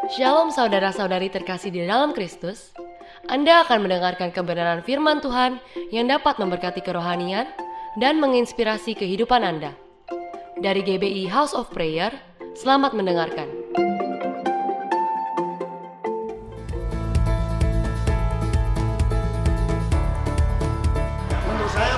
Shalom saudara-saudari terkasih di dalam Kristus. Anda akan mendengarkan kebenaran firman Tuhan yang dapat memberkati kerohanian dan menginspirasi kehidupan Anda. Dari GBI House of Prayer, selamat mendengarkan. Menurut saya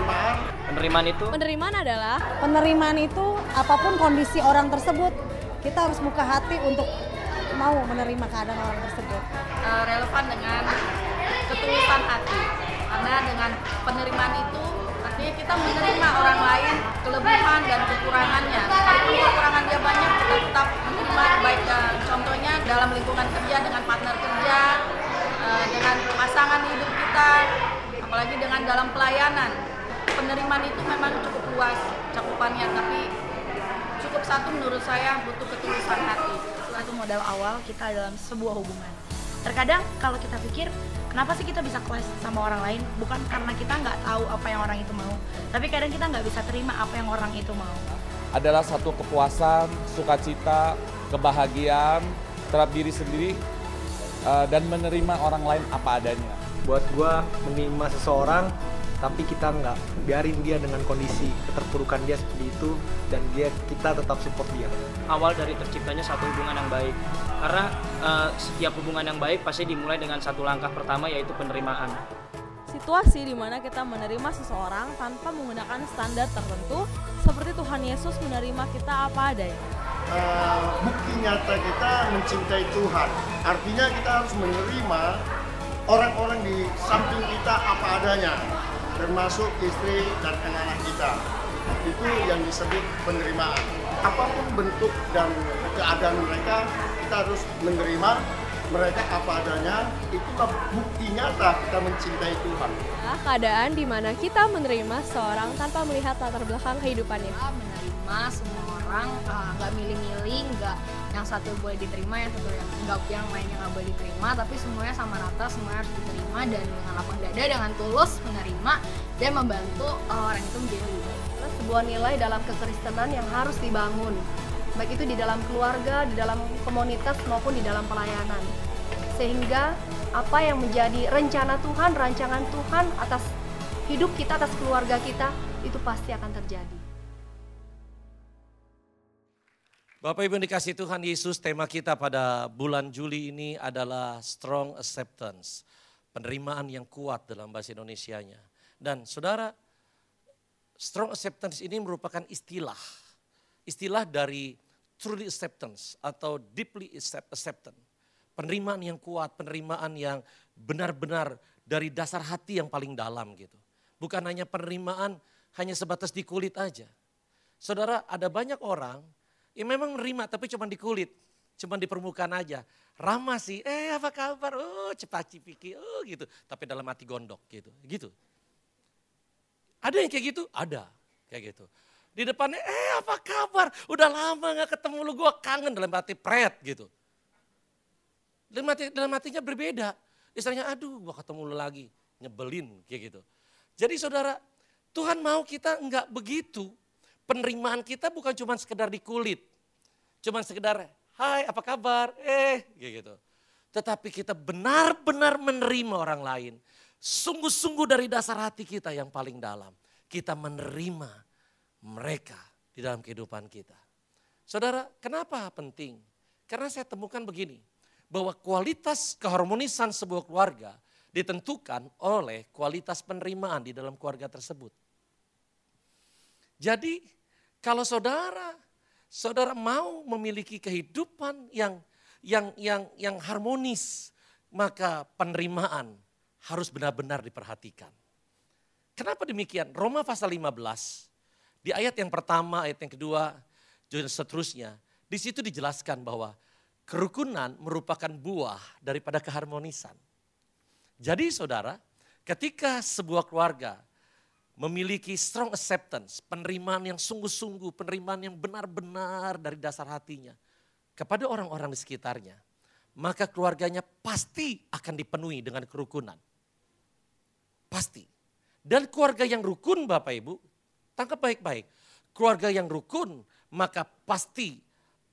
penerimaan itu apapun kondisi orang tersebut, kita harus buka hati untuk mau menerima keadaan orang tersebut. Relevan dengan ketulusan hati, karena dengan penerimaan itu artinya kita menerima orang lain kelebihan dan kekurangannya. Sekalipun kekurangan dia banyak, kita tetap menerima. Baik contohnya dalam lingkungan kerja, dengan partner kerja, dengan pasangan hidup kita, apalagi dengan dalam pelayanan. Penerimaan itu memang cukup luas cakupannya, tapi cukup satu menurut saya, butuh ketulusan hati. Itu modal awal kita dalam sebuah hubungan. Terkadang kalau kita pikir, kenapa sih kita bisa clash sama orang lain? Bukan karena kita nggak tahu apa yang orang itu mau, tapi kadang kita nggak bisa terima apa yang orang itu mau. Adalah satu kepuasan, sukacita, kebahagiaan terhadap diri sendiri dan menerima orang lain apa adanya. Buat gua, menerima seseorang tapi kita nggak biarin dia dengan kondisi keterpurukan dia seperti itu, dan kita tetap support dia. Awal dari terciptanya satu hubungan yang baik, karena setiap hubungan yang baik pasti dimulai dengan satu langkah pertama, yaitu penerimaan. Situasi di mana kita menerima seseorang tanpa menggunakan standar tertentu, seperti Tuhan Yesus menerima kita apa adanya. bukti nyata kita mencintai Tuhan. Artinya kita harus menerima orang-orang di samping kita apa adanya, termasuk istri dan anak-anak kita. Itu yang disebut penerimaan. Apapun bentuk dan keadaan mereka, kita harus menerima mereka apa adanya. Itulah bukti nyata kita mencintai Tuhan. Keadaan di mana kita menerima seseorang tanpa melihat latar belakang kehidupannya. Menerima semua orang, nggak milih-milih, nggak yang satu boleh diterima, yang satu yang lainnya nggak boleh diterima, tapi semuanya sama rata, semuanya harus diterima, dan dengan lapang dada, dengan tulus menerima dan membantu orang itu menjadi lebih baik. Sebuah nilai dalam kekristenan yang harus dibangun, baik itu di dalam keluarga, di dalam komunitas maupun di dalam pelayanan, sehingga apa yang menjadi rencana Tuhan, rancangan Tuhan atas hidup kita, atas keluarga kita, itu pasti akan terjadi. Bapak Ibu yang dikasihi Tuhan Yesus, tema kita pada bulan Juli ini adalah strong acceptance. Penerimaan yang kuat dalam bahasa Indonesianya. Dan saudara, strong acceptance ini merupakan istilah. Istilah dari truly acceptance atau deeply acceptance. Penerimaan yang kuat, penerimaan yang benar-benar dari dasar hati yang paling dalam gitu. Bukan hanya penerimaan hanya sebatas di kulit aja. Saudara, ada banyak orang yang memang menerima tapi cuma di kulit, cuma di permukaan aja. Ramah sih, apa kabar, cepat cipiki, gitu. Tapi dalam hati gondok gitu, gitu. Ada yang kayak gitu? Ada, kayak gitu. Di depannya, apa kabar, udah lama gak ketemu lu, gue kangen, dalam hati pret gitu. Dalam hatinya berbeda. Istilahnya, aduh gue ketemu lu lagi, nyebelin kayak gitu. Jadi saudara, Tuhan mau kita enggak begitu. Penerimaan kita bukan cuma sekedar di kulit. Cuma sekedar, hai apa kabar, kayak gitu. Tetapi kita benar-benar menerima orang lain. Sungguh-sungguh dari dasar hati kita yang paling dalam. Kita menerima mereka di dalam kehidupan kita. Saudara, kenapa penting? Karena saya temukan begini. Bahwa kualitas keharmonisan sebuah keluarga ditentukan oleh kualitas penerimaan di dalam keluarga tersebut. Jadi kalau saudara mau memiliki kehidupan yang harmonis, maka penerimaan harus benar-benar diperhatikan. Kenapa demikian? Roma pasal 15, di ayat yang pertama, ayat yang kedua, dan seterusnya, di situ dijelaskan bahwa kerukunan merupakan buah daripada keharmonisan. Jadi saudara, ketika sebuah keluarga memiliki strong acceptance, penerimaan yang sungguh-sungguh, penerimaan yang benar-benar dari dasar hatinya kepada orang-orang di sekitarnya, maka keluarganya pasti akan dipenuhi dengan kerukunan. Pasti. Dan keluarga yang rukun Bapak Ibu, tangkap baik-baik. Keluarga yang rukun maka pasti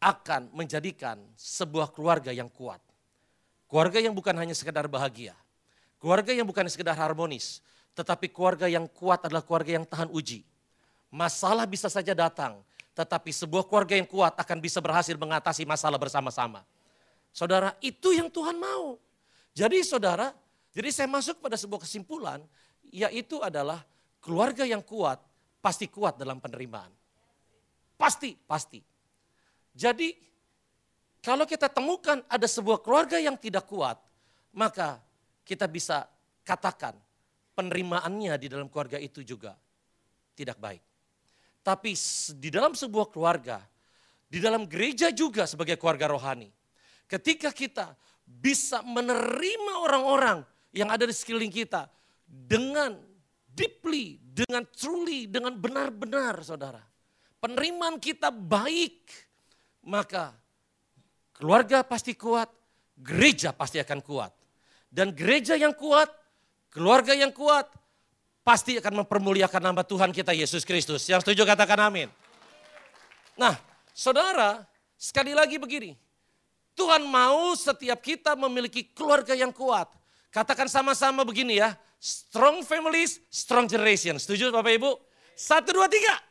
akan menjadikan sebuah keluarga yang kuat. Keluarga yang bukan hanya sekedar bahagia. Keluarga yang bukan sekedar harmonis. Tetapi keluarga yang kuat adalah keluarga yang tahan uji. Masalah bisa saja datang. Tetapi sebuah keluarga yang kuat akan bisa berhasil mengatasi masalah bersama-sama. Saudara, itu yang Tuhan mau. Jadi saudara, saya masuk pada sebuah kesimpulan. Yaitu adalah keluarga yang kuat pasti kuat dalam penerimaan. Pasti. Jadi kalau kita temukan ada sebuah keluarga yang tidak kuat, maka kita bisa katakan penerimaannya di dalam keluarga itu juga tidak baik. Tapi di dalam sebuah keluarga, di dalam gereja juga sebagai keluarga rohani, ketika kita bisa menerima orang-orang yang ada di sekeliling kita dengan deeply, dengan truly, dengan benar-benar saudara. Penerimaan kita baik, maka keluarga pasti kuat, gereja pasti akan kuat. Dan gereja yang kuat, keluarga yang kuat, pasti akan mempermuliakan nama Tuhan kita Yesus Kristus. Yang setuju katakan amin. Nah, saudara, sekali lagi begini. Tuhan mau setiap kita memiliki keluarga yang kuat. Katakan sama-sama begini ya. Strong families, strong generation. Setuju Bapak Ibu? 1, 2, 3.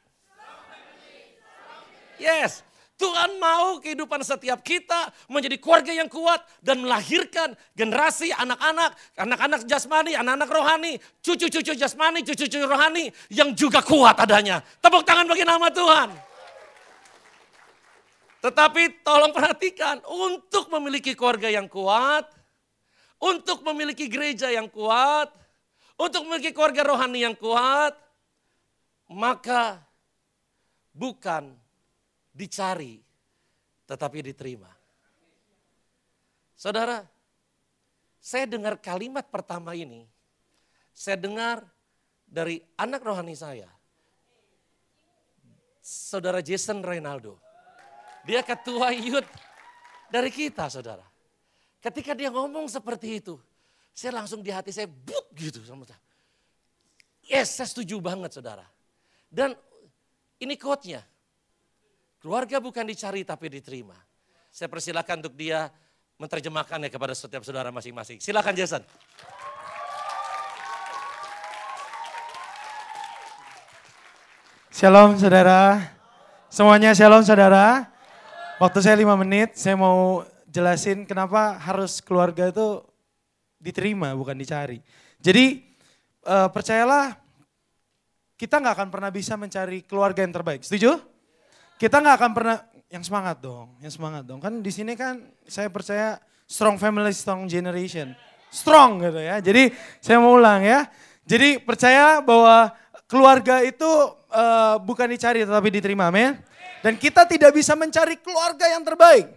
Yes. Tuhan mau kehidupan setiap kita menjadi keluarga yang kuat dan melahirkan generasi anak-anak jasmani, anak-anak rohani, cucu-cucu jasmani, cucu-cucu rohani yang juga kuat adanya. Tepuk tangan bagi nama Tuhan. Tetapi tolong perhatikan, untuk memiliki keluarga yang kuat, untuk memiliki gereja yang kuat, untuk memiliki keluarga rohani yang kuat, maka bukan dicari, tetapi diterima. Saudara, saya dengar kalimat pertama ini, saya dengar dari anak rohani saya, Saudara Jason Reynaldo. Dia ketua youth dari kita, saudara. Ketika dia ngomong seperti itu, saya langsung di hati saya, but gitu. Yes, saya setuju banget saudara. Dan ini quote-nya. Keluarga bukan dicari tapi diterima. Saya persilakan untuk dia menerjemahkannya kepada setiap saudara masing-masing. Silakan Jason. Shalom saudara. Semuanya shalom saudara. Waktu saya 5 menit, saya mau jelasin kenapa harus keluarga itu diterima bukan dicari. Jadi percayalah kita gak akan pernah bisa mencari keluarga yang terbaik. Setuju? Kita gak akan pernah, yang semangat dong. Kan di sini kan saya percaya strong family, strong generation. Strong gitu ya. Jadi saya mau ulang ya. Jadi percaya bahwa keluarga itu bukan dicari tetapi diterima, amin. Dan kita tidak bisa mencari keluarga yang terbaik.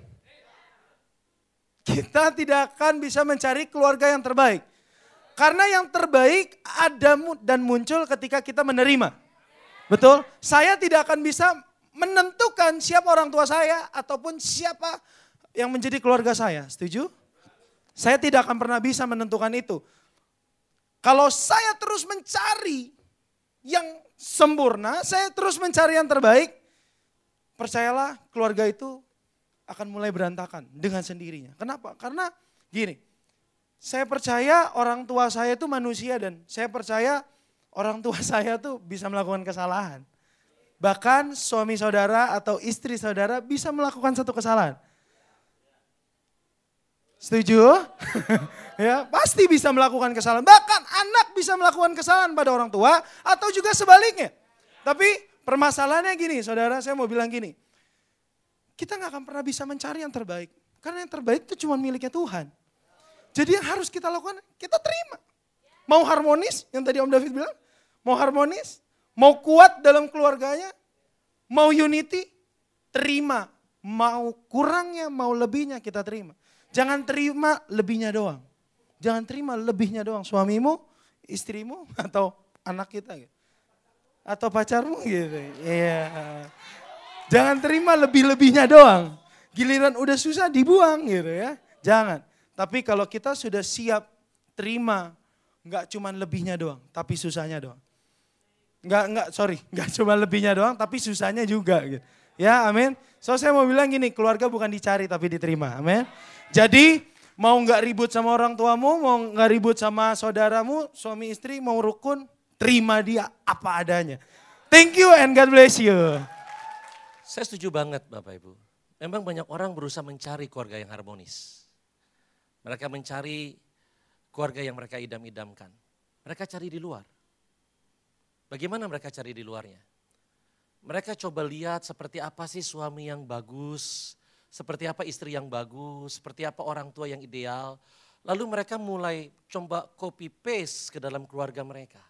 Kita tidak akan bisa mencari keluarga yang terbaik. Karena yang terbaik ada dan muncul ketika kita menerima. Betul? Saya tidak akan bisa menentukan siapa orang tua saya ataupun siapa yang menjadi keluarga saya. Setuju? Saya tidak akan pernah bisa menentukan itu. Kalau saya terus mencari yang sempurna, saya terus mencari yang terbaik, percayalah keluarga itu akan mulai berantakan dengan sendirinya. Kenapa? Karena gini, saya percaya orang tua saya itu manusia dan saya percaya orang tua saya tuh bisa melakukan kesalahan. Bahkan suami saudara atau istri saudara bisa melakukan satu kesalahan. Setuju? Ya, pasti bisa melakukan kesalahan. Bahkan anak bisa melakukan kesalahan pada orang tua atau juga sebaliknya. Tapi permasalahannya gini, saudara, saya mau bilang gini. Kita gak akan pernah bisa mencari yang terbaik. Karena yang terbaik itu cuma miliknya Tuhan. Jadi yang harus kita lakukan, kita terima. Mau harmonis, yang tadi Om David bilang. Mau harmonis, mau kuat dalam keluarganya, mau unity, terima. Mau kurangnya, mau lebihnya kita terima. Jangan terima lebihnya doang. Jangan terima lebihnya doang. Suamimu, istrimu, atau anak kita gitu. Atau pacarmu gitu. Iya. Jangan terima lebih-lebihnya doang. Giliran udah susah dibuang gitu ya. Jangan. Tapi kalau kita sudah siap terima, enggak cuma lebihnya doang, tapi susahnya doang. Enggak cuma lebihnya doang, tapi susahnya juga gitu. Ya, amin. So saya mau bilang gini, keluarga bukan dicari tapi diterima. Amin. Jadi mau nggak ribut sama orang tuamu, mau nggak ribut sama saudaramu, suami istri mau rukun, terima dia apa adanya. Thank you and God bless you. Saya setuju banget Bapak Ibu. Memang banyak orang berusaha mencari keluarga yang harmonis. Mereka mencari keluarga yang mereka idam-idamkan. Mereka cari di luar. Bagaimana mereka cari di luarnya? Mereka coba lihat seperti apa sih suami yang bagus, seperti apa istri yang bagus, seperti apa orang tua yang ideal. Lalu mereka mulai coba copy paste ke dalam keluarga mereka.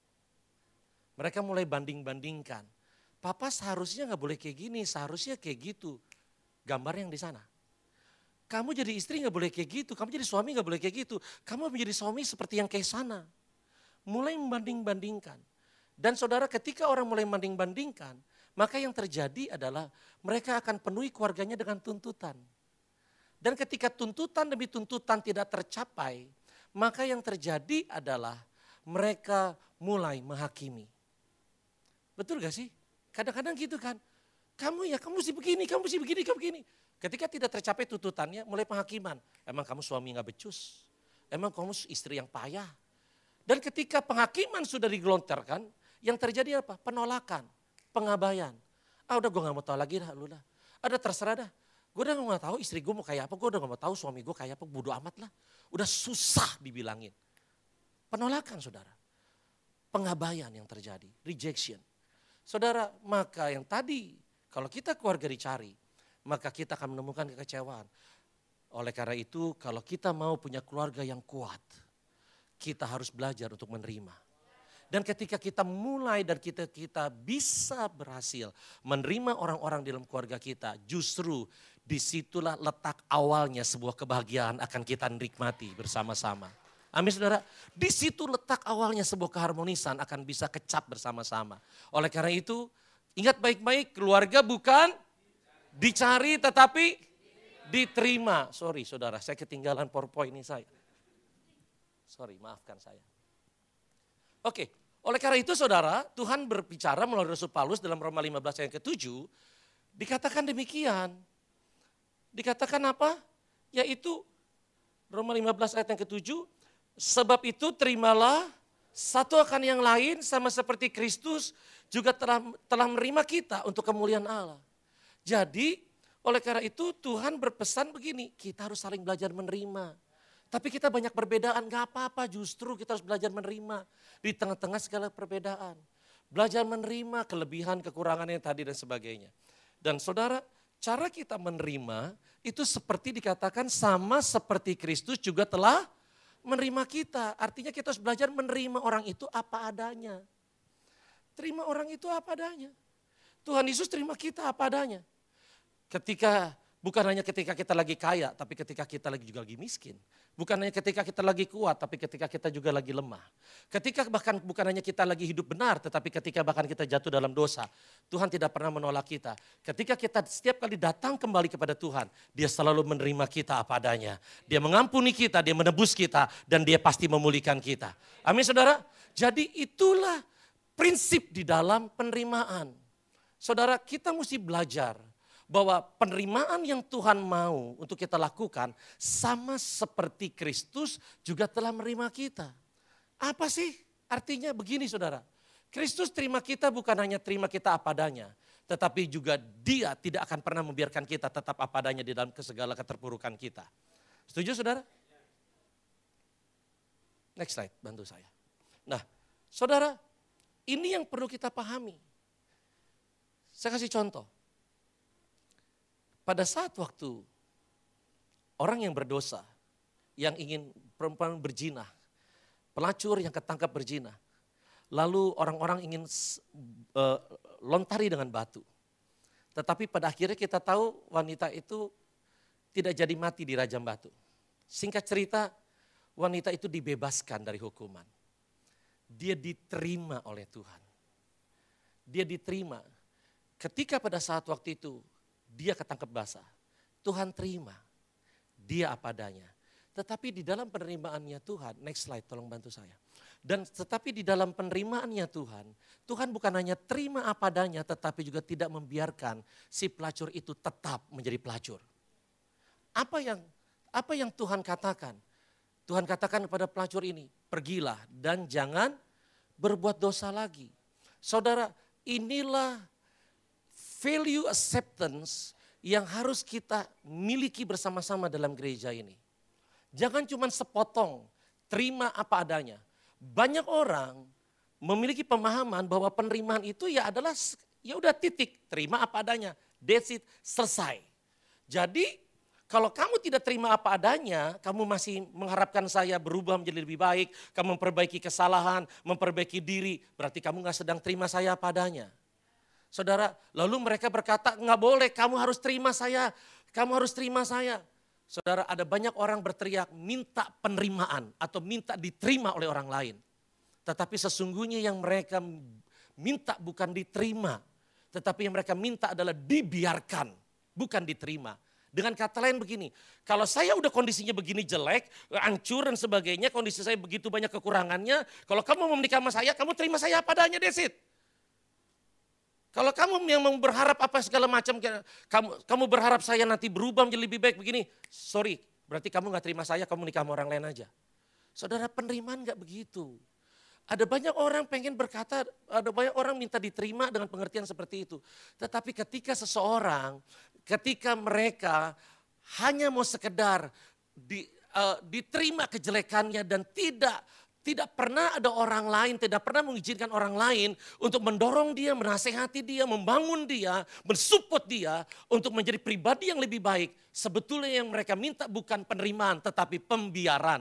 Mereka mulai banding-bandingkan. Papa seharusnya gak boleh kayak gini, seharusnya kayak gitu. Gambar yang di sana. Kamu jadi istri gak boleh kayak gitu, kamu jadi suami gak boleh kayak gitu. Kamu menjadi suami seperti yang kayak sana. Mulai membanding-bandingkan. Dan saudara ketika orang mulai membanding-bandingkan, maka yang terjadi adalah mereka akan penuhi keluarganya dengan tuntutan. Dan ketika tuntutan demi tuntutan tidak tercapai, maka yang terjadi adalah mereka mulai menghakimi. Betul gak sih? Kadang-kadang gitu kan. Kamu mesti begini, kamu mesti begini, kamu begini. Ketika tidak tercapai tuntutannya, mulai penghakiman. Emang kamu suami gak becus? Emang kamu istri yang payah? Dan ketika penghakiman sudah digelontorkan, yang terjadi apa? Penolakan, pengabaian. Udah gue gak mau tahu lagi dah, lu dah. Ada terserah dah. Gue udah gak mau tahu istri gue mau kayak apa, gue udah gak mau tahu suami gue kayak apa, bodo amat lah. Udah susah dibilangin. Penolakan saudara. Pengabaian yang terjadi, rejection. Saudara, maka yang tadi kalau kita keluarga dicari, maka kita akan menemukan kekecewaan. Oleh karena itu, kalau kita mau punya keluarga yang kuat, kita harus belajar untuk menerima. Dan ketika kita mulai dan kita bisa berhasil menerima orang-orang dalam keluarga kita, justru disitulah letak awalnya sebuah kebahagiaan akan kita nikmati bersama-sama. Amin saudara, di situ letak awalnya sebuah keharmonisan akan bisa kecap bersama-sama. Oleh karena itu, ingat baik-baik, keluarga bukan dicari tetapi diterima. Sorry saudara, saya ketinggalan PowerPoint ini saya. Sorry, maafkan saya. Oke, oleh karena itu saudara, Tuhan berbicara melalui Rasul Paulus dalam Roma 15 ayat ke-7, dikatakan demikian. Dikatakan apa? Yaitu Roma 15 ayat yang ke-7, sebab itu terimalah satu akan yang lain sama seperti Kristus juga telah menerima kita untuk kemuliaan Allah. Jadi oleh karena itu Tuhan berpesan begini, kita harus saling belajar menerima. Tapi kita banyak perbedaan, gak apa-apa, justru kita harus belajar menerima di tengah-tengah segala perbedaan. Belajar menerima kelebihan, kekurangan yang tadi dan sebagainya. Dan saudara, cara kita menerima itu seperti dikatakan sama seperti Kristus juga telah menerima kita. Artinya kita harus belajar menerima orang itu apa adanya. Terima orang itu apa adanya. Tuhan Yesus terima kita apa adanya. Bukan hanya ketika kita lagi kaya, tapi ketika kita juga lagi miskin. Bukan hanya ketika kita lagi kuat, tapi ketika kita juga lagi lemah. Bahkan bukan hanya kita lagi hidup benar, tetapi ketika bahkan kita jatuh dalam dosa. Tuhan tidak pernah menolak kita. Ketika kita setiap kali datang kembali kepada Tuhan, Dia selalu menerima kita apa adanya. Dia mengampuni kita, Dia menebus kita, dan Dia pasti memulihkan kita. Amin saudara? Jadi itulah prinsip di dalam penerimaan. Saudara, kita mesti belajar bahwa penerimaan yang Tuhan mau untuk kita lakukan sama seperti Kristus juga telah menerima kita. Apa sih artinya? Begini saudara, Kristus terima kita bukan hanya terima kita apa adanya, tetapi juga Dia tidak akan pernah membiarkan kita tetap apa adanya di dalam segala keterpurukan kita. Setuju saudara? Next slide, bantu saya. Nah saudara, ini yang perlu kita pahami. Saya kasih contoh. Pada saat waktu orang yang berdosa, yang ingin perempuan berzina, pelacur yang ketangkap berzina, lalu orang-orang ingin lontari dengan batu. Tetapi pada akhirnya kita tahu wanita itu tidak jadi mati di rajam batu. Singkat cerita, wanita itu dibebaskan dari hukuman. Dia diterima oleh Tuhan. Dia diterima. Ketika pada saat waktu itu, dia ketangkep basah. Tuhan terima. Dia apa adanya. Tetapi di dalam penerimaannya Tuhan, next slide tolong bantu saya. Dan tetapi di dalam penerimaannya Tuhan, Tuhan bukan hanya terima apa adanya, tetapi juga tidak membiarkan si pelacur itu tetap menjadi pelacur. Apa yang Tuhan katakan? Tuhan katakan kepada pelacur ini, pergilah dan jangan berbuat dosa lagi. Saudara, inilah value acceptance yang harus kita miliki bersama-sama dalam gereja ini. Jangan cuma sepotong, terima apa adanya. Banyak orang memiliki pemahaman bahwa penerimaan itu ya adalah ya udah titik, terima apa adanya. That's it, selesai. Jadi kalau kamu tidak terima apa adanya, kamu masih mengharapkan saya berubah menjadi lebih baik, kamu memperbaiki kesalahan, memperbaiki diri, berarti kamu gak sedang terima saya apa adanya. Saudara, lalu mereka berkata, nggak boleh, kamu harus terima saya, kamu harus terima saya. Saudara, ada banyak orang berteriak minta penerimaan atau minta diterima oleh orang lain. Tetapi sesungguhnya yang mereka minta bukan diterima, tetapi yang mereka minta adalah dibiarkan, bukan diterima. Dengan kata lain begini, kalau saya udah kondisinya begini jelek, hancur dan sebagainya, kondisi saya begitu banyak kekurangannya, kalau kamu mau menikah sama saya, kamu terima saya apa adanya, that's it. Kalau kamu yang mau berharap apa segala macam, kamu berharap saya nanti berubah menjadi lebih baik begini, sorry, berarti kamu gak terima saya, kamu nikah sama orang lain aja. Saudara, penerimaan gak begitu. Ada banyak orang pengen berkata, ada banyak orang minta diterima dengan pengertian seperti itu. Tetapi ketika mereka hanya mau sekedar diterima kejelekannya dan tidak pernah ada orang lain, tidak pernah mengizinkan orang lain untuk mendorong dia, menasehati dia, membangun dia, mensupport dia untuk menjadi pribadi yang lebih baik. Sebetulnya yang mereka minta bukan penerimaan tetapi pembiaran.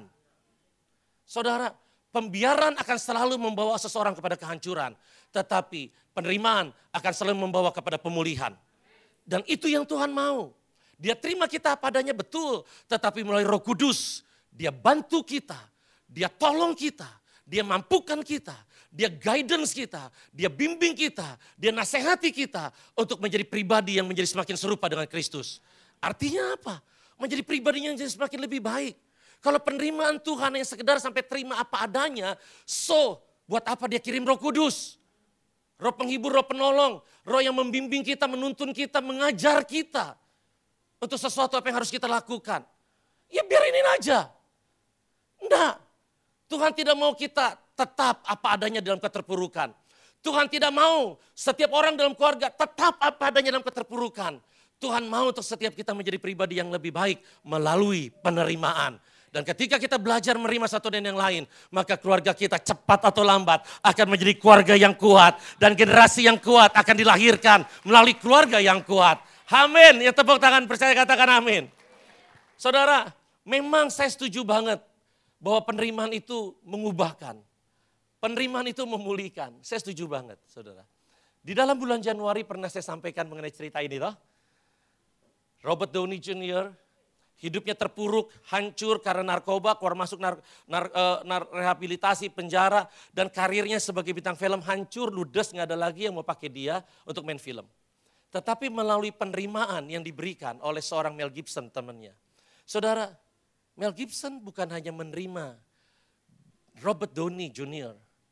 Saudara, pembiaran akan selalu membawa seseorang kepada kehancuran. Tetapi penerimaan akan selalu membawa kepada pemulihan. Dan itu yang Tuhan mau. Dia terima kita padanya betul, tetapi melalui Roh Kudus dia bantu kita. Dia tolong kita, dia mampukan kita, dia guidance kita, dia bimbing kita, dia nasihati kita untuk menjadi pribadi yang menjadi semakin serupa dengan Kristus. Artinya apa? Menjadi pribadi yang menjadi semakin lebih baik. Kalau penerimaan Tuhan yang sekedar sampai terima apa adanya, buat apa dia kirim Roh Kudus? Roh penghibur, roh penolong, roh yang membimbing kita, menuntun kita, mengajar kita untuk sesuatu apa yang harus kita lakukan. Ya biarinin aja. Enggak. Tuhan tidak mau kita tetap apa adanya dalam keterpurukan. Tuhan tidak mau setiap orang dalam keluarga tetap apa adanya dalam keterpurukan. Tuhan mau untuk setiap kita menjadi pribadi yang lebih baik melalui penerimaan. Dan ketika kita belajar menerima satu dan yang lain, maka keluarga kita cepat atau lambat akan menjadi keluarga yang kuat. Dan generasi yang kuat akan dilahirkan melalui keluarga yang kuat. Amin. Ya tepuk tangan percaya katakan amin. Saudara, memang saya setuju banget bahwa penerimaan itu mengubahkan. Penerimaan itu memulihkan. Saya setuju banget, saudara. Di dalam bulan Januari pernah saya sampaikan mengenai cerita ini toh. Robert Downey Jr. hidupnya terpuruk, hancur karena narkoba, keluar masuk rehabilitasi, penjara. Dan karirnya sebagai bintang film hancur, ludes, gak ada lagi yang mau pakai dia untuk main film. Tetapi melalui penerimaan yang diberikan oleh seorang Mel Gibson temannya. Saudara, Mel Gibson bukan hanya menerima Robert Downey Jr.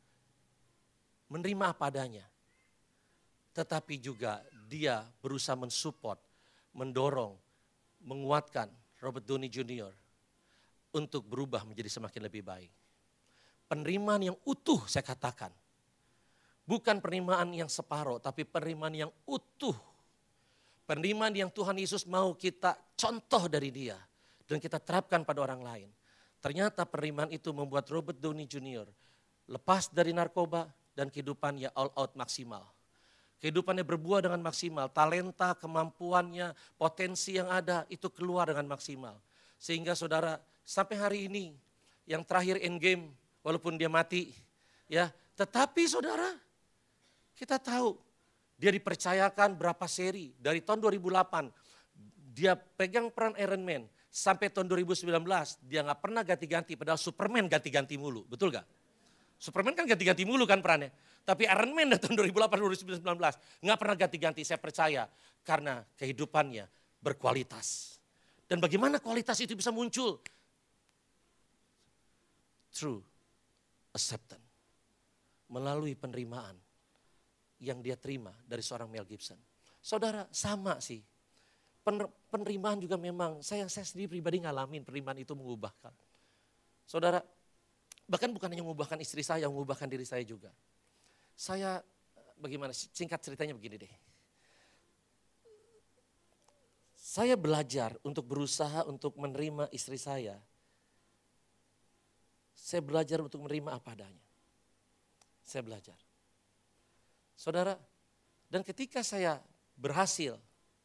menerima apa adanya. Tetapi juga dia berusaha mensupport, mendorong, menguatkan Robert Downey Jr. untuk berubah menjadi semakin lebih baik. Penerimaan yang utuh saya katakan. Bukan penerimaan yang separuh, tapi penerimaan yang utuh. Penerimaan yang Tuhan Yesus mau kita contoh dari dia. Dan kita terapkan pada orang lain. Ternyata penerimaan itu membuat Robert Downey Jr. lepas dari narkoba dan kehidupannya all out maksimal. Kehidupannya berbuah dengan maksimal. Talenta, kemampuannya, potensi yang ada itu keluar dengan maksimal. Sehingga saudara sampai hari ini yang terakhir Endgame walaupun dia mati. Ya, tetapi saudara kita tahu dia dipercayakan berapa seri. Dari tahun 2008 dia pegang peran Iron Man. Sampai tahun 2019 dia gak pernah ganti-ganti padahal Superman ganti-ganti mulu. Betul gak? Superman kan ganti-ganti mulu kan perannya. Tapi Iron Man dari tahun 2008-2019 gak pernah ganti-ganti, saya percaya. Karena kehidupannya berkualitas. Dan bagaimana kualitas itu bisa muncul? Through acceptance. melalui penerimaan yang dia terima dari seorang Mel Gibson. Saudara, sama sih. Penerimaan juga memang, saya sendiri pribadi ngalamin penerimaan itu mengubahkan. Saudara, bahkan bukan hanya mengubahkan istri saya, mengubahkan diri saya juga. Saya, bagaimana, singkat ceritanya begini deh. Saya belajar untuk berusaha untuk menerima istri saya. Saya belajar untuk menerima apa adanya. Saya belajar. Saudara, dan ketika saya berhasil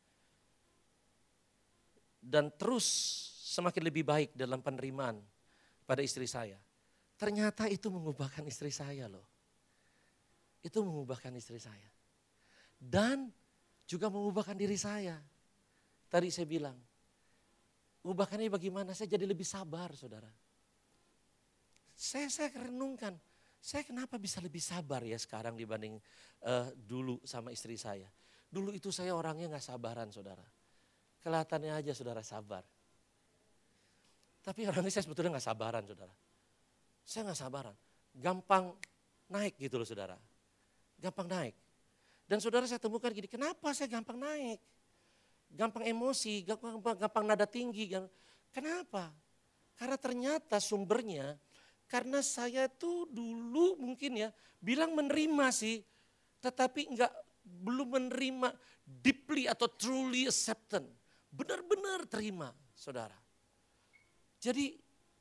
dan terus semakin lebih baik dalam penerimaan pada istri saya, ternyata itu mengubahkan istri saya loh. Itu mengubahkan istri saya. Dan juga mengubahkan diri saya. Tadi saya bilang, ubahkannya bagaimana? Saya jadi lebih sabar, saudara. Saya renungkan, saya kenapa bisa lebih sabar ya sekarang dibanding dulu sama istri saya. Dulu itu saya orangnya gak sabaran, saudara. Kelihatannya aja saudara sabar. Tapi orangnya saya sebetulnya gak sabaran, saudara. Saya gak sabaran. Gampang naik gitu loh, saudara. Gampang naik. Dan saudara saya temukan gini, kenapa saya gampang naik? Gampang emosi, gampang nada tinggi. Kenapa? Karena ternyata sumbernya, karena saya tuh dulu mungkin ya bilang menerima sih, tetapi belum menerima deeply atau truly acceptance. Benar-benar terima, saudara. Jadi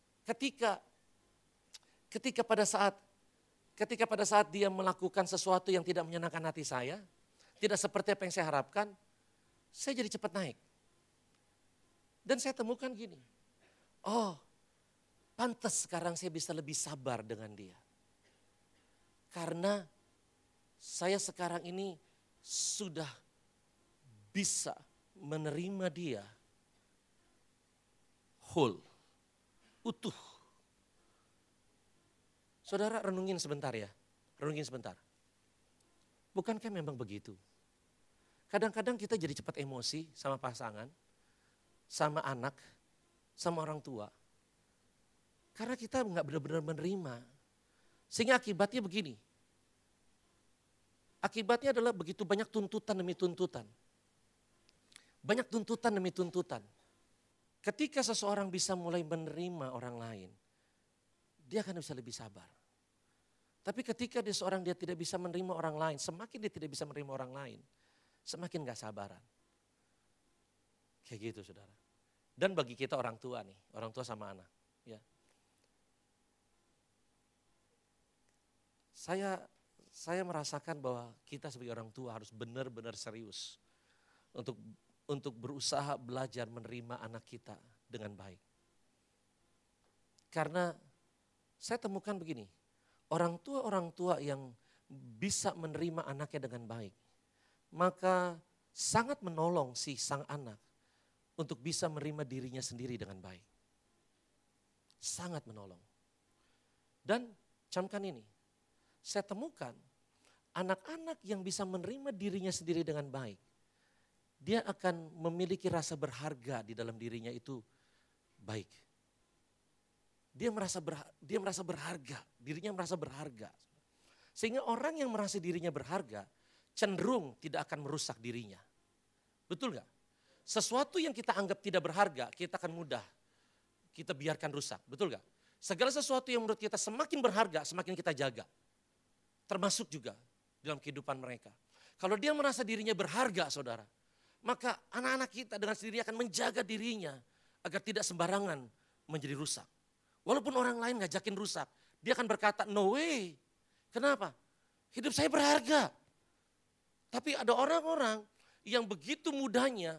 ketika pada saat dia melakukan sesuatu yang tidak menyenangkan hati saya, tidak seperti apa yang saya harapkan, saya jadi cepat naik. Dan saya temukan gini, oh pantas sekarang saya bisa lebih sabar dengan dia. Karena saya sekarang ini sudah bisa menerima dia whole, utuh. Saudara renungin sebentar ya, renungin sebentar. Bukankah memang begitu? Kadang-kadang kita jadi cepat emosi sama pasangan, sama anak, sama orang tua. Karena kita nggak benar-benar menerima. Sehingga akibatnya begini. Akibatnya adalah begitu banyak tuntutan demi tuntutan. Banyak tuntutan demi tuntutan. Ketika seseorang bisa mulai menerima orang lain, dia akan bisa lebih sabar. Tapi ketika dia tidak bisa menerima orang lain, semakin dia tidak bisa menerima orang lain, semakin gak sabaran. Kayak gitu saudara. Dan bagi kita orang tua nih, orang tua sama anak. Ya. Saya merasakan bahwa kita sebagai orang tua harus benar-benar serius untuk berusaha belajar menerima anak kita dengan baik. Karena saya temukan begini, orang tua yang bisa menerima anaknya dengan baik, maka sangat menolong si sang anak untuk bisa menerima dirinya sendiri dengan baik. Sangat menolong. Dan camkan ini, saya temukan anak-anak yang bisa menerima dirinya sendiri dengan baik, dia akan memiliki rasa berharga di dalam dirinya itu baik. Dia merasa berharga, dirinya merasa berharga. Sehingga orang yang merasa dirinya berharga cenderung tidak akan merusak dirinya. Betul gak? Sesuatu yang kita anggap tidak berharga, kita akan mudah, kita biarkan rusak. Betul gak? Segala sesuatu yang menurut kita semakin berharga, semakin kita jaga. Termasuk juga dalam kehidupan mereka. Kalau dia merasa dirinya berharga, saudara, maka anak-anak kita dengan sendiri akan menjaga dirinya agar tidak sembarangan menjadi rusak. Walaupun orang lain ngajakin rusak, dia akan berkata, no way. Kenapa? Hidup saya berharga. Tapi ada orang-orang yang begitu mudahnya,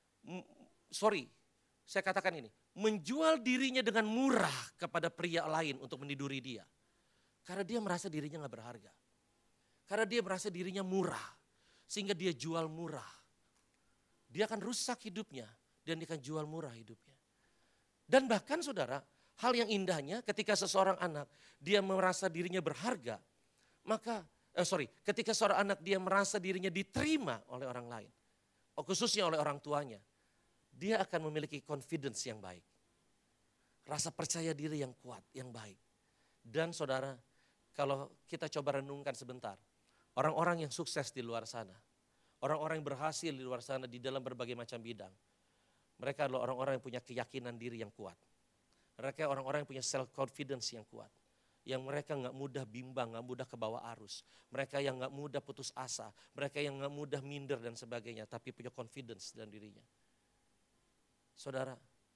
saya katakan ini, menjual dirinya dengan murah kepada pria lain untuk meniduri dia. Karena dia merasa dirinya gak berharga. Karena dia merasa dirinya murah, sehingga dia jual murah. Dia akan rusak hidupnya dan dia akan jual murah hidupnya. Dan bahkan saudara, hal yang indahnya ketika seseorang anak dia merasa dirinya berharga, ketika seorang anak dia merasa dirinya diterima oleh orang lain, khususnya oleh orang tuanya, dia akan memiliki confidence yang baik. Rasa percaya diri yang kuat, yang baik. Dan saudara, kalau kita coba renungkan sebentar, orang-orang yang sukses di luar sana, orang-orang yang berhasil di luar sana di dalam berbagai macam bidang, mereka adalah orang-orang yang punya keyakinan diri yang kuat. Mereka orang-orang yang punya self confidence yang kuat. Yang mereka nggak mudah bimbang, nggak mudah kebawa arus. Mereka yang nggak mudah putus asa, mereka yang nggak mudah minder dan sebagainya, tapi punya confidence dalam dirinya. Saudara,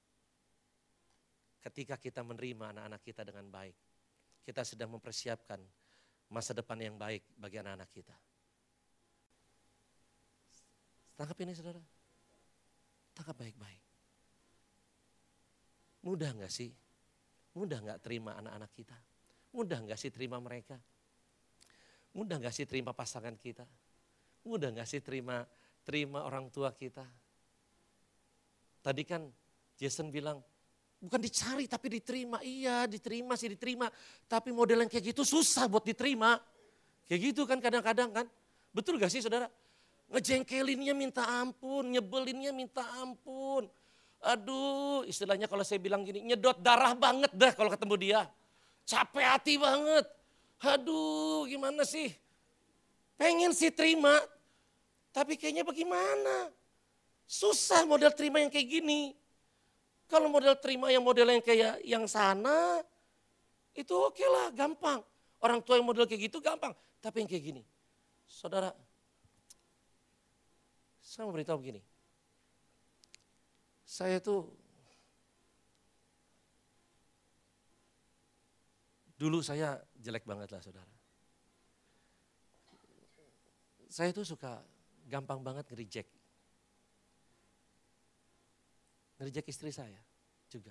ketika kita menerima anak-anak kita dengan baik, kita sedang mempersiapkan masa depan yang baik bagi anak-anak kita. Tangkap ini saudara, tangkap baik-baik. Mudah nggak sih? Mudah nggak terima anak-anak kita? Mudah nggak sih terima mereka? Mudah nggak sih terima pasangan kita? Mudah nggak sih terima orang tua kita? Tadi kan Jason bilang, bukan dicari tapi diterima. Iya diterima sih diterima. Tapi model yang kayak gitu susah buat diterima. Kayak gitu kan kadang-kadang kan. Betul gak sih saudara? Ngejengkelinnya minta ampun, nyebelinnya minta ampun. Aduh istilahnya kalau saya bilang gini, nyedot darah banget dah kalau ketemu dia. Capek hati banget. Aduh gimana sih? Pengen sih terima. Tapi kayaknya bagaimana? Susah model terima yang kayak gini. Kalau model terima yang model yang kayak yang sana, itu oke lah, gampang. Orang tua yang model kayak gitu gampang. Tapi yang kayak gini, saudara, saya mau beritahu begini. Saya tuh, dulu saya jelek banget lah saudara. Saya tuh suka gampang banget nge-reject. Nge-reject istri saya juga.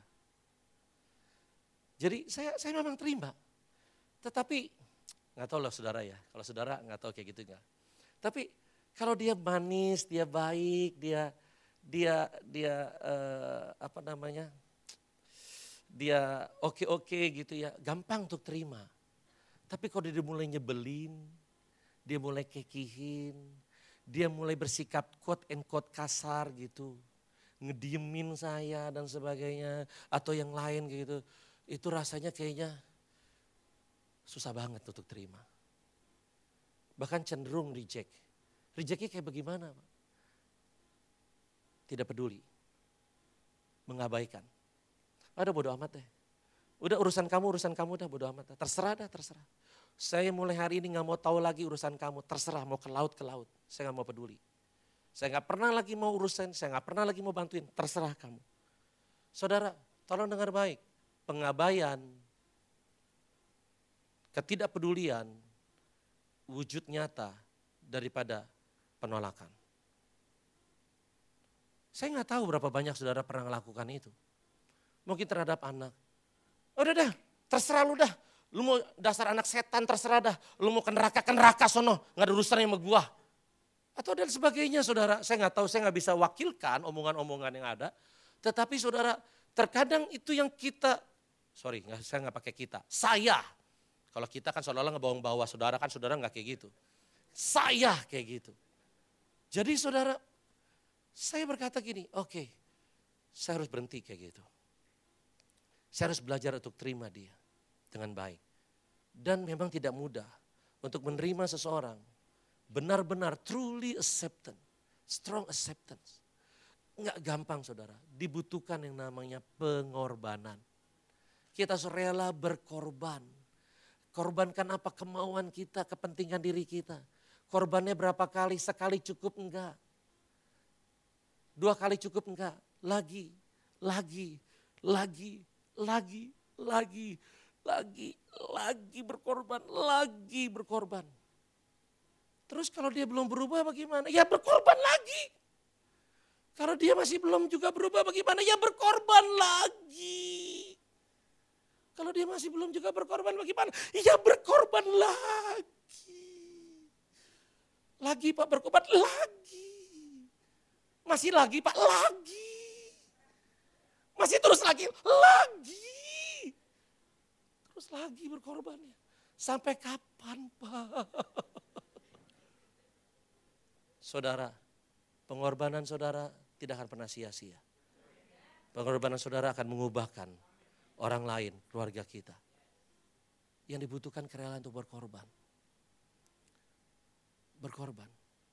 Jadi saya memang terima. Tetapi nggak tahu loh saudara ya. Kalau saudara nggak tahu kayak gitu nggak. Tapi kalau dia manis, dia baik, dia apa namanya? Dia oke gitu ya, gampang untuk terima. Tapi kalau dia mulai nyebelin, dia mulai kekihin, dia mulai bersikap quote and quote kasar gitu. Ngediemin saya dan sebagainya atau yang lain gitu, itu rasanya kayaknya susah banget untuk terima. Bahkan cenderung reject. Rejectnya kayak bagaimana? Tidak peduli, mengabaikan. Ada bodo amat deh. Udah urusan kamu dah bodo amat. Terserah. Saya mulai hari ini gak mau tahu lagi urusan kamu, terserah mau ke laut. Saya gak mau peduli. Saya gak pernah lagi mau urusan, saya gak pernah lagi mau bantuin, terserah kamu. Saudara, tolong dengar baik. Pengabaian, ketidakpedulian, wujud nyata daripada penolakan. Saya gak tahu berapa banyak saudara pernah melakukan itu. Mungkin terhadap anak. Udah dah, terserah lu dah. Lu mau dasar anak setan terserah dah. Lu mau ke neraka sono, gak ada urusannya sama gua. Atau dan sebagainya saudara, saya gak tahu, saya gak bisa wakilkan omongan-omongan yang ada. Tetapi saudara, terkadang itu yang kita, saya gak pakai kita, saya. Kalau kita kan seolah-olah ngebawa-bawa, saudara kan saudara gak kayak gitu. Saya kayak gitu. Jadi saudara, saya berkata gini, oke, saya harus berhenti kayak gitu. Saya harus belajar untuk terima dia dengan baik. Dan memang tidak mudah untuk menerima seseorang. Benar-benar truly acceptance, strong acceptance. Enggak gampang saudara, dibutuhkan yang namanya pengorbanan. Kita harus rela berkorban. Korbankan apa kemauan kita, kepentingan diri kita. Korbannya berapa kali, sekali cukup enggak. 2 kali cukup enggak, lagi berkorban. Terus kalau dia belum berubah bagaimana? Ya berkorban lagi. Kalau dia masih belum juga berubah bagaimana? Ya berkorban lagi. Kalau dia masih belum juga berkorban bagaimana? Ya berkorban lagi. Lagi Pak berkorban lagi. Masih lagi Pak lagi. Masih terus lagi. Terus lagi berkorbannya. Sampai kapan Pak? Saudara, pengorbanan saudara tidak akan pernah sia-sia. Pengorbanan saudara akan mengubahkan orang lain, keluarga kita. yang dibutuhkan kerelaan untuk berkorban. Berkorban.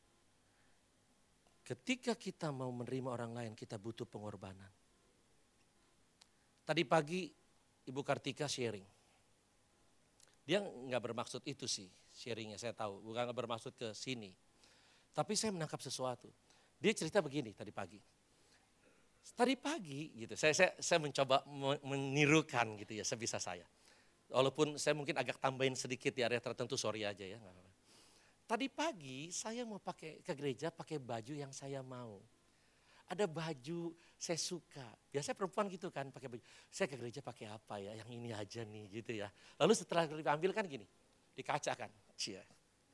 Ketika kita mau menerima orang lain, kita butuh pengorbanan. Tadi pagi Ibu Kartika sharing. Dia nggak bermaksud itu sih sharingnya, saya tahu. Bukan nggak bermaksud ke sini. Tapi saya menangkap sesuatu. Dia cerita begini tadi pagi. Tadi pagi gitu, saya mencoba menirukan gitu ya sebisa saya. Walaupun saya mungkin agak tambahin sedikit di area tertentu, sorry aja ya. Tadi pagi saya mau pakai ke gereja pakai baju yang saya mau. Ada baju saya suka. Biasanya perempuan gitu kan pakai baju. Saya ke gereja pakai apa ya? Yang ini aja nih gitu ya. Lalu setelah diambil kan gini, di kaca kan. Cia.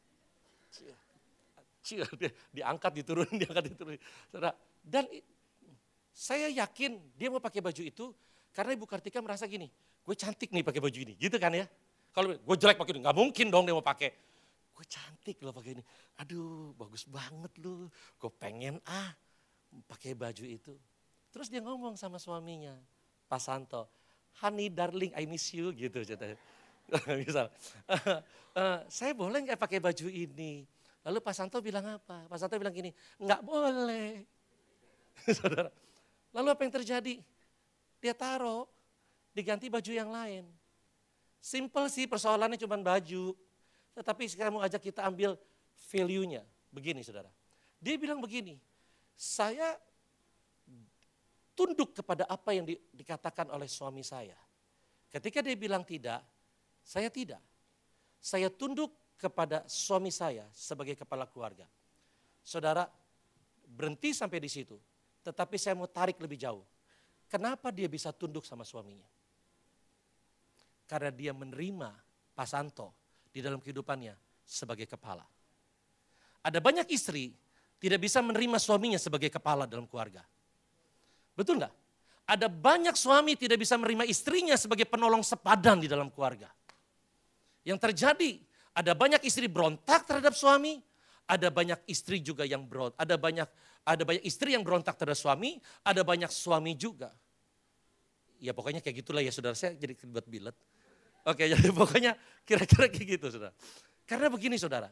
Diangkat diturun, diangkat diturun. Dan saya yakin dia mau pakai baju itu karena Ibu Kartika merasa gini, gue cantik nih pakai baju ini, gitu kan ya. Kalau gue jelek pakai ini, nggak mungkin dong dia mau pakai. Gue cantik loh pakai ini. Aduh, bagus banget loh. Gue pengen pakai baju itu. Terus dia ngomong sama suaminya, Pak Santo, honey darling I miss you gitu ceritanya. Misal, saya boleh nggak pakai baju ini? Lalu Pak Santo bilang apa? Pak Santo bilang gini, nggak boleh. Saudara. Lalu apa yang terjadi? Dia taruh, diganti baju yang lain. Simple sih persoalannya cuma baju. Tetapi sekarang mau ajak kita ambil value-nya. Begini saudara. Dia bilang begini, saya tunduk kepada apa yang dikatakan oleh suami saya. Ketika dia bilang tidak, saya tidak. Saya tunduk kepada suami saya sebagai kepala keluarga. Saudara, berhenti sampai di situ. Tetapi saya mau tarik lebih jauh. Kenapa dia bisa tunduk sama suaminya? Karena dia menerima Pak Santo di dalam kehidupannya sebagai kepala. Ada banyak istri tidak bisa menerima suaminya sebagai kepala dalam keluarga. Betul enggak? Ada banyak suami tidak bisa menerima istrinya sebagai penolong sepadan di dalam keluarga. Yang terjadi, ada banyak istri berontak terhadap suami, ada banyak istri juga yang berontak, ada banyak istri yang berontak terhadap suami, ada banyak suami juga. Ya pokoknya kayak gitulah ya saudara, saya jadi buat bilet. Oke, jadi pokoknya kira-kira kayak gitu saudara. Karena begini saudara,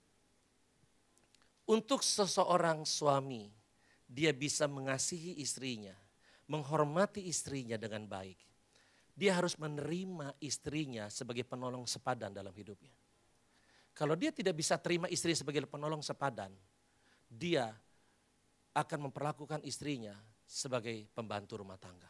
untuk seseorang suami, dia bisa mengasihi istrinya, menghormati istrinya dengan baik. Dia harus menerima istrinya sebagai penolong sepadan dalam hidupnya. Kalau dia tidak bisa terima istri sebagai penolong sepadan, dia akan memperlakukan istrinya sebagai pembantu rumah tangga.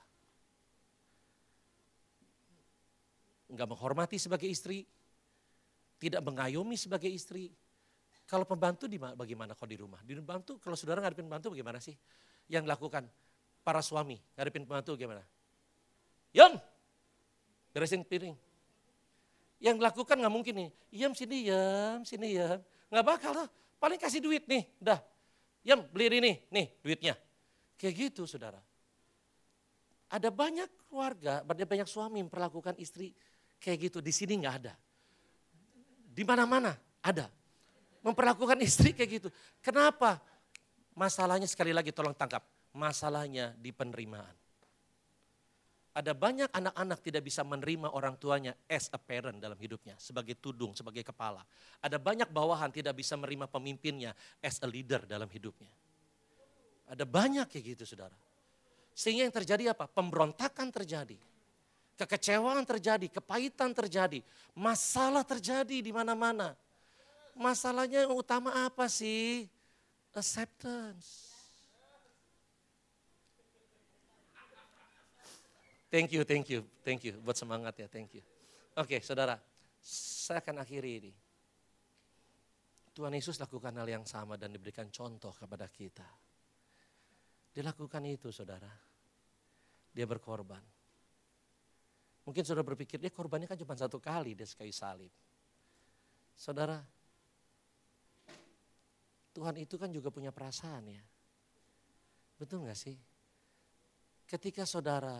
Enggak menghormati sebagai istri, tidak mengayomi sebagai istri. Kalau pembantu bagaimana kalau di rumah? Di pembantu, kalau saudara ngadepin pembantu bagaimana sih? Yang dilakukan para suami ngadepin pembantu bagaimana? Yon, beresin piring. Yang dilakukan nggak mungkin nih, Yam sini Yam. Nggak bakal tuh, paling kasih duit nih, dah. Yam beli ini, nih duitnya. Kayak gitu saudara. Ada banyak keluarga, ada banyak suami memperlakukan istri kayak gitu. Di sini nggak ada. Di mana-mana ada. Memperlakukan istri kayak gitu. Kenapa? Masalahnya sekali lagi tolong tangkap. Masalahnya di penerimaan. Ada banyak anak-anak tidak bisa menerima orang tuanya as a parent dalam hidupnya. Sebagai tudung, sebagai kepala. Ada banyak bawahan tidak bisa menerima pemimpinnya as a leader dalam hidupnya. Ada banyak kayak gitu saudara. Sehingga yang terjadi apa? Pemberontakan terjadi. Kekecewaan terjadi, kepahitan terjadi. Masalah terjadi di mana-mana. Masalahnya yang utama apa sih? Acceptance. Thank you buat semangat ya, thank you. Oke saudara, saya akan akhiri ini. Tuhan Yesus lakukan hal yang sama dan diberikan contoh kepada kita. Dia lakukan itu saudara, dia berkorban. Mungkin saudara berpikir dia korbannya kan cuma satu kali, dia kayu salib. Saudara, Tuhan itu kan juga punya perasaan ya. Betul gak sih? Ketika saudara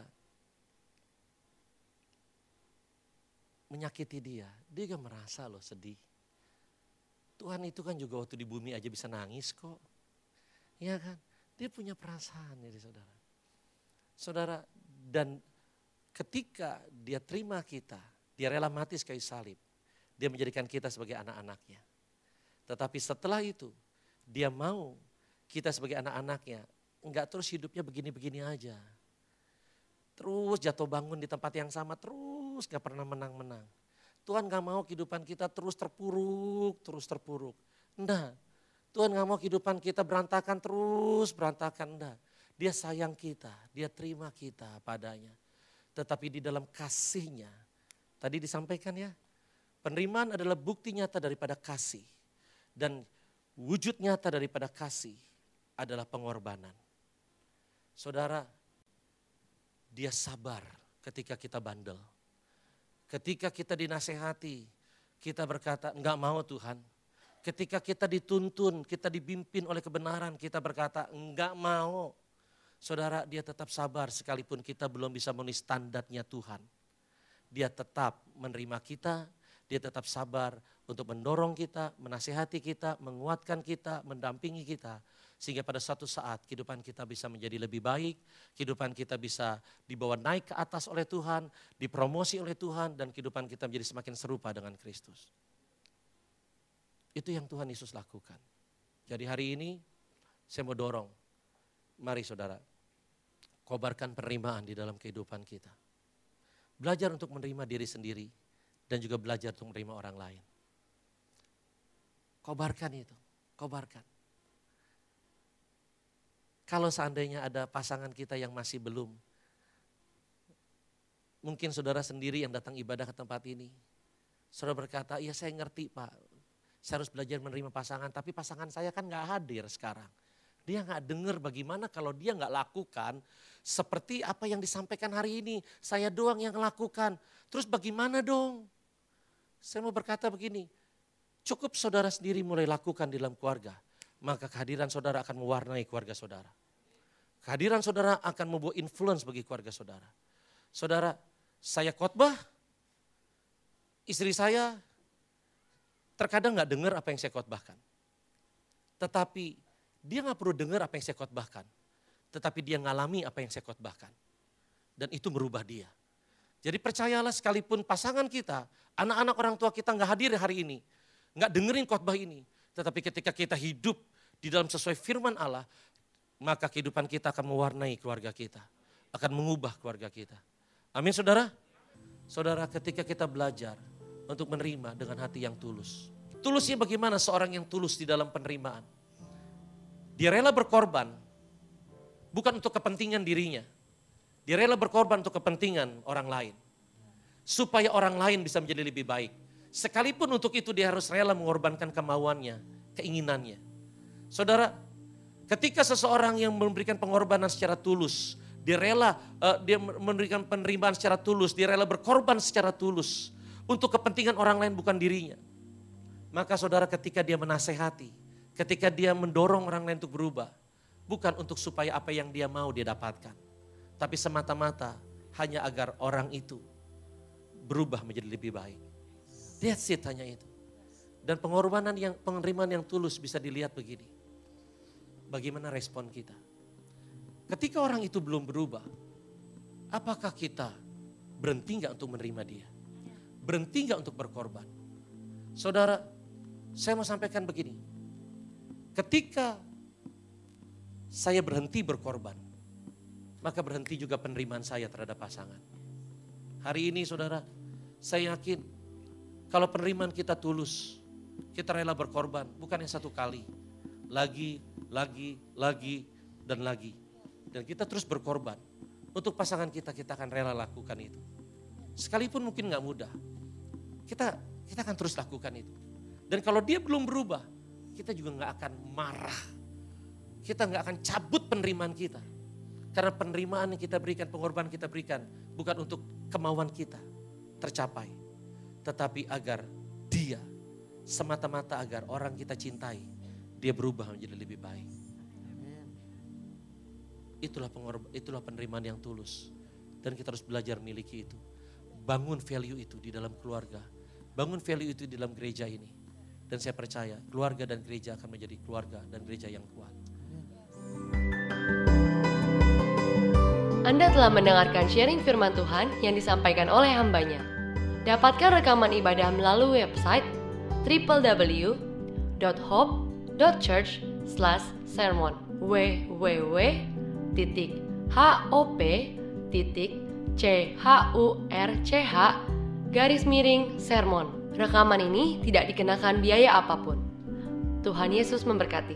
menyakiti dia juga merasa loh sedih. Tuhan itu kan juga waktu di bumi aja bisa nangis kok. Iya kan? Dia punya perasaan ya saudara. Saudara, dan ketika dia terima kita Dia rela mati kayu salib. Dia menjadikan kita sebagai anak-anaknya. Tetapi setelah itu, dia mau kita sebagai anak-anaknya, enggak terus hidupnya begini-begini aja. Terus jatuh bangun di tempat yang sama, terus gak pernah menang-menang. Tuhan gak mau kehidupan kita terus terpuruk. Enggak, Tuhan gak mau kehidupan kita berantakan terus berantakan, enggak. Dia sayang kita, dia terima kita padanya. Tetapi di dalam kasihnya, tadi disampaikan ya, penerimaan adalah bukti nyata daripada kasih. Dan wujud nyata daripada kasih adalah pengorbanan. Saudara, dia sabar ketika kita bandel. Ketika kita dinasehati, kita berkata, enggak mau Tuhan. Ketika kita dituntun, kita dibimbing oleh kebenaran, kita berkata, enggak mau. Saudara, dia tetap sabar sekalipun kita belum bisa memenuhi standarnya Tuhan. Dia tetap menerima kita, dia tetap sabar untuk mendorong kita, menasehati kita, menguatkan kita, mendampingi kita. Sehingga pada suatu saat kehidupan kita bisa menjadi lebih baik, kehidupan kita bisa dibawa naik ke atas oleh Tuhan, dipromosi oleh Tuhan, dan kehidupan kita menjadi semakin serupa dengan Kristus. Itu yang Tuhan Yesus lakukan. Jadi hari ini saya mau dorong, mari saudara, kobarkan penerimaan di dalam kehidupan kita. Belajar untuk menerima diri sendiri dan juga belajar untuk menerima orang lain. Kobarkan itu, kobarkan. Kalau seandainya ada pasangan kita yang masih belum, mungkin saudara sendiri yang datang ibadah ke tempat ini. Saudara berkata, iya saya ngerti Pak, saya harus belajar menerima pasangan, tapi pasangan saya kan gak hadir sekarang. Dia gak dengar bagaimana kalau dia gak lakukan seperti apa yang disampaikan hari ini. Saya doang yang lakukan, terus bagaimana dong? Saya mau berkata begini, cukup saudara sendiri mulai lakukan di dalam keluarga, maka kehadiran saudara akan mewarnai keluarga saudara. Kehadiran saudara akan membawa influence bagi keluarga saudara. Saudara, saya khotbah, istri saya terkadang gak dengar apa yang saya khotbahkan. Tetapi dia gak perlu dengar apa yang saya khotbahkan. Tetapi dia ngalami apa yang saya khotbahkan. Dan itu merubah dia. Jadi percayalah sekalipun pasangan kita, anak-anak orang tua kita gak hadir hari ini, gak dengerin khotbah ini. Tetapi ketika kita hidup di dalam sesuai firman Allah, maka kehidupan kita akan mewarnai keluarga kita. Akan mengubah keluarga kita. Amin saudara? Saudara, ketika kita belajar untuk menerima dengan hati yang tulus. Tulusnya bagaimana seorang yang tulus di dalam penerimaan? Dia rela berkorban, bukan untuk kepentingan dirinya. Dia rela berkorban untuk kepentingan orang lain. Supaya orang lain bisa menjadi lebih baik. Sekalipun untuk itu dia harus rela mengorbankan kemauannya, keinginannya. Saudara, ketika seseorang yang memberikan pengorbanan secara tulus, dia rela dia memberikan penerimaan secara tulus, dia rela berkorban secara tulus untuk kepentingan orang lain bukan dirinya. Maka saudara, ketika dia menasehati, ketika dia mendorong orang lain untuk berubah, bukan untuk supaya apa yang dia mau dia dapatkan, tapi semata-mata hanya agar orang itu berubah menjadi lebih baik. That's it, hanya itu. Dan penerimaan yang tulus bisa dilihat begini. Bagaimana respon kita? Ketika orang itu belum berubah, apakah kita berhenti gak untuk menerima dia? Berhenti gak untuk berkorban? Saudara, saya mau sampaikan begini. Ketika saya berhenti berkorban, maka berhenti juga penerimaan saya terhadap pasangan. Hari ini saudara, saya yakin kalau penerimaan kita tulus, kita rela berkorban, bukan yang satu kali. Lagi, dan lagi. Dan kita terus berkorban. Untuk pasangan kita akan rela lakukan itu. Sekalipun mungkin gak mudah. Kita akan terus lakukan itu. Dan kalau dia belum berubah, kita juga gak akan marah. Kita gak akan cabut penerimaan kita. Karena penerimaan yang kita berikan, pengorbanan kita berikan, bukan untuk kemauan kita tercapai. Tetapi agar dia, semata-mata agar orang kita cintai, dia berubah menjadi lebih baik. Itulah penerimaan yang tulus. Dan kita harus belajar miliki itu. Bangun value itu di dalam keluarga. Bangun value itu di dalam gereja ini. Dan saya percaya keluarga dan gereja akan menjadi keluarga dan gereja yang kuat. Anda telah mendengarkan sharing firman Tuhan yang disampaikan oleh hambanya. Dapatkan rekaman ibadah melalui website www.hope.church/sermon www.hop.church/sermon. Rekaman ini tidak dikenakan biaya apapun. Tuhan Yesus memberkati.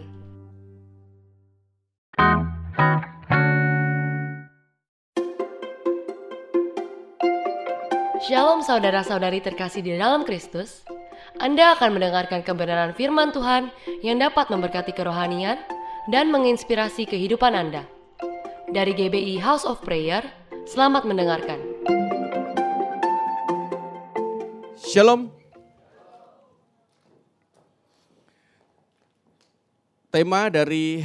Shalom saudara-saudari terkasih di dalam Kristus. Anda akan mendengarkan kebenaran firman Tuhan yang dapat memberkati kerohanian dan menginspirasi kehidupan Anda. Dari GBI House of Prayer, selamat mendengarkan. Shalom. Tema dari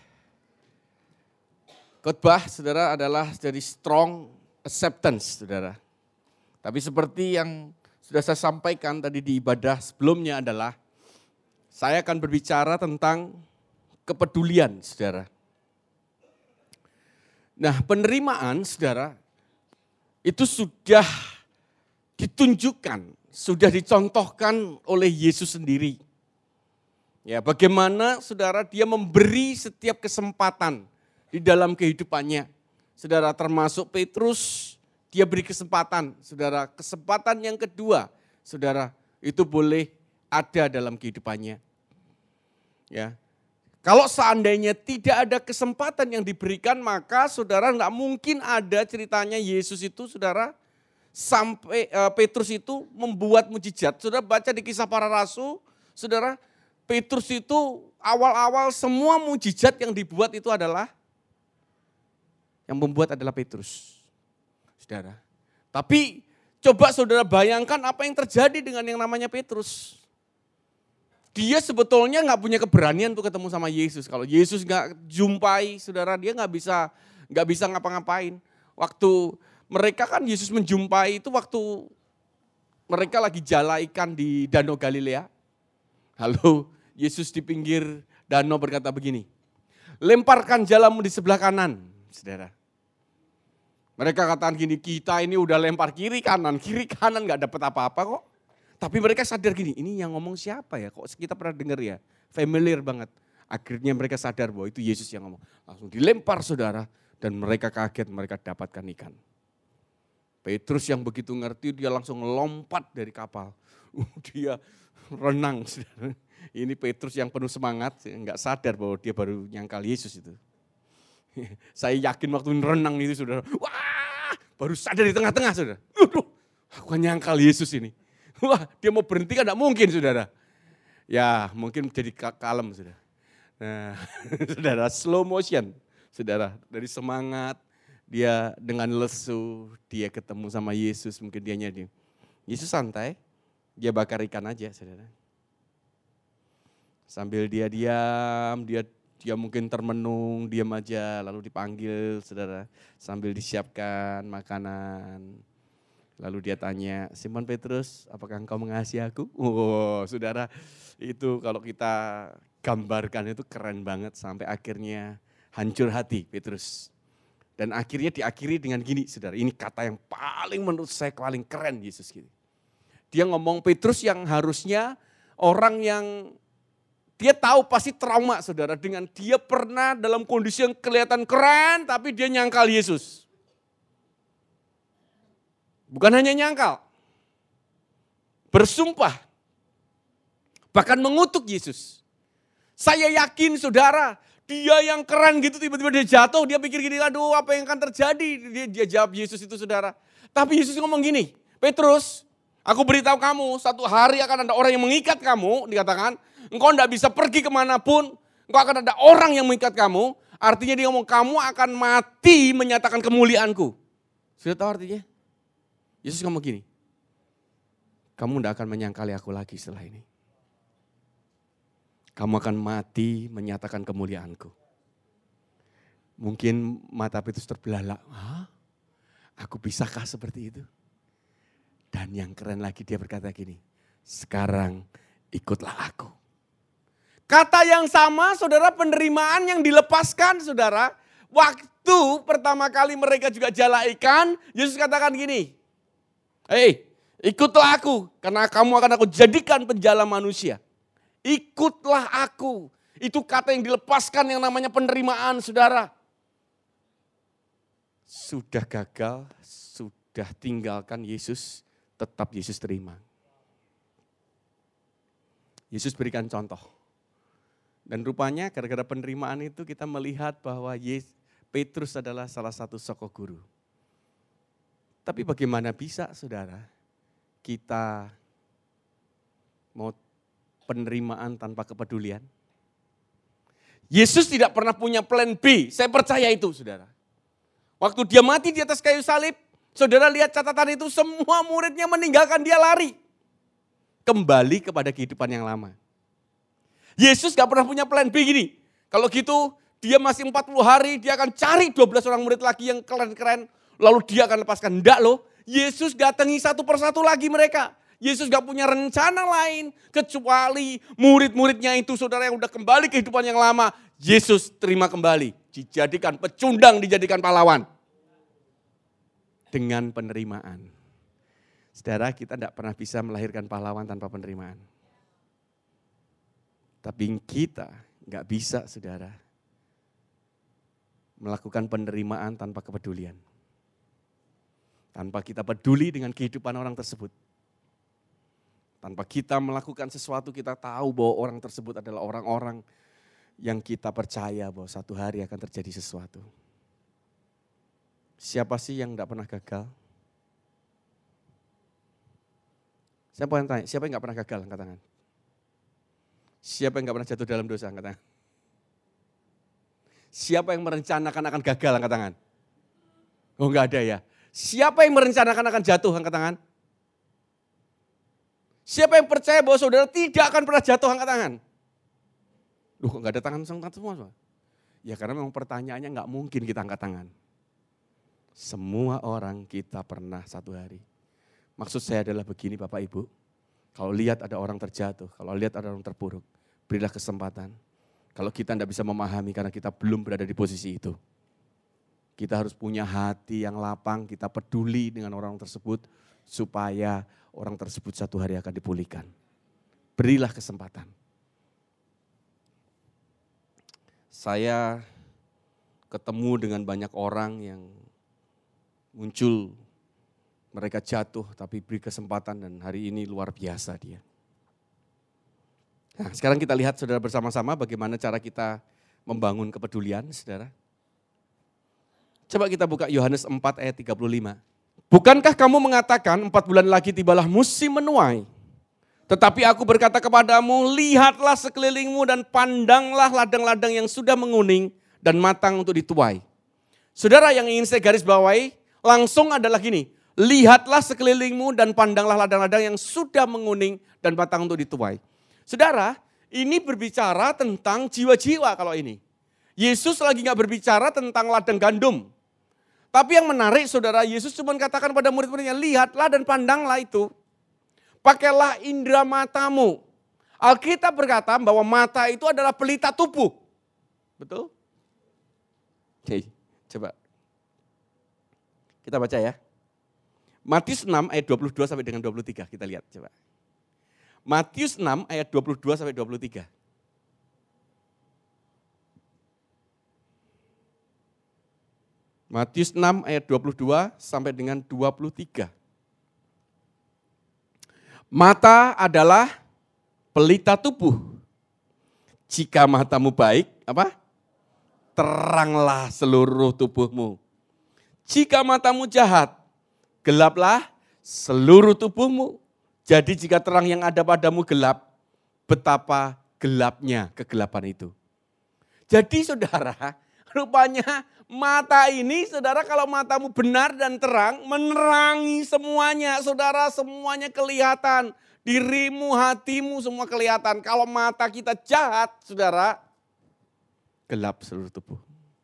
khotbah saudara adalah dari strong acceptance saudara. Tapi seperti yang sudah saya sampaikan tadi di ibadah sebelumnya adalah saya akan berbicara tentang kepedulian saudara. Nah penerimaan saudara itu sudah ditunjukkan, sudah dicontohkan oleh Yesus sendiri. Ya, bagaimana saudara dia memberi setiap kesempatan di dalam kehidupannya. Saudara termasuk Petrus, dia beri kesempatan. Saudara, kesempatan yang kedua, saudara, itu boleh ada dalam kehidupannya. Ya. Kalau seandainya tidak ada kesempatan yang diberikan, maka saudara enggak mungkin ada ceritanya Yesus itu saudara sampai Petrus itu membuat mujizat. Saudara baca di Kisah Para Rasul, saudara, Petrus itu awal-awal semua mujizat yang dibuat itu adalah, yang membuat adalah Petrus. Saudara. Tapi coba saudara bayangkan apa yang terjadi dengan yang namanya Petrus. Dia sebetulnya gak punya keberanian untuk ketemu sama Yesus. Kalau Yesus gak jumpai saudara, dia gak bisa ngapa-ngapain. Waktu mereka kan Yesus menjumpai itu waktu mereka lagi jala ikan di Danau Galilea. Lalu Yesus di pinggir danau berkata begini, lemparkan jalamu di sebelah kanan, saudara. Mereka katakan gini, kita ini udah lempar kiri kanan gak dapat apa-apa kok. Tapi mereka sadar gini, ini yang ngomong siapa ya? Kok kita pernah dengar ya, familiar banget. Akhirnya mereka sadar bahwa itu Yesus yang ngomong. Langsung dilempar saudara, dan mereka kaget, mereka dapatkan ikan. Petrus yang begitu ngerti, dia langsung lompat dari kapal. Dia renang, saudara. Ini Petrus yang penuh semangat, nggak sadar bahwa dia baru nyangkal Yesus itu. Saya yakin waktu renang itu saudara, wah baru sadar di tengah-tengah saudara. Aku kan nyangkal Yesus ini. Wah dia mau berhenti kan nggak mungkin saudara. Ya mungkin jadi kalem saudara. Nah saudara slow motion saudara. Dari semangat dia dengan lesu dia ketemu sama Yesus. Mungkin dia nyadar. Yesus santai, dia bakar ikan aja saudara. Sambil dia diam, dia mungkin termenung, diam aja, lalu dipanggil saudara. Sambil disiapkan makanan. Lalu dia tanya, Simon Petrus, apakah engkau mengasihi aku? Oh saudara, itu kalau kita gambarkan itu keren banget. Sampai akhirnya hancur hati Petrus. Dan akhirnya diakhiri dengan gini saudara, ini kata yang paling menurut saya paling keren Yesus gitu. Dia ngomong Petrus yang harusnya orang yang dia tahu pasti trauma saudara dengan dia pernah dalam kondisi yang kelihatan keren tapi dia nyangkal Yesus. Bukan hanya nyangkal, bersumpah, bahkan mengutuk Yesus. Saya yakin saudara, dia yang keren gitu tiba-tiba dia jatuh, dia pikir gini, aduh apa yang akan terjadi? Dia jawab Yesus itu saudara. Tapi Yesus ngomong gini, Petrus, aku beritahu kamu, satu hari akan ada orang yang mengikat kamu, dikatakan, engkau tidak bisa pergi kemanapun, engkau akan ada orang yang mengikat kamu. Artinya dia ngomong, kamu akan mati menyatakan kemuliaanku. Sudah tahu artinya? Yesus ngomong gini, kamu tidak akan menyangkali aku lagi setelah ini. Kamu akan mati menyatakan kemuliaanku. Mungkin mata Petrus terbelalak, hah? Aku bisakah seperti itu? Dan yang keren lagi dia berkata gini, sekarang ikutlah aku. Kata yang sama saudara, penerimaan yang dilepaskan saudara. Waktu pertama kali mereka juga jala ikan, Yesus katakan gini, hei Ikutlah aku, karena kamu akan aku jadikan penjala manusia. Ikutlah aku. Itu kata yang dilepaskan yang namanya penerimaan, saudara. Sudah gagal, sudah tinggalkan Yesus, tetap Yesus terima. Yesus berikan contoh. Dan rupanya gara-gara penerimaan itu kita melihat bahwa Petrus adalah salah satu sosok guru. Tapi bagaimana bisa, saudara, kita mau penerimaan tanpa kepedulian? Yesus tidak pernah punya plan B, saya percaya itu, saudara. Waktu dia mati di atas kayu salib, saudara lihat catatan itu, semua muridnya meninggalkan dia lari. Kembali kepada kehidupan yang lama. Yesus gak pernah punya plan B gini. Kalau gitu, dia masih 40 hari, dia akan cari 12 orang murid lagi yang keren-keren, lalu dia akan lepaskan. Enggak loh, Yesus datangi satu persatu lagi mereka. Yesus gak punya rencana lain kecuali murid-muridnya itu, saudara, yang udah kembali kehidupan yang lama. Yesus terima kembali, dijadikan pecundang, dijadikan pahlawan. Dengan penerimaan. Saudara, kita tidak pernah bisa melahirkan pahlawan tanpa penerimaan. Tapi kita gak bisa, saudara, melakukan penerimaan tanpa kepedulian. Tanpa kita peduli dengan kehidupan orang tersebut. Tanpa kita melakukan sesuatu, kita tahu bahwa orang tersebut adalah orang-orang yang kita percaya bahwa satu hari akan terjadi sesuatu. Siapa sih yang tidak pernah gagal? Siapa yang tanya? Siapa yang tidak pernah gagal? Angkat tangan. Siapa yang tidak pernah jatuh dalam dosa? Angkat tangan. Siapa yang merencanakan akan gagal? Angkat tangan. Oh, enggak ada ya. Siapa yang merencanakan akan jatuh? Angkat tangan. Siapa yang percaya bahwa saudara tidak akan pernah jatuh? Angkat tangan. Loh, kok enggak ada tangan semua? Ya karena memang pertanyaannya enggak mungkin kita angkat tangan. Semua orang kita pernah satu hari. Maksud saya adalah begini Bapak Ibu. Kalau lihat ada orang terjatuh, kalau lihat ada orang terpuruk, berilah kesempatan. Kalau kita tidak bisa memahami karena kita belum berada di posisi itu. Kita harus punya hati yang lapang, kita peduli dengan orang tersebut supaya orang tersebut satu hari akan dipulihkan. Berilah kesempatan. Saya ketemu dengan banyak orang yang muncul, mereka jatuh tapi beri kesempatan dan hari ini luar biasa dia. Nah, sekarang kita lihat saudara bersama-sama bagaimana cara kita membangun kepedulian, saudara. Coba kita buka Yohanes 4 ayat 35. Bukankah kamu mengatakan 4 bulan lagi tibalah musim menuai? Tetapi aku berkata kepadamu, lihatlah sekelilingmu dan pandanglah ladang-ladang yang sudah menguning dan matang untuk dituai. Saudara, yang ingin saya garis bawahi langsung adalah gini, lihatlah sekelilingmu dan pandanglah ladang-ladang yang sudah menguning dan matang untuk dituai. Saudara, ini berbicara tentang jiwa-jiwa kalau ini. Yesus lagi gak berbicara tentang ladang gandum. Tapi yang menarik saudara, Yesus cuma katakan pada murid-muridnya, lihatlah dan pandanglah itu. Pakailah indera matamu. Alkitab berkata bahwa mata itu adalah pelita tubuh. Betul? Oke, coba. Kita baca ya. Matius 6 ayat 22 sampai dengan 23, kita lihat coba. Matius 6 ayat 22 sampai 23. Matius 6 ayat 22 sampai dengan 23. Mata adalah pelita tubuh. Jika matamu baik, apa? Teranglah seluruh tubuhmu. Jika matamu jahat, gelaplah seluruh tubuhmu. Jadi jika terang yang ada padamu gelap, betapa gelapnya kegelapan itu. Jadi saudara, rupanya mata ini, saudara, kalau matamu benar dan terang, menerangi semuanya. Saudara, semuanya kelihatan. Dirimu, hatimu, semua kelihatan. Kalau mata kita jahat, saudara, gelap seluruh tubuh.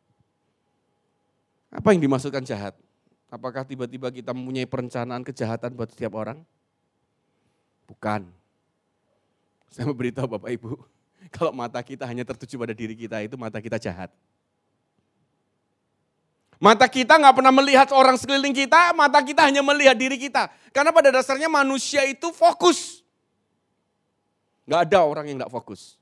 Apa yang dimaksudkan jahat? Apakah tiba-tiba kita mempunyai perencanaan kejahatan buat setiap orang? Bukan. Saya mau beritahu Bapak Ibu, kalau mata kita hanya tertuju pada diri kita, itu mata kita jahat. Mata kita nggak pernah melihat orang sekeliling kita, mata kita hanya melihat diri kita. Karena pada dasarnya manusia itu fokus. Nggak ada orang yang nggak fokus.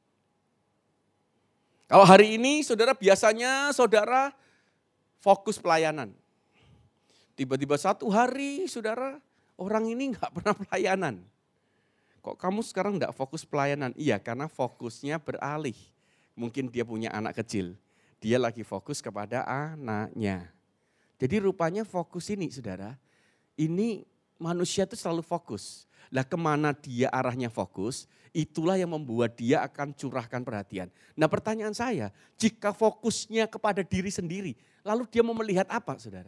Kalau hari ini saudara biasanya saudara fokus pelayanan. Tiba-tiba satu hari saudara orang ini nggak pernah pelayanan. Kok kamu sekarang nggak fokus pelayanan? Iya, karena fokusnya beralih. Mungkin dia punya anak kecil. Dia lagi fokus kepada anaknya. Jadi rupanya fokus ini saudara, ini manusia itu selalu fokus. Lah kemana dia arahnya fokus, itulah yang membuat dia akan curahkan perhatian. Nah pertanyaan saya, jika fokusnya kepada diri sendiri, lalu dia mau melihat apa saudara?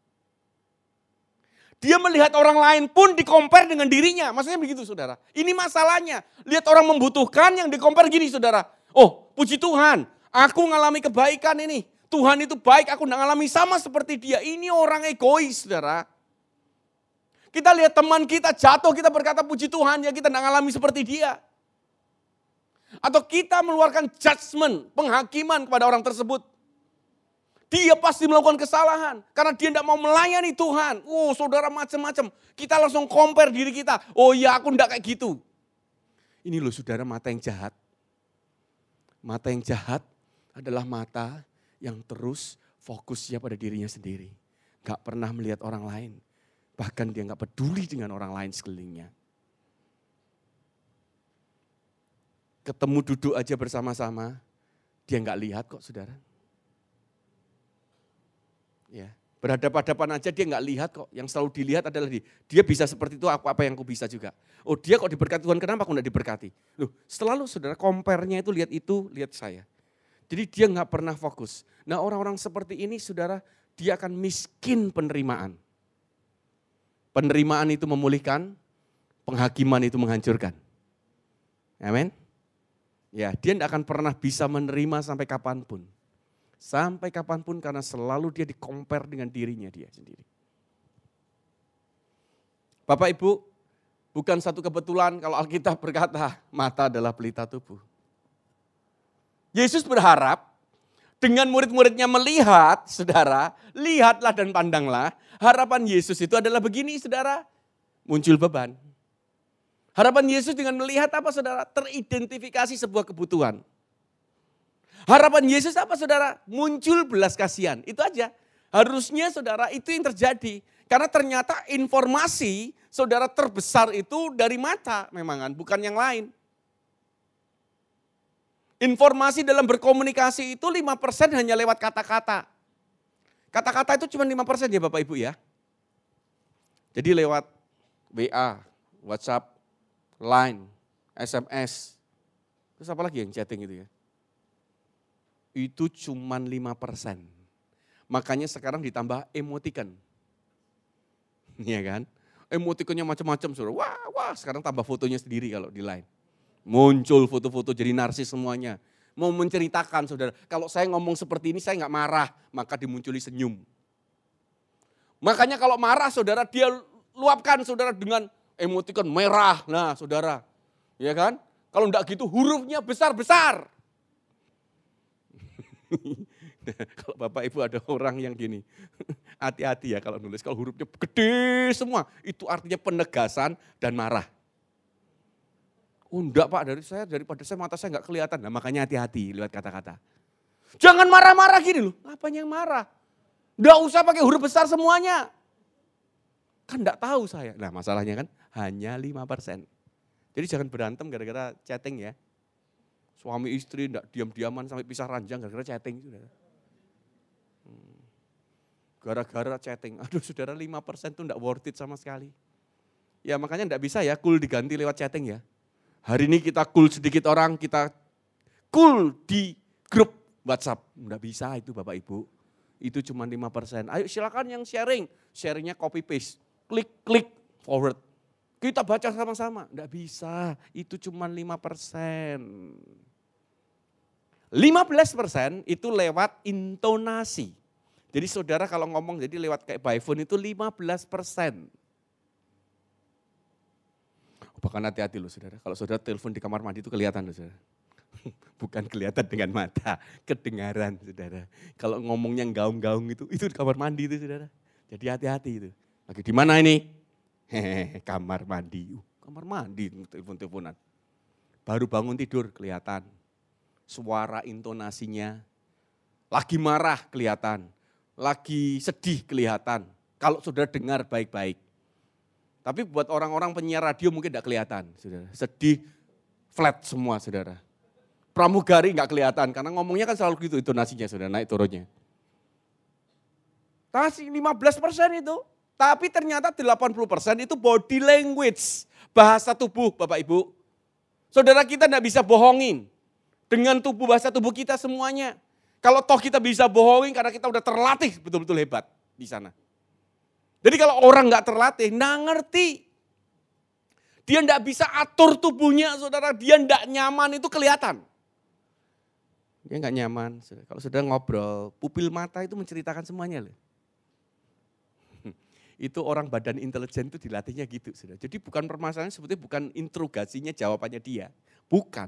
Dia melihat orang lain pun di-compare dengan dirinya. Maksudnya begitu saudara. Ini masalahnya. Lihat orang membutuhkan yang di-compare gini saudara. Oh puji Tuhan, aku ngalami kebaikan ini. Tuhan itu baik, aku nggak ngalami sama seperti dia. Ini orang egois saudara. Kita lihat teman kita jatuh, kita berkata puji Tuhan ya kita nggak ngalami seperti dia. Atau kita mengeluarkan judgment, penghakiman kepada orang tersebut. Dia pasti melakukan kesalahan karena dia tidak mau melayani Tuhan. Oh saudara macam-macam. Kita langsung compare diri kita. Oh ya aku tidak kayak gitu. Ini loh saudara mata yang jahat. Mata yang jahat adalah mata yang terus fokusnya pada dirinya sendiri. Gak pernah melihat orang lain. Bahkan dia gak peduli dengan orang lain sekelilingnya. Ketemu duduk aja bersama-sama. Dia gak lihat kok saudara. Ya, berhadapan-hadapan aja dia nggak lihat kok. Yang selalu dilihat adalah dia bisa seperti itu, apa yang aku bisa juga. Oh dia kok diberkati Tuhan, kenapa aku nggak diberkati? Loh, selalu saudara compare-nya itu, lihat saya. Jadi dia nggak pernah fokus. Nah orang-orang seperti ini saudara, dia akan miskin penerimaan. Penerimaan itu memulihkan, penghakiman itu menghancurkan. Amin. Ya, dia tidak akan pernah bisa menerima sampai kapanpun. Sampai kapanpun karena selalu dia di-compare dengan dirinya dia sendiri. Bapak Ibu, bukan satu kebetulan kalau Alkitab berkata mata adalah pelita tubuh. Yesus berharap dengan murid-muridnya melihat, saudara, lihatlah dan pandanglah. Harapan Yesus itu adalah begini saudara, muncul beban. Harapan Yesus dengan melihat apa saudara? Teridentifikasi sebuah kebutuhan. Harapan Yesus apa saudara? Muncul belas kasihan, itu aja. Harusnya saudara itu yang terjadi. Karena ternyata informasi saudara terbesar itu dari mata memang bukan yang lain. Informasi dalam berkomunikasi itu 5% hanya lewat kata-kata. Kata-kata itu cuma 5% ya Bapak Ibu ya. Jadi lewat WA, WhatsApp, Line, SMS. Terus apa lagi yang chatting itu ya? Itu cuman 5%. Makanya sekarang ditambah emoticon. Iya kan? Emoticonnya macam-macam. Wah, sekarang tambah fotonya sendiri kalau di Line. Muncul foto-foto jadi narsis semuanya. Mau menceritakan saudara, kalau saya ngomong seperti ini saya nggak marah, maka dimunculi senyum. Makanya kalau marah saudara, dia luapkan saudara dengan emoticon merah. Nah saudara, ya kan? Kalau enggak gitu hurufnya besar-besar. Kalau Bapak Ibu ada orang yang gini, hati-hati ya kalau nulis, kalau hurufnya gede semua, itu artinya penegasan dan marah. Oh enggak Pak, daripada saya mata saya enggak kelihatan, nah makanya hati-hati lewat kata-kata. Jangan marah-marah gini loh, apanya yang marah? Enggak usah pakai huruf besar semuanya. Kan enggak tahu saya, nah masalahnya kan hanya 5%. Jadi jangan berantem gara-gara chatting ya. Suami istri enggak diam-diaman sampai pisah ranjang gara-gara chatting. Gara-gara chatting. Aduh saudara 5% itu enggak worth it sama sekali. Ya makanya enggak bisa ya cool diganti lewat chatting ya. Hari ini kita cool sedikit orang, kita cool di grup WhatsApp. Enggak bisa itu Bapak Ibu. Itu cuma 5%. Ayo silakan yang sharing. Sharingnya copy paste. Klik forward. Kita baca sama-sama. Enggak bisa. Itu cuma 5%. 15% itu lewat intonasi. Jadi saudara kalau ngomong jadi lewat kayak by phone itu 15%. Bahkan hati-hati loh saudara. Kalau saudara telepon di kamar mandi itu kelihatan loh saudara. Bukan kelihatan dengan mata, kedengaran saudara. Kalau ngomongnya gaung-gaung itu di kamar mandi itu saudara. Jadi hati-hati itu. Lagi di mana ini? Hehehe, kamar mandi. Kamar mandi, telepon-teleponan. Baru bangun tidur kelihatan. Suara intonasinya. Lagi marah kelihatan. Lagi sedih kelihatan. Kalau saudara dengar baik-baik. Tapi buat orang-orang penyiar radio mungkin tidak kelihatan. Saudara. Sedih, flat semua saudara. Pramugari nggak kelihatan, karena ngomongnya kan selalu gitu intonasinya saudara, naik turunnya. Kasih 15% itu, tapi ternyata 80% itu body language, bahasa tubuh Bapak Ibu. Saudara kita nggak bisa bohongin dengan tubuh, bahasa tubuh kita semuanya. Kalau toh kita bisa bohongin karena kita udah terlatih betul-betul hebat di sana. Jadi kalau orang nggak terlatih, nggak ngerti. Dia nggak bisa atur tubuhnya saudara, dia nggak nyaman itu kelihatan. Dia nggak nyaman. Kalau sudah ngobrol, pupil mata itu menceritakan semuanya loh. Itu orang badan intelijen itu dilatihnya gitu. Saudara. Jadi bukan permasalahannya sebetulnya bukan interogasinya jawabannya dia. Bukan.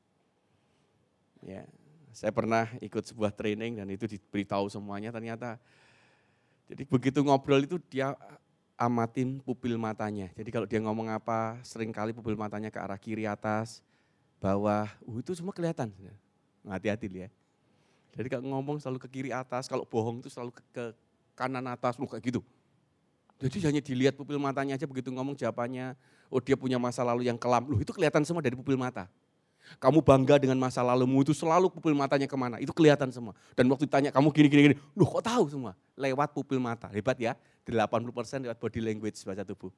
Ya, saya pernah ikut sebuah training dan itu diberitahu semuanya ternyata. Jadi begitu ngobrol itu dia amatin pupil matanya. Jadi kalau dia ngomong apa, seringkali pupil matanya ke arah kiri atas, bawah, itu semua kelihatan. Saudara. Hati-hati ya. Jadi kalau ngomong selalu ke kiri atas, kalau bohong itu selalu ke kanan atas, kayak gitu. Jadi hanya dilihat pupil matanya aja begitu ngomong jawabannya, oh dia punya masa lalu yang kelam. Loh itu kelihatan semua dari pupil mata. Kamu bangga dengan masa lalumu itu selalu pupil matanya kemana, itu kelihatan semua. Dan waktu ditanya kamu gini, loh kok tahu semua? Lewat pupil mata, hebat ya, 80% lewat body language bahasa tubuh.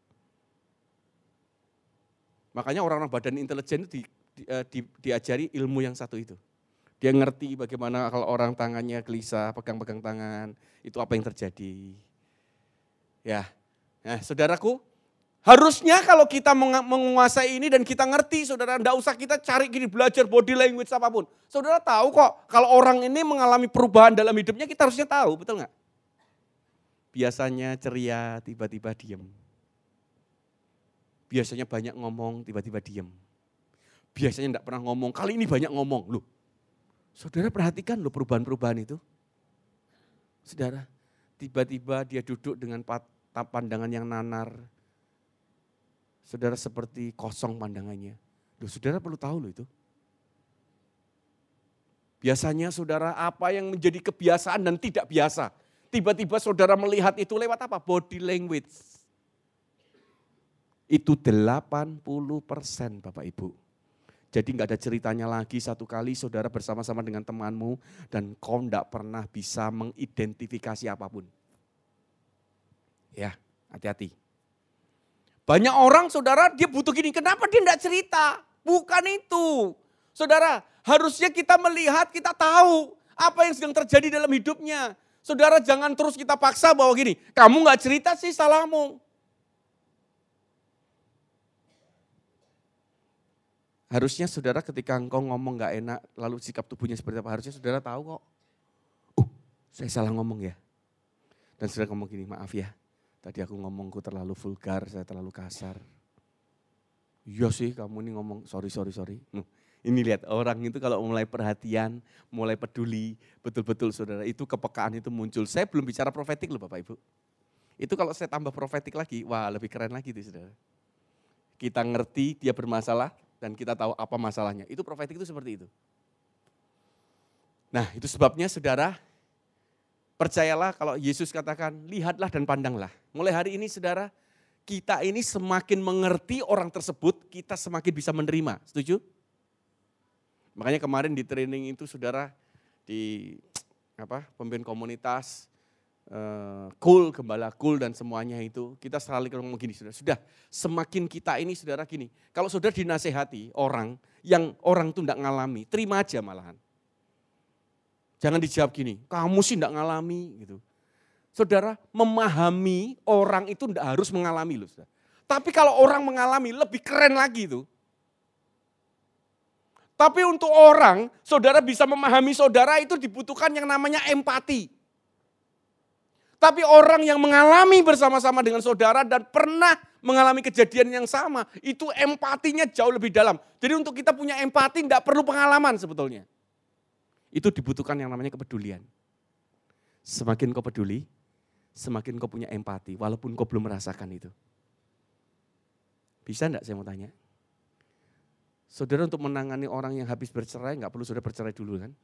Makanya orang-orang badan intelijen itu diajari ilmu yang satu itu. Dia ngerti bagaimana kalau orang tangannya gelisah, pegang-pegang tangan, itu apa yang terjadi. Ya, nah saudaraku, harusnya kalau kita menguasai ini dan kita ngerti, saudara, enggak usah kita cari gini, belajar body language apapun. Saudara tahu kok, kalau orang ini mengalami perubahan dalam hidupnya, kita harusnya tahu, betul nggak? Biasanya ceria, tiba-tiba diem. Biasanya banyak ngomong, tiba-tiba diem. Biasanya enggak pernah ngomong, kali ini banyak ngomong, loh. Saudara perhatikan loh perubahan-perubahan itu. Saudara, tiba-tiba dia duduk dengan pandangan yang nanar. Saudara seperti kosong pandangannya. Loh, saudara perlu tahu loh itu. Biasanya saudara apa yang menjadi kebiasaan dan tidak biasa. Tiba-tiba saudara melihat itu lewat apa? Body language. Itu 80% Bapak Ibu. Jadi nggak ada ceritanya lagi satu kali saudara bersama-sama dengan temanmu dan kau enggak pernah bisa mengidentifikasi apapun. Ya, hati-hati. Banyak orang saudara dia butuh gini, kenapa dia enggak cerita? Bukan itu. Saudara, harusnya kita melihat, kita tahu apa yang sedang terjadi dalam hidupnya. Saudara jangan terus kita paksa bahwa gini, kamu enggak cerita sih salahmu. Harusnya saudara ketika engkau ngomong gak enak, lalu sikap tubuhnya seperti apa, harusnya saudara tahu kok. Saya salah ngomong ya. Dan saudara ngomong gini, maaf ya, tadi aku ngomongku terlalu vulgar, saya terlalu kasar. Iya sih kamu ini ngomong, sorry. Ini lihat orang itu kalau mulai perhatian, mulai peduli, betul-betul saudara, itu kepekaan itu muncul. Saya belum bicara profetik loh Bapak Ibu. Itu kalau saya tambah profetik lagi, wah lebih keren lagi itu saudara. Kita ngerti dia bermasalah, dan kita tahu apa masalahnya. Itu profetik itu seperti itu. Nah itu sebabnya saudara, percayalah kalau Yesus katakan lihatlah dan pandanglah. Mulai hari ini saudara, kita ini semakin mengerti orang tersebut, kita semakin bisa menerima. Setuju? Makanya kemarin di training itu saudara, di pemimpin komunitas, gembala dan semuanya itu, kita selalu ngomong gini, sudah semakin kita ini saudara gini, kalau saudara dinasehati orang yang orang itu enggak ngalami, terima aja malahan. Jangan dijawab gini, kamu sih enggak ngalami gitu. Saudara memahami orang itu enggak harus mengalami loh. Saudara. Tapi kalau orang mengalami lebih keren lagi itu. Tapi untuk orang, saudara bisa memahami saudara itu dibutuhkan yang namanya empati. Tapi orang yang mengalami bersama-sama dengan saudara dan pernah mengalami kejadian yang sama, itu empatinya jauh lebih dalam. Jadi untuk kita punya empati tidak perlu pengalaman sebetulnya. Itu dibutuhkan yang namanya kepedulian. Semakin kau peduli, semakin kau punya empati walaupun kau belum merasakan itu. Bisa enggak saya mau tanya? Saudara untuk menangani orang yang habis bercerai, enggak perlu saudara bercerai dulu kan?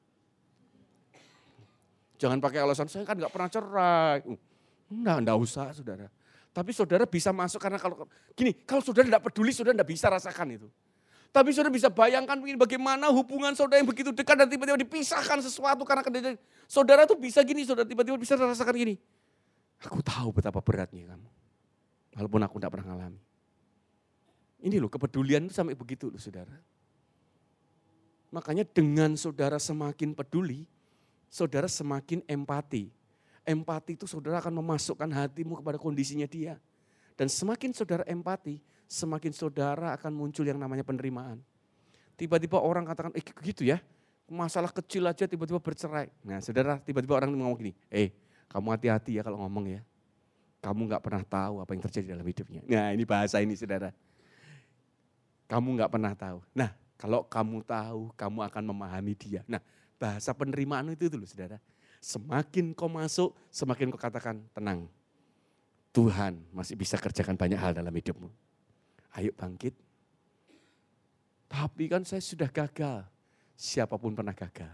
Jangan pakai alasan, saya kan enggak pernah cerai. Enggak usah saudara. Tapi saudara bisa masuk karena kalau saudara enggak peduli, saudara enggak bisa rasakan itu. Tapi saudara bisa bayangkan bagaimana hubungan saudara yang begitu dekat dan tiba-tiba dipisahkan sesuatu karena kejadian. Saudara tuh bisa gini, saudara tiba-tiba bisa rasakan gini. Aku tahu betapa beratnya kamu. Walaupun aku enggak pernah ngalami. Ini loh kepedulian itu sampai begitu loh saudara. Makanya dengan saudara semakin peduli, saudara semakin empati. Empati itu saudara akan memasukkan hatimu kepada kondisinya dia. Dan semakin saudara empati, semakin saudara akan muncul yang namanya penerimaan. Tiba-tiba orang katakan, gitu ya, masalah kecil aja tiba-tiba bercerai. Nah saudara, tiba-tiba orang ngomong gini, kamu hati-hati ya kalau ngomong ya. Kamu gak pernah tahu apa yang terjadi dalam hidupnya. Nah ini bahasa ini saudara. Kamu gak pernah tahu. Nah kalau kamu tahu, kamu akan memahami dia. Nah bahasa penerimaan itu loh saudara. Semakin kau masuk, semakin kau katakan tenang. Tuhan masih bisa kerjakan banyak hal dalam hidupmu. Ayo bangkit. Tapi kan saya sudah gagal. Siapapun pernah gagal.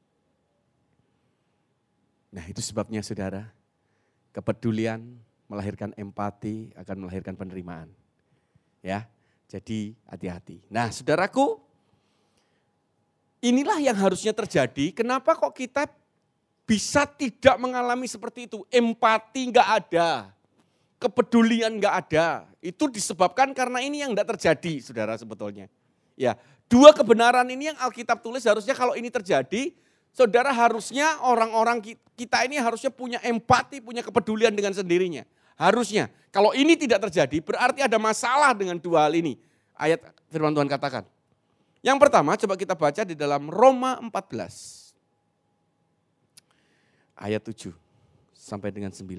Nah itu sebabnya saudara. Kepedulian melahirkan empati akan melahirkan penerimaan. Ya, jadi hati-hati. Nah saudaraku, inilah yang harusnya terjadi. Kenapa kok kita bisa tidak mengalami seperti itu? Empati enggak ada. Kepedulian enggak ada. Itu disebabkan karena ini yang enggak terjadi, saudara sebetulnya. Ya, dua kebenaran ini yang Alkitab tulis harusnya kalau ini terjadi, saudara harusnya orang-orang kita ini harusnya punya empati, punya kepedulian dengan sendirinya. Harusnya. Kalau ini tidak terjadi berarti ada masalah dengan dua hal ini. Ayat firman Tuhan katakan. Yang pertama coba kita baca di dalam Roma 14. Ayat 7 sampai dengan 9.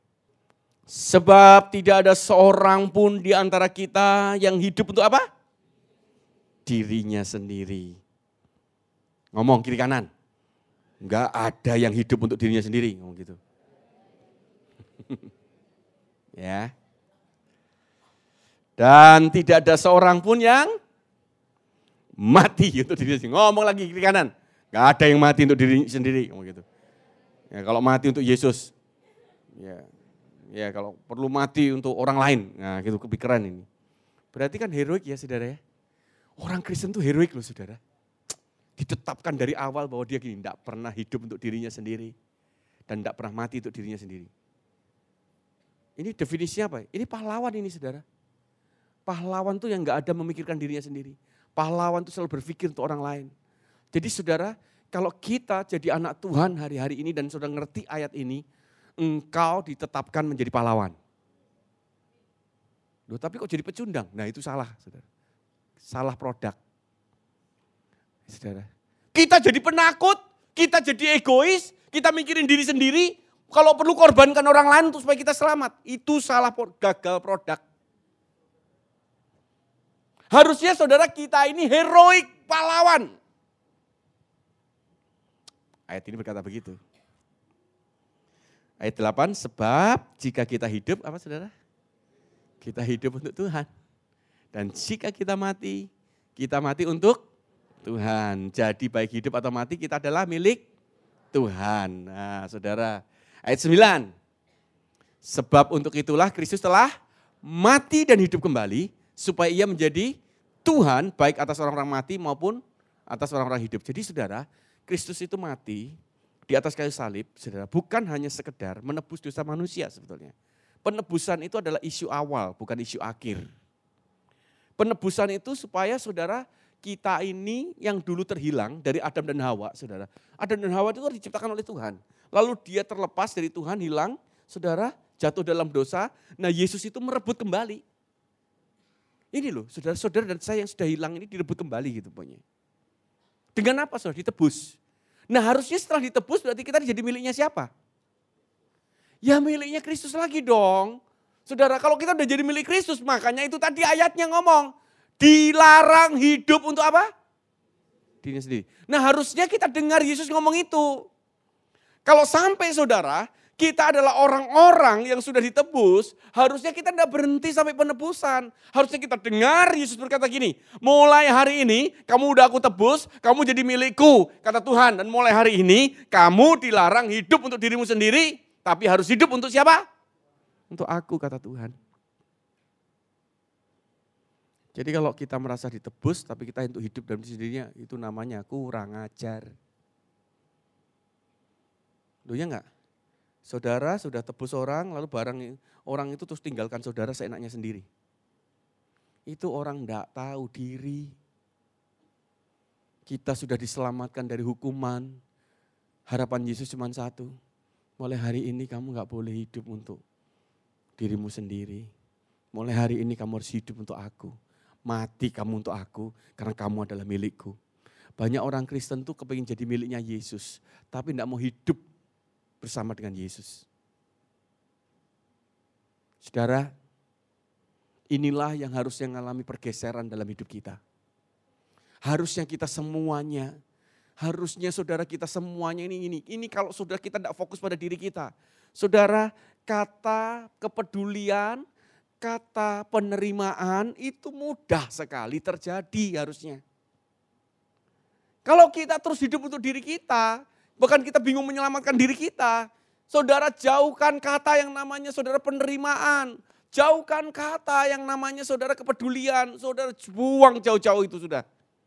Sebab tidak ada seorang pun di antara kita yang hidup untuk apa? Dirinya sendiri. Ngomong kiri kanan. Enggak ada yang hidup untuk dirinya sendiri. Ngomong gitu. Ya. Dan tidak ada seorang pun yang mati untuk dirinya sendiri. Ngomong lagi kiri kanan. Enggak ada yang mati untuk diri sendiri. Ngomong gitu. Ya, kalau mati untuk Yesus, ya kalau perlu mati untuk orang lain, nah gitu kepikiran ini. Berarti kan heroik ya saudara ya. Orang Kristen tuh heroik loh saudara. Ditetapkan dari awal bahwa dia gini, tidak pernah hidup untuk dirinya sendiri. Dan tidak pernah mati untuk dirinya sendiri. Ini definisinya apa? Ini pahlawan ini saudara. Pahlawan tuh yang gak ada memikirkan dirinya sendiri. Pahlawan tuh selalu berpikir untuk orang lain. Jadi saudara, kalau kita jadi anak Tuhan hari-hari ini dan sudah ngerti ayat ini, engkau ditetapkan menjadi pahlawan. Loh, tapi kok jadi pecundang? Nah itu salah, saudara. Salah produk. Saudara. Kita jadi penakut, kita jadi egois, kita mikirin diri sendiri, kalau perlu korbankan orang lain untuk supaya kita selamat. Itu salah, gagal produk. Harusnya saudara kita ini heroik, pahlawan. Ayat ini berkata begitu. Ayat 8, sebab jika kita hidup, apa saudara? Kita hidup untuk Tuhan. Dan jika kita mati untuk Tuhan. Jadi baik hidup atau mati kita adalah milik Tuhan. Nah saudara, ayat 9. Sebab untuk itulah Kristus telah mati dan hidup kembali, supaya ia menjadi Tuhan baik atas orang-orang mati maupun atas orang-orang hidup. Jadi saudara, Kristus itu mati di atas kayu salib, saudara, bukan hanya sekedar menebus dosa manusia sebetulnya. Penebusan itu adalah isu awal, bukan isu akhir. Penebusan itu supaya saudara kita ini yang dulu terhilang dari Adam dan Hawa, saudara. Adam dan Hawa itu diciptakan oleh Tuhan. Lalu dia terlepas dari Tuhan, hilang, saudara, jatuh dalam dosa. Nah Yesus itu merebut kembali. Ini loh, saudara-saudara dan saya yang sudah hilang ini direbut kembali gitu pokoknya. Dengan apa saudara? Ditebus. Nah harusnya setelah ditebus berarti kita jadi miliknya siapa? Ya miliknya Kristus lagi dong. Saudara, kalau kita udah jadi milik Kristus, makanya itu tadi ayatnya ngomong, dilarang hidup untuk apa? Dirinya sendiri. Nah harusnya kita dengar Yesus ngomong itu. Kalau sampai saudara, kita adalah orang-orang yang sudah ditebus, harusnya kita tidak berhenti sampai penebusan. Harusnya kita dengar Yesus berkata gini, mulai hari ini kamu udah aku tebus, kamu jadi milikku, kata Tuhan. Dan mulai hari ini kamu dilarang hidup untuk dirimu sendiri, tapi harus hidup untuk siapa? Untuk aku, kata Tuhan. Jadi kalau kita merasa ditebus, tapi kita untuk hidup dalam sendirinya, itu namanya kurang ajar. Loh ya enggak? Saudara sudah tebus orang, lalu orang itu terus tinggalkan saudara seenaknya sendiri. Itu orang enggak tahu diri. Kita sudah diselamatkan dari hukuman. Harapan Yesus cuma satu. Mulai hari ini kamu enggak boleh hidup untuk dirimu sendiri. Mulai hari ini kamu harus hidup untuk aku. Mati kamu untuk aku, karena kamu adalah milikku. Banyak orang Kristen tuh kepingin jadi miliknya Yesus, tapi enggak mau hidup bersama dengan Yesus. Saudara, inilah yang harusnya mengalami pergeseran dalam hidup kita. Harusnya kita semuanya, harusnya saudara kita semuanya ini kalau saudara kita tidak fokus pada diri kita. Saudara, kata kepedulian, kata penerimaan itu mudah sekali terjadi harusnya. Kalau kita terus hidup untuk diri kita, bahkan kita bingung menyelamatkan diri kita. Saudara jauhkan kata yang namanya saudara penerimaan. Jauhkan kata yang namanya saudara kepedulian. Saudara buang jauh-jauh itu sudah.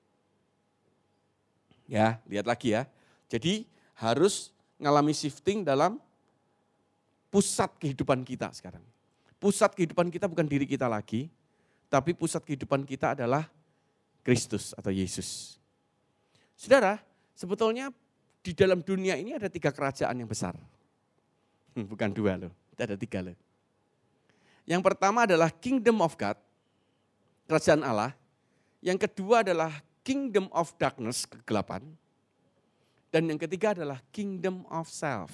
Ya, lihat lagi ya. Jadi harus ngalami shifting dalam pusat kehidupan kita sekarang. Pusat kehidupan kita bukan diri kita lagi. Tapi pusat kehidupan kita adalah Kristus atau Yesus. Saudara, sebetulnya di dalam dunia ini ada 3 kerajaan yang besar. Bukan 2 loh, ada 3 loh. Yang pertama adalah Kingdom of God, kerajaan Allah. Yang kedua adalah Kingdom of Darkness, kegelapan. Dan yang ketiga adalah Kingdom of Self.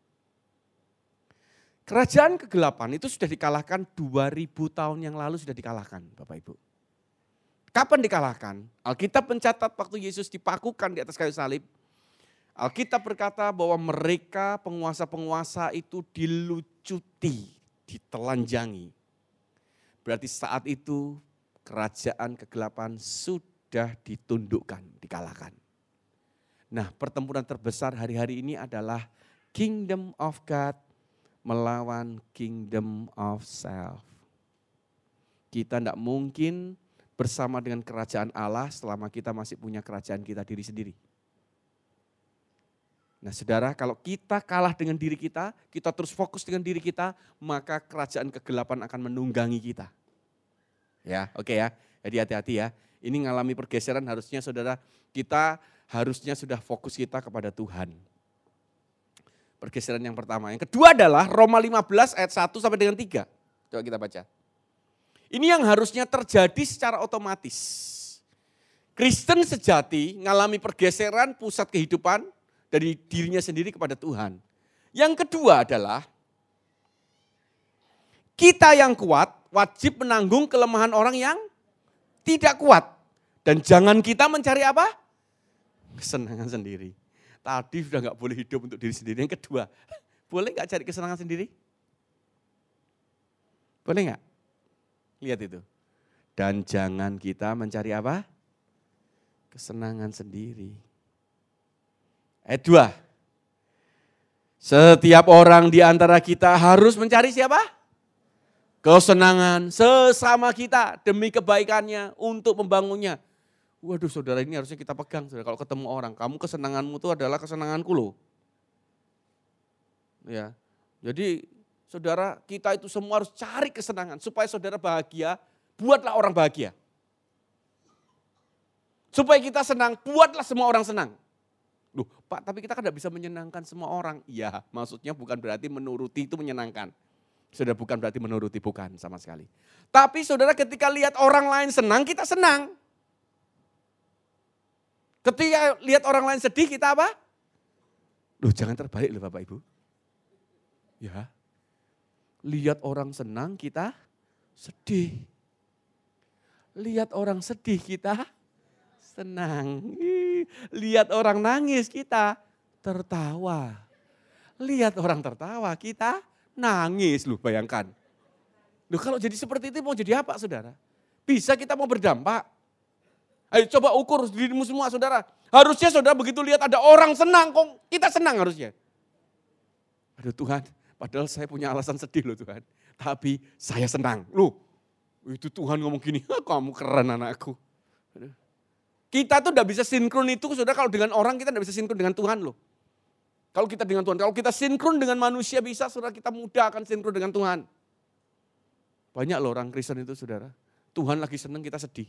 Kerajaan kegelapan itu sudah dikalahkan 2000 tahun yang lalu sudah dikalahkan Bapak Ibu. Kapan dikalahkan? Alkitab mencatat waktu Yesus dipakukan di atas kayu salib. Alkitab berkata bahwa mereka penguasa-penguasa itu dilucuti, ditelanjangi. Berarti saat itu kerajaan kegelapan sudah ditundukkan, dikalahkan. Nah, pertempuran terbesar hari-hari ini adalah Kingdom of God melawan Kingdom of Self. Kita tidak mungkin bersama dengan kerajaan Allah selama kita masih punya kerajaan kita diri sendiri. Nah saudara, kalau kita kalah dengan diri kita terus fokus dengan diri kita, maka kerajaan kegelapan akan menunggangi kita. Ya, oke ya, jadi hati-hati ya. Ini ngalami pergeseran harusnya saudara, kita harusnya sudah fokus kita kepada Tuhan. Pergeseran yang pertama. Yang kedua adalah Roma 15 ayat 1 sampai dengan 3. Coba kita baca. Ini yang harusnya terjadi secara otomatis. Kristen sejati ngalami pergeseran pusat kehidupan dari dirinya sendiri kepada Tuhan. Yang kedua adalah kita yang kuat wajib menanggung kelemahan orang yang tidak kuat. Dan jangan kita mencari apa? Kesenangan sendiri. Tadi sudah gak boleh hidup untuk diri sendiri. Yang kedua, boleh gak cari kesenangan sendiri? Boleh gak? Lihat itu. Dan jangan kita mencari apa? Kesenangan sendiri. Ayat 2. Setiap orang di antara kita harus mencari siapa? Kesenangan sesama kita demi kebaikannya untuk membangunnya. Waduh saudara, ini harusnya kita pegang. Saudara, kalau ketemu orang, kamu kesenanganmu itu adalah kesenanganku loh. Ya, jadi saudara, kita itu semua harus cari kesenangan supaya saudara bahagia. Buatlah orang bahagia. Supaya kita senang, buatlah semua orang senang. Loh Pak, tapi kita kan tidak bisa menyenangkan semua orang. Iya, maksudnya bukan berarti menuruti itu menyenangkan. Sudah bukan berarti menuruti, bukan sama sekali. Tapi saudara ketika lihat orang lain senang, kita senang. Ketika lihat orang lain sedih, kita apa? Loh jangan terbalik loh Bapak Ibu. Ya, Lihat orang senang kita sedih. Lihat orang sedih kita senang. Lihat orang nangis kita tertawa. Lihat orang tertawa kita nangis, loh bayangkan. Loh kalau jadi seperti itu mau jadi apa saudara? Bisa kita mau berdampak? Ayo coba ukur dirimu semua saudara. Harusnya saudara begitu lihat ada orang senang, kok kita senang harusnya. Aduh Tuhan, padahal saya punya alasan sedih loh Tuhan. Tapi saya senang. Loh itu Tuhan ngomong gini, kamu keren anakku. Aduh. Kita tuh tidak bisa sinkron itu saudara, kalau dengan orang kita tidak bisa sinkron dengan Tuhan loh. Kalau kita dengan Tuhan, kalau kita sinkron dengan manusia bisa saudara, kita mudah akan sinkron dengan Tuhan. Banyak loh orang Kristen itu saudara, Tuhan lagi senang kita sedih.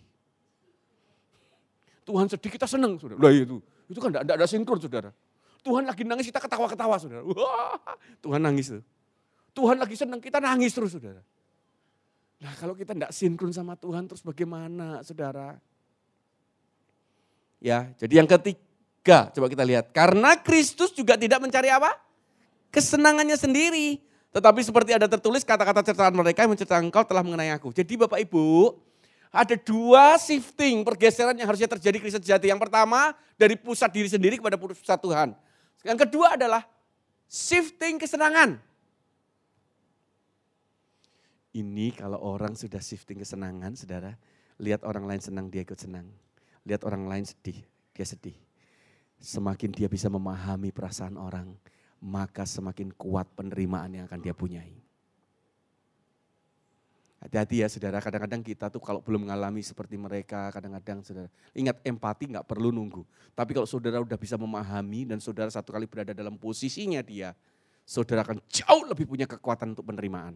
Tuhan sedih kita senang saudara. Lah itu kan tidak ada sinkron saudara. Tuhan lagi nangis kita ketawa-ketawa saudara. Wah, Tuhan nangis tuh. Tuhan lagi senang kita nangis terus saudara. Nah kalau kita tidak sinkron sama Tuhan terus bagaimana saudara? Ya, jadi yang ketiga coba kita lihat. Karena Kristus juga tidak mencari apa? Kesenangannya sendiri. Tetapi seperti ada tertulis kata-kata ceritakan mereka yang menceritakan engkau telah mengenai aku. Jadi Bapak Ibu ada dua shifting pergeseran yang harusnya terjadi Kristen sejati. Yang pertama dari pusat diri sendiri kepada pusat Tuhan. Yang kedua adalah shifting kesenangan. Ini kalau orang sudah shifting kesenangan, saudara, lihat orang lain senang, dia ikut senang. Lihat orang lain sedih, dia sedih. Semakin dia bisa memahami perasaan orang, maka semakin kuat penerimaan yang akan dia punyai. Hati-hati ya saudara, kadang-kadang kita tuh kalau belum mengalami seperti mereka, kadang-kadang saudara, ingat empati gak perlu nunggu. Tapi kalau saudara udah bisa memahami dan saudara satu kali berada dalam posisinya dia, saudara akan jauh lebih punya kekuatan untuk penerimaan.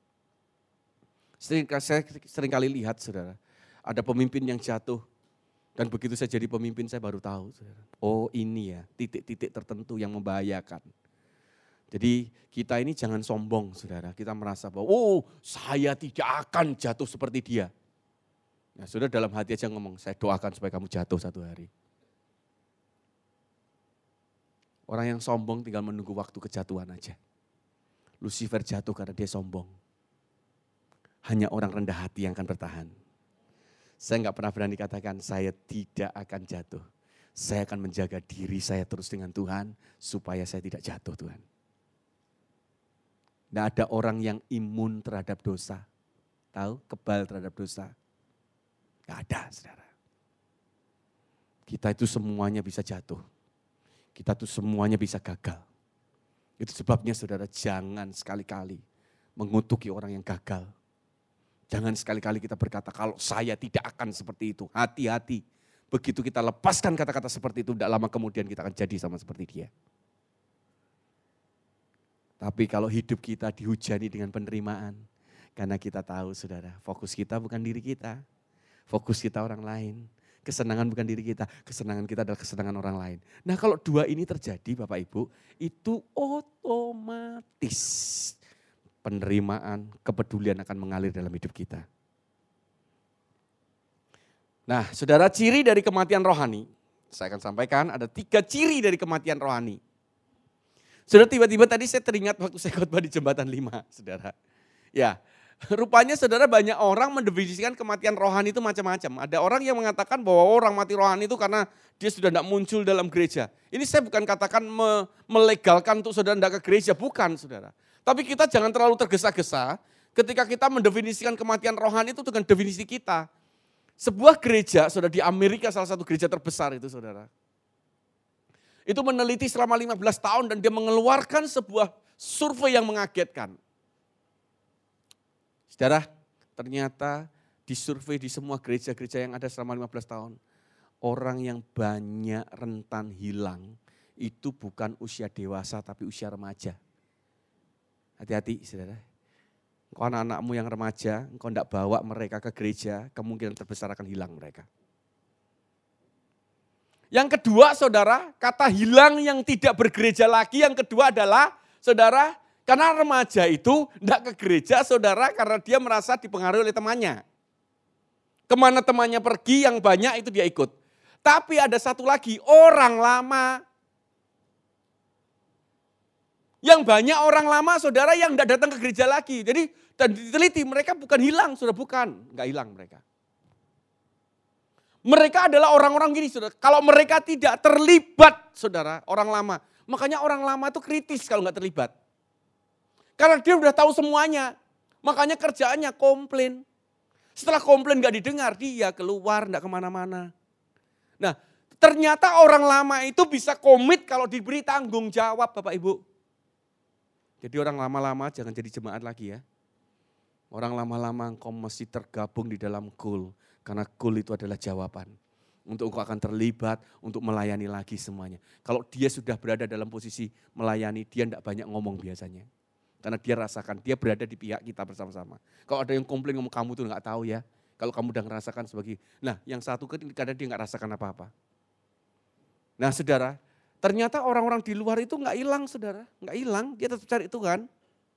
Saya sering kali lihat saudara, ada pemimpin yang jatuh dan begitu saya jadi pemimpin saya baru tahu saudara. Oh ini ya titik-titik tertentu yang membahayakan. Jadi kita ini jangan sombong saudara, kita merasa bahwa oh saya tidak akan jatuh seperti dia. Nah saudara dalam hati aja ngomong, saya doakan supaya kamu jatuh satu hari. Orang yang sombong tinggal menunggu waktu kejatuhan aja. Lucifer jatuh karena dia sombong. Hanya orang rendah hati yang akan bertahan. Saya enggak pernah berani katakan saya tidak akan jatuh. Saya akan menjaga diri saya terus dengan Tuhan supaya saya tidak jatuh Tuhan. Tidak ada orang yang imun terhadap dosa. Tahu? Kebal terhadap dosa. Tidak ada saudara. Kita itu semuanya bisa jatuh. Kita itu semuanya bisa gagal. Itu sebabnya saudara jangan sekali-kali mengutuki orang yang gagal. Jangan sekali-kali kita berkata kalau saya tidak akan seperti itu. Hati-hati. Begitu kita lepaskan kata-kata seperti itu, tidak lama kemudian kita akan jadi sama seperti dia. Tapi kalau hidup kita dihujani dengan penerimaan. Karena kita tahu saudara, fokus kita bukan diri kita. Fokus kita orang lain. Kesenangan bukan diri kita, kesenangan kita adalah kesenangan orang lain. Nah kalau dua ini terjadi Bapak Ibu, itu otomatis penerimaan, kepedulian akan mengalir dalam hidup kita. Nah saudara, ciri dari kematian rohani, saya akan sampaikan ada 3 ciri dari kematian rohani. Saudara tiba-tiba tadi saya teringat waktu saya khotbah di Jembatan 5, saudara. Ya, rupanya saudara banyak orang mendefinisikan kematian rohani itu macam-macam. Ada orang yang mengatakan bahwa orang mati rohani itu karena dia sudah tidak muncul dalam gereja. Ini saya bukan katakan melegalkan untuk saudara tidak ke gereja, bukan saudara. Tapi kita jangan terlalu tergesa-gesa ketika kita mendefinisikan kematian rohani itu dengan definisi kita. Sebuah gereja, saudara di Amerika salah satu gereja terbesar itu saudara. Itu meneliti selama 15 tahun dan dia mengeluarkan sebuah survei yang mengagetkan. Saudara, ternyata di survei di semua gereja-gereja yang ada selama 15 tahun, orang yang banyak rentan hilang itu bukan usia dewasa tapi usia remaja. Hati-hati saudara, engkau anak-anakmu yang remaja, engkau tidak bawa mereka ke gereja, kemungkinan terbesar akan hilang mereka. Yang kedua saudara, kata hilang yang tidak bergereja lagi, yang kedua adalah saudara, karena remaja itu tidak ke gereja saudara karena dia merasa dipengaruhi oleh temannya. Kemana temannya pergi yang banyak itu dia ikut. Tapi ada satu lagi, orang lama. Yang banyak orang lama saudara yang tidak datang ke gereja lagi. Jadi dan diteliti mereka bukan hilang, sudah bukan. Enggak hilang mereka. Mereka adalah orang-orang gini saudara. Kalau mereka tidak terlibat saudara, orang lama. Makanya orang lama itu kritis kalau nggak terlibat. Karena dia udah tahu semuanya. Makanya kerjaannya komplain. Setelah komplain nggak didengar, dia keluar nggak kemana-mana. Nah ternyata orang lama itu bisa komit kalau diberi tanggung jawab Bapak Ibu. Jadi orang lama-lama jangan jadi jemaat lagi ya. Orang lama-lama engkau mesti tergabung di dalam goal. Karena goal itu adalah jawaban. Untuk engkau akan terlibat, untuk melayani lagi semuanya. Kalau dia sudah berada dalam posisi melayani, dia tidak banyak ngomong biasanya. Karena dia rasakan, dia berada di pihak kita bersama-sama. Kalau ada yang komplain ngomong kamu tuh nggak tahu ya. Kalau kamu udah ngerasakan sebagai, nah yang satu kadang dia nggak rasakan apa-apa. Nah saudara, ternyata orang-orang di luar itu nggak hilang saudara. Nggak hilang, dia tetap cari Tuhan.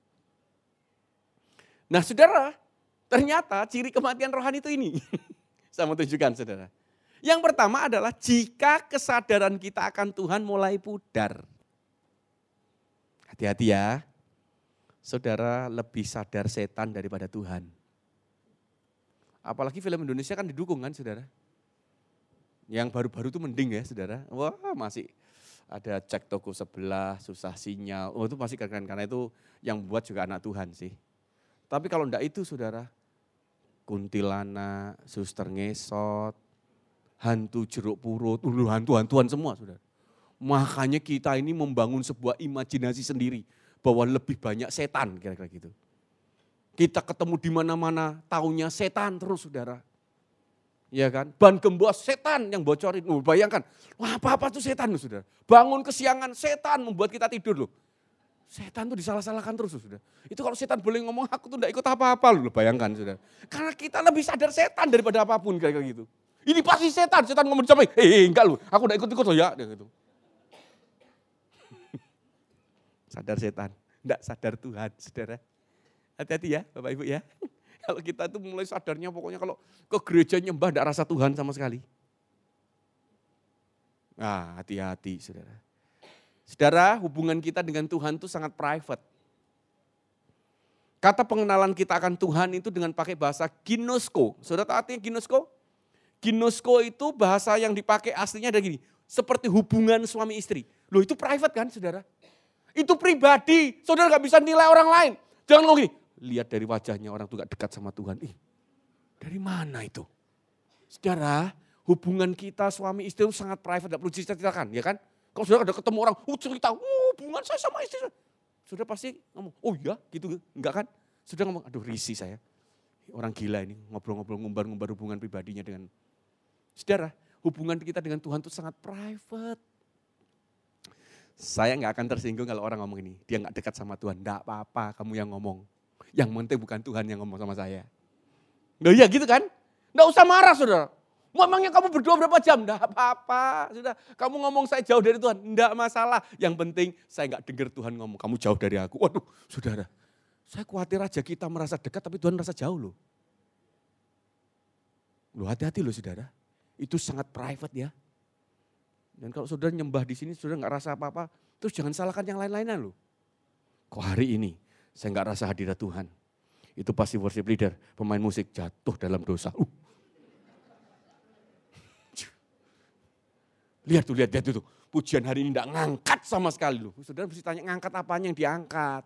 Nah saudara, ternyata ciri kematian rohani itu ini. Saya mau tunjukkan saudara. Yang pertama adalah jika kesadaran kita akan Tuhan mulai pudar. Hati-hati ya. Saudara lebih sadar setan daripada Tuhan. Apalagi film Indonesia kan didukung kan saudara. Yang baru-baru itu mending ya saudara. Wah masih ada cek toko sebelah, susah sinyal. Oh itu pasti keren karena itu yang buat juga anak Tuhan sih. Tapi kalau enggak itu saudara, kuntilanak, suster ngesot, hantu jeruk purut, hantu-hantuan semua saudara. Makanya kita ini membangun sebuah imajinasi sendiri bahwa lebih banyak setan kira-kira gitu. Kita ketemu di mana-mana taunya setan terus saudara. Iya kan? Ban gembos setan yang bocorin. Bayangkan, wah apa-apa tuh setan loh saudara. Bangun kesiangan setan membuat kita tidur loh. Setan tuh disalah-salahkan terus saudara. Itu kalau setan boleh ngomong aku tuh enggak ikut apa-apa loh bayangkan saudara. Karena kita lebih sadar setan daripada apapun kira-kira gitu. Ini pasti setan ngomong sampai, enggak loh aku enggak ikut-ikut loh ya. Gitu. Sadar setan, enggak sadar Tuhan saudara. Hati-hati ya Bapak Ibu ya. Kalau kita tuh mulai sadarnya pokoknya kalau ke gereja nyembah enggak rasa Tuhan sama sekali. Nah hati-hati saudara. Saudara, hubungan kita dengan Tuhan itu sangat private. Kata pengenalan kita akan Tuhan itu dengan pakai bahasa ginosko. Saudara tahu artinya ginosko? Ginosko itu bahasa yang dipakai aslinya ada gini. Seperti hubungan suami istri. Loh itu private kan saudara? Itu pribadi. Saudara gak bisa nilai orang lain. Jangan ngomong gini. Lihat dari wajahnya orang itu gak dekat sama Tuhan. Dari mana itu? Saudara, hubungan kita suami istri itu sangat private. Gak perlu ceritakan ya kan? Kalau saudara ada ketemu orang, cerita, hubungan saya sama istri. Saudara pasti ngomong, oh iya gitu, enggak kan? Saudara ngomong, aduh risih saya. Orang gila ini, ngobrol-ngobrol, ngumbar-ngumbar hubungan pribadinya dengan. Saudara, hubungan kita dengan Tuhan itu sangat private. Saya enggak akan tersinggung kalau orang ngomong ini, dia enggak dekat sama Tuhan. Enggak apa-apa, kamu yang ngomong. Yang penting bukan Tuhan yang ngomong sama saya. Nah iya gitu kan? Enggak usah marah saudara. Memangnya kamu berdoa berapa jam? Enggak apa-apa. Sudah, kamu ngomong saya jauh dari Tuhan. Enggak masalah. Yang penting saya enggak dengar Tuhan ngomong. Kamu jauh dari aku. Waduh, saudara. Saya khawatir aja kita merasa dekat tapi Tuhan merasa jauh loh. Loh hati-hati loh saudara. Itu sangat private ya. Dan kalau saudara nyembah di sini, saudara enggak rasa apa-apa. Terus jangan salahkan yang lain-lainnya loh. Kok hari ini saya enggak rasa hadirat Tuhan. Itu pasti worship leader, pemain musik jatuh dalam dosa. Lihat tuh. Pujian hari ini enggak ngangkat sama sekali loh. Saudara mesti tanya ngangkat apanya yang diangkat.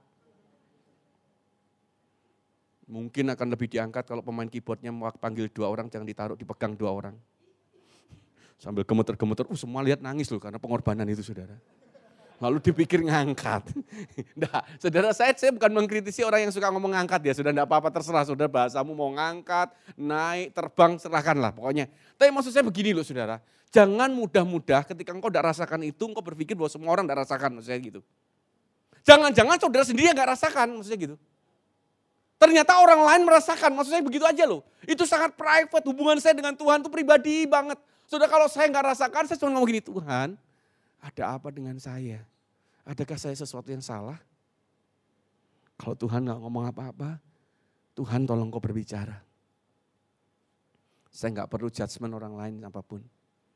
Mungkin akan lebih diangkat kalau pemain keyboardnya mau panggil 2 orang, jangan ditaruh, dipegang 2 orang. Sambil gemeter-gemeter, semua lihat nangis loh karena pengorbanan itu saudara. Lalu dipikir ngangkat. Nah, saudara saya bukan mengkritisi orang yang suka ngomong ngangkat ya. Sudah enggak apa-apa terserah saudara bahasamu mau ngangkat, naik, terbang, serahkanlah pokoknya. Tapi maksud saya begini loh saudara. Jangan mudah-mudah ketika engkau tidak rasakan itu, engkau berpikir bahwa semua orang tidak rasakan, maksudnya gitu. Jangan-jangan saudara sendiri yang gak rasakan, maksudnya gitu. Ternyata orang lain merasakan, maksud saya begitu aja loh. Itu sangat private, hubungan saya dengan Tuhan itu pribadi banget. Saudara kalau saya gak rasakan, saya cuma ngomong gini, Tuhan ada apa dengan saya? Adakah saya sesuatu yang salah? Kalau Tuhan gak ngomong apa-apa, Tuhan tolong kau berbicara. Saya gak perlu judgement orang lain apapun.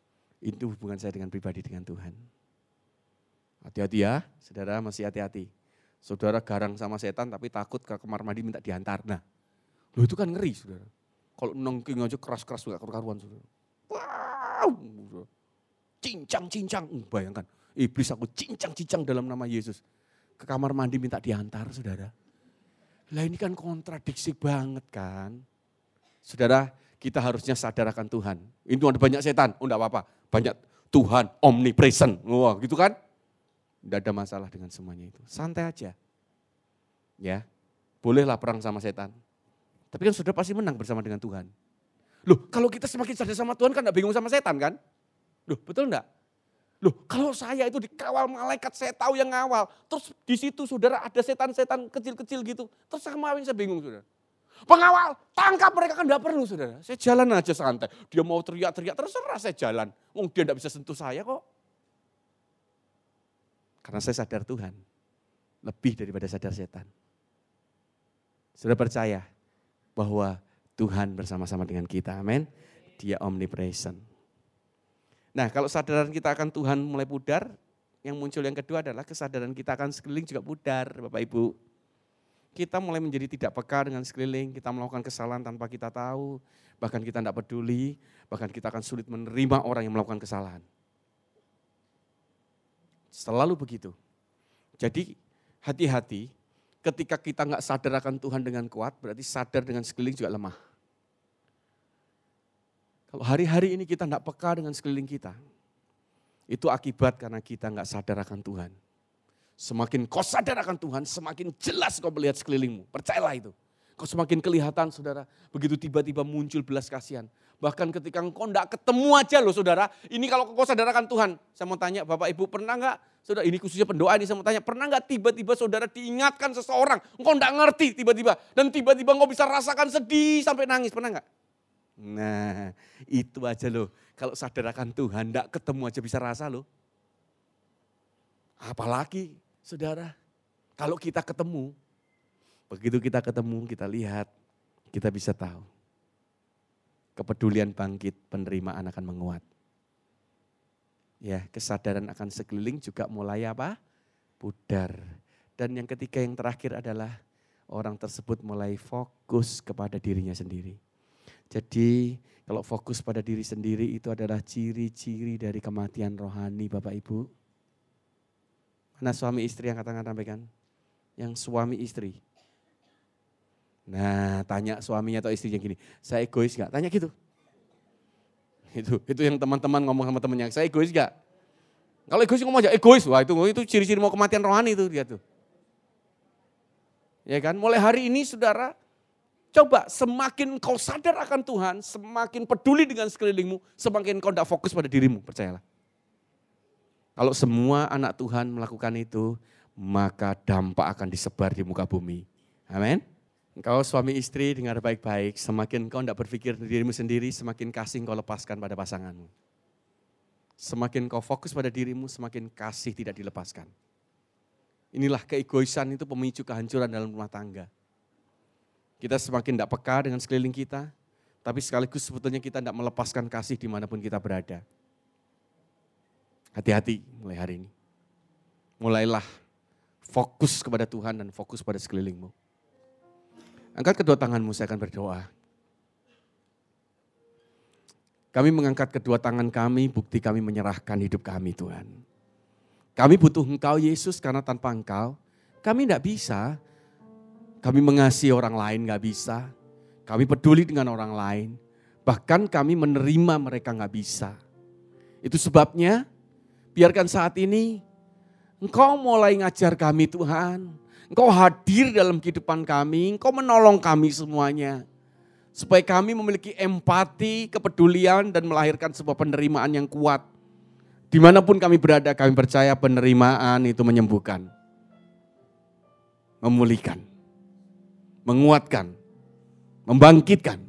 Itu hubungan saya dengan pribadi dengan Tuhan. Hati-hati ya, saudara masih hati-hati. Saudara garang sama setan tapi takut ke kamar mandi minta diantar. Nah, loh itu kan ngeri saudara. Kalau nongking aja keras-keras juga karuan saudara. Wow, cincang-cincang. Bayangkan, iblis aku cincang-cincang dalam nama Yesus. Ke kamar mandi minta diantar saudara. Lah ini kan kontradiksi banget kan. Saudara, kita harusnya sadar akan Tuhan. Ini ada banyak setan, oh enggak apa-apa. Banyak Tuhan, omnipresent. Wah gitu kan. Tidak ada masalah dengan semuanya itu. Santai aja. Ya, bolehlah perang sama setan. Tapi kan saudara pasti menang bersama dengan Tuhan. Loh, kalau kita semakin sadar sama Tuhan kan enggak bingung sama setan kan? Loh, betul enggak? Loh, kalau saya itu dikawal malaikat, saya tahu yang ngawal. Terus di situ saudara ada setan-setan kecil-kecil gitu. Terus sama saya bingung saudara. Pengawal, tangkap mereka kan enggak perlu saudara. Saya jalan aja santai. Dia mau teriak-teriak, terserah saya jalan. Dia enggak bisa sentuh saya kok. Karena saya sadar Tuhan, lebih daripada sadar setan. Sudah percaya bahwa Tuhan bersama-sama dengan kita, amin. Dia omnipresent. Nah kalau kesadaran kita akan Tuhan mulai pudar, yang muncul yang kedua adalah kesadaran kita akan sekeliling juga pudar Bapak Ibu. Kita mulai menjadi tidak peka dengan sekeliling, kita melakukan kesalahan tanpa kita tahu, bahkan kita tidak peduli, bahkan kita akan sulit menerima orang yang melakukan kesalahan. Selalu begitu. Jadi hati-hati ketika kita nggak sadar akan Tuhan dengan kuat, berarti sadar dengan sekeliling juga lemah. Kalau hari-hari ini kita nggak peka dengan sekeliling kita, itu akibat karena kita nggak sadar akan Tuhan. Semakin kau sadar akan Tuhan, semakin jelas kau melihat sekelilingmu. Percayalah itu. Kau semakin kelihatan saudara, begitu tiba-tiba muncul belas kasihan. Bahkan ketika engkau enggak ketemu aja loh saudara, ini kalau kau sadar akan Tuhan. Saya mau tanya Bapak Ibu pernah enggak, saudara ini khususnya pendoa ini saya mau tanya, pernah enggak tiba-tiba saudara diingatkan seseorang, engkau enggak ngerti tiba-tiba. Dan tiba-tiba engkau bisa rasakan sedih sampai nangis, pernah enggak? Nah itu aja loh, kalau sadar akan Tuhan enggak ketemu aja bisa rasa loh. Apalagi saudara, kalau kita ketemu, begitu kita ketemu kita lihat, kita bisa tahu. Kepedulian bangkit, penerimaan akan menguat. Ya, kesadaran akan sekeliling juga mulai apa? Pudar. Dan yang ketiga yang terakhir adalah orang tersebut mulai fokus kepada dirinya sendiri. Jadi kalau fokus pada diri sendiri itu adalah ciri-ciri dari kematian rohani Bapak Ibu. Mana suami istri yang katakan sampaikan? Yang suami istri. Nah tanya suaminya atau istrinya gini, saya egois gak? Tanya gitu. Itu yang teman-teman ngomong sama temannya, saya egois gak? Kalau egois ngomong aja, egois. Wah itu ciri-ciri mau kematian rohani itu dia tuh. Ya kan, mulai hari ini saudara, coba semakin kau sadar akan Tuhan, semakin peduli dengan sekelilingmu, semakin kau tidak fokus pada dirimu, percayalah. Kalau semua anak Tuhan melakukan itu, maka dampak akan disebar di muka bumi. Amin. Engkau suami istri dengar baik-baik, semakin kau tidak berpikir dirimu sendiri, semakin kasih kau lepaskan pada pasanganmu. Semakin kau fokus pada dirimu, semakin kasih tidak dilepaskan. Inilah keegoisan itu pemicu kehancuran dalam rumah tangga. Kita semakin tidak peka dengan sekeliling kita, tapi sekaligus sebetulnya kita tidak melepaskan kasih dimanapun kita berada. Hati-hati mulai hari ini. Mulailah fokus kepada Tuhan dan fokus pada sekelilingmu. Angkat kedua tanganmu, saya akan berdoa. Kami mengangkat kedua tangan kami, bukti kami menyerahkan hidup kami Tuhan. Kami butuh Engkau Yesus karena tanpa Engkau kami tidak bisa. Kami mengasihi orang lain tidak bisa. Kami peduli dengan orang lain. Bahkan kami menerima mereka tidak bisa. Itu sebabnya biarkan saat ini Engkau mulai ngajar kami Tuhan. Engkau hadir dalam kehidupan kami, Engkau menolong kami semuanya. Supaya kami memiliki empati, kepedulian dan melahirkan sebuah penerimaan yang kuat. Dimanapun kami berada, kami percaya penerimaan itu menyembuhkan. Memulihkan, menguatkan, membangkitkan.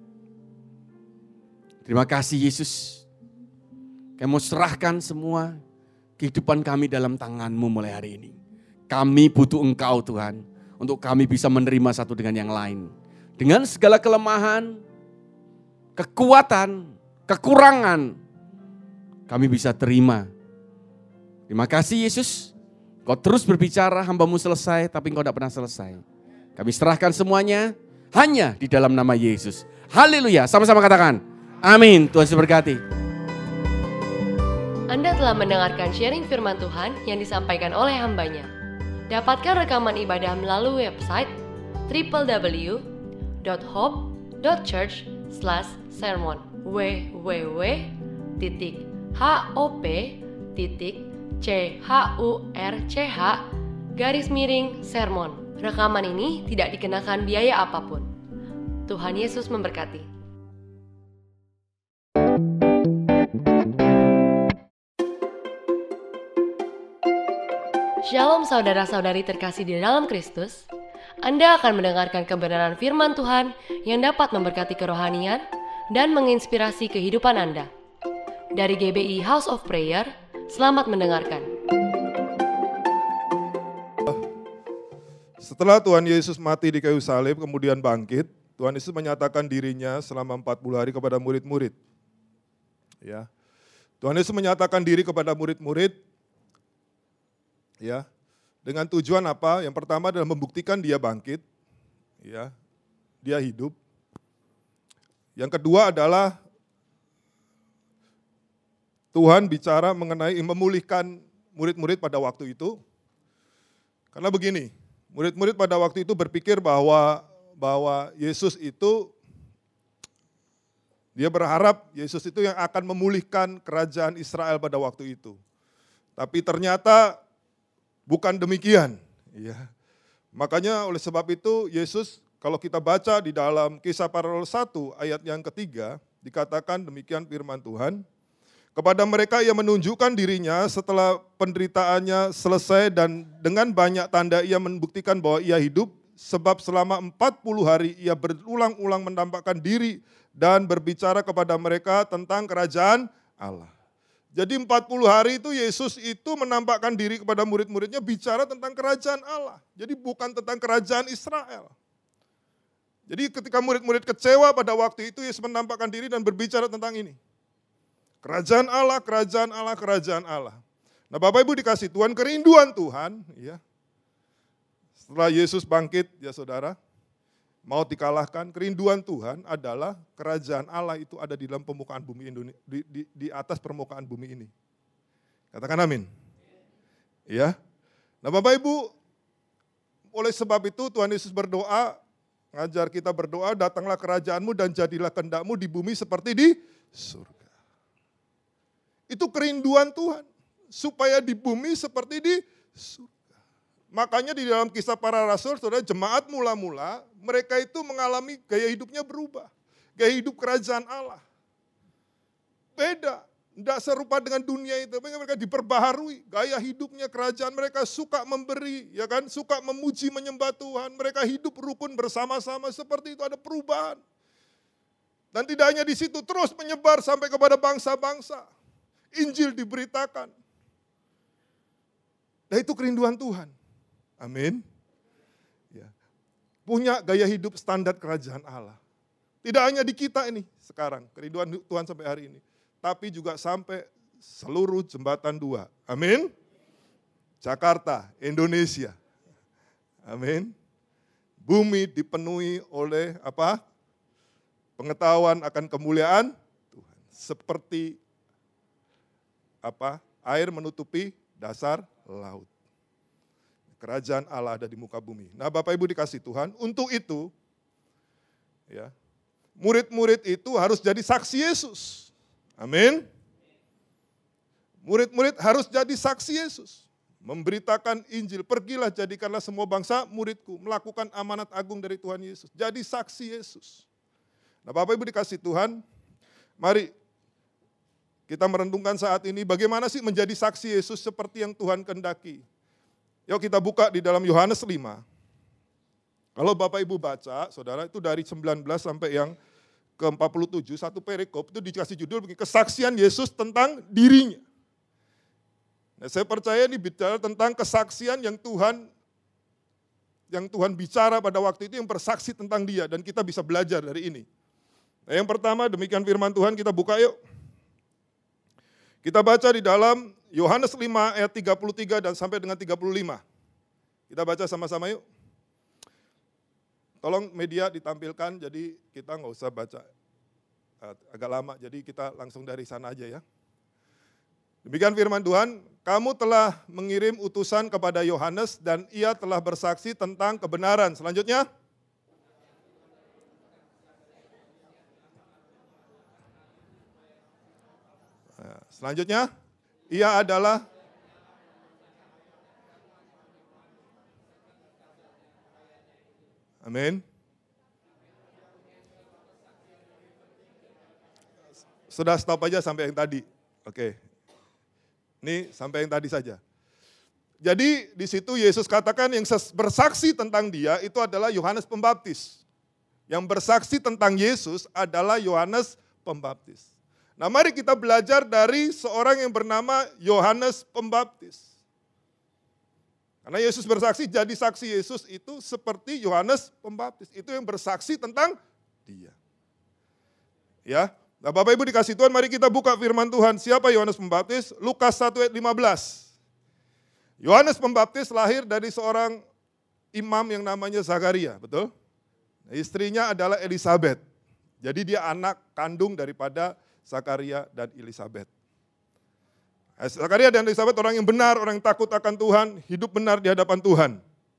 Terima kasih Yesus. Kami mau serahkan semua kehidupan kami dalam tangan-Mu mulai hari ini. Kami butuh Engkau Tuhan, untuk kami bisa menerima satu dengan yang lain. Dengan segala kelemahan, kekuatan, kekurangan, kami bisa terima. Terima kasih Yesus, Kau terus berbicara, hamba-Mu selesai, tapi Engkau tidak pernah selesai. Kami serahkan semuanya hanya di dalam nama Yesus. Haleluya, sama-sama katakan, amin. Tuhan Yesus berkati. Anda telah mendengarkan sharing firman Tuhan yang disampaikan oleh hambanya. Dapatkan rekaman ibadah melalui website www.hope.church/sermon www.hop.church/sermon. Rekaman ini tidak dikenakan biaya apapun. Tuhan Yesus memberkati. Shalom saudara-saudari terkasih di dalam Kristus. Anda akan mendengarkan kebenaran firman Tuhan yang dapat memberkati kerohanian dan menginspirasi kehidupan Anda. Dari GBI House of Prayer, selamat mendengarkan. Setelah Tuhan Yesus mati di kayu salib kemudian bangkit, Tuhan Yesus menyatakan dirinya selama 40 hari kepada murid-murid. Ya. Tuhan Yesus menyatakan diri kepada murid-murid ya, dengan tujuan apa? Yang pertama adalah membuktikan dia bangkit, ya, dia hidup. Yang kedua adalah Tuhan bicara mengenai memulihkan murid-murid pada waktu itu. Karena begini, murid-murid pada waktu itu berpikir bahwa Yesus itu, dia berharap Yesus itu yang akan memulihkan kerajaan Israel pada waktu itu. Tapi ternyata bukan demikian. Ya. Makanya oleh sebab itu Yesus, kalau kita baca di dalam Kisah Para Rasul 1 ayat yang ketiga, dikatakan demikian firman Tuhan. Kepada mereka ia menunjukkan dirinya setelah penderitaannya selesai dan dengan banyak tanda ia membuktikan bahwa ia hidup. Sebab selama 40 hari ia berulang-ulang menampakkan diri dan berbicara kepada mereka tentang kerajaan Allah. Jadi 40 hari itu Yesus itu menampakkan diri kepada murid-muridnya bicara tentang kerajaan Allah. Jadi bukan tentang kerajaan Israel. Jadi ketika murid-murid kecewa pada waktu itu Yesus menampakkan diri dan berbicara tentang ini. Kerajaan Allah, kerajaan Allah, kerajaan Allah. Nah Bapak Ibu dikasih Tuhan, kerinduan Tuhan, ya. Setelah Yesus bangkit, ya saudara, mau dikalahkan, kerinduan Tuhan adalah kerajaan Allah itu ada di dalam permukaan bumi Indonesia, di atas permukaan bumi ini. Katakan amin. Ya. Nah Bapak Ibu, oleh sebab itu Tuhan Yesus berdoa, ngajar kita berdoa, datanglah kerajaanmu dan jadilah kehendakmu di bumi seperti di surga. Itu kerinduan Tuhan, supaya di bumi seperti di surga. Makanya di dalam Kisah Para Rasul, saudara, jemaat mula-mula, mereka itu mengalami gaya hidupnya berubah. Gaya hidup kerajaan Allah. Beda, tidak serupa dengan dunia itu. Mereka diperbaharui, gaya hidupnya kerajaan mereka suka memberi, ya kan, suka memuji menyembah Tuhan. Mereka hidup rukun bersama-sama, seperti itu ada perubahan. Dan tidak hanya di situ, terus menyebar sampai kepada bangsa-bangsa. Injil diberitakan. Nah itu kerinduan Tuhan. Amin. Ya. Punya gaya hidup standar kerajaan Allah. Tidak hanya di kita ini sekarang, kerinduan Tuhan sampai hari ini. Tapi juga sampai seluruh jembatan 2. Amin. Jakarta, Indonesia. Amin. Bumi dipenuhi oleh apa? Pengetahuan akan kemuliaan Tuhan. Seperti apa? Air menutupi dasar laut. Kerajaan Allah ada di muka bumi. Nah Bapak Ibu dikasih Tuhan, untuk itu ya, murid-murid itu harus jadi saksi Yesus. Amin. Murid-murid harus jadi saksi Yesus. Memberitakan Injil, pergilah jadikanlah semua bangsa muridku. Melakukan amanat agung dari Tuhan Yesus. Jadi saksi Yesus. Nah Bapak Ibu dikasih Tuhan, mari kita merenungkan saat ini bagaimana sih menjadi saksi Yesus seperti yang Tuhan kehendaki. Yuk kita buka di dalam Yohanes 5. Kalau Bapak Ibu baca, saudara, itu dari 19 sampai yang ke-47, satu perikop itu dikasih judul begini, kesaksian Yesus tentang dirinya. Nah, saya percaya ini bicara tentang kesaksian yang Tuhan bicara pada waktu itu, yang bersaksi tentang dia, dan kita bisa belajar dari ini. Nah, yang pertama, demikian firman Tuhan, kita buka yuk. Kita baca di dalam Yohanes 5 ayat 33 dan sampai dengan 35. Kita baca sama-sama yuk. Tolong media ditampilkan, jadi kita nggak usah baca agak lama, jadi kita langsung dari sana aja ya. Demikian firman Tuhan, kamu telah mengirim utusan kepada Yohanes dan ia telah bersaksi tentang kebenaran. Selanjutnya. Selanjutnya, ia adalah amin. Sudah stop aja sampai yang tadi. Oke. Ini sampai yang tadi saja. Jadi di situ Yesus katakan yang bersaksi tentang dia itu adalah Yohanes Pembaptis. Yang bersaksi tentang Yesus adalah Yohanes Pembaptis. Nah, mari kita belajar dari seorang yang bernama Yohanes Pembaptis. Karena Yesus bersaksi, jadi saksi Yesus itu seperti Yohanes Pembaptis. Itu yang bersaksi tentang dia. Ya, nah Bapak Ibu dikasih Tuhan, mari kita buka firman Tuhan. Siapa Yohanes Pembaptis? Lukas 1 ayat 15. Yohanes Pembaptis lahir dari seorang imam yang namanya Zakaria, betul? Nah, istrinya adalah Elisabet. Jadi dia anak kandung daripada Zakaria dan Elisabet. Zakaria dan Elisabet orang yang benar, orang yang takut akan Tuhan, hidup benar di hadapan Tuhan.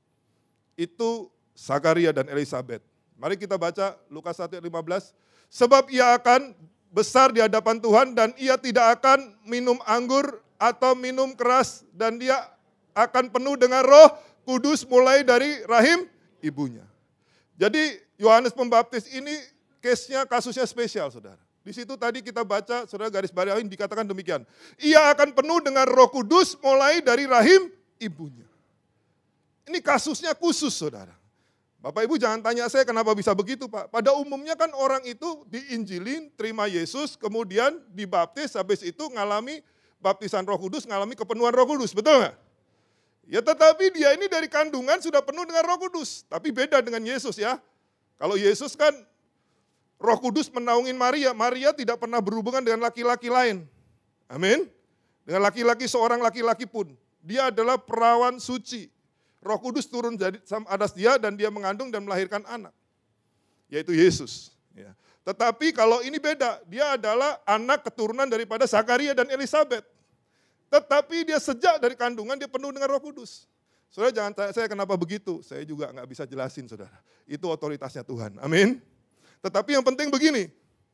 Itu Zakaria dan Elisabet. Mari kita baca Lukas 1 ayat 15. Sebab ia akan besar di hadapan Tuhan dan ia tidak akan minum anggur atau minum keras dan dia akan penuh dengan Roh Kudus mulai dari rahim ibunya. Jadi Yohanes Pembaptis ini case-nya, kasusnya spesial, saudara. Di situ tadi kita baca, saudara garis bawahin dikatakan demikian. Ia akan penuh dengan Roh Kudus mulai dari rahim ibunya. Ini kasusnya khusus, saudara. Bapak Ibu jangan tanya saya kenapa bisa begitu, Pak. Pada umumnya kan orang itu diinjilin, terima Yesus, kemudian dibaptis, habis itu ngalami baptisan Roh Kudus, ngalami kepenuhan Roh Kudus, betul nggak? Ya tetapi dia ini dari kandungan sudah penuh dengan Roh Kudus. Tapi beda dengan Yesus ya. Kalau Yesus kan Roh Kudus menaungin Maria. Maria tidak pernah berhubungan dengan laki-laki lain. Amin. Dengan laki-laki, seorang laki-laki pun. Dia adalah perawan suci. Roh Kudus turun atas dia dan dia mengandung dan melahirkan anak. Yaitu Yesus. Ya. Tetapi kalau ini beda. Dia adalah anak keturunan daripada Zakaria dan Elisabet. Tetapi dia sejak dari kandungan dia penuh dengan Roh Kudus. Saudara jangan tanya saya kenapa begitu. Saya juga nggak bisa jelasin, saudara. Itu otoritasnya Tuhan. Amin. Tetapi yang penting begini,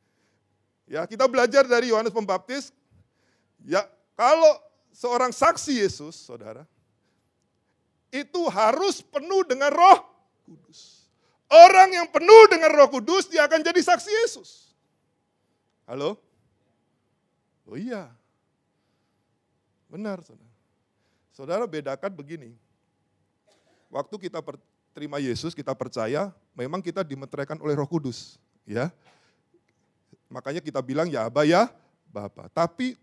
ya kita belajar dari Yohanes Pembaptis, ya kalau seorang saksi Yesus, saudara, itu harus penuh dengan Roh Kudus. Orang yang penuh dengan Roh Kudus, dia akan jadi saksi Yesus. Halo? Oh iya, benar saudara. Saudara bedakan begini, waktu kita terima Yesus, kita percaya, memang kita dimeteraikan oleh Roh Kudus, ya. Makanya kita bilang ya Aba ya Bapa. Tapi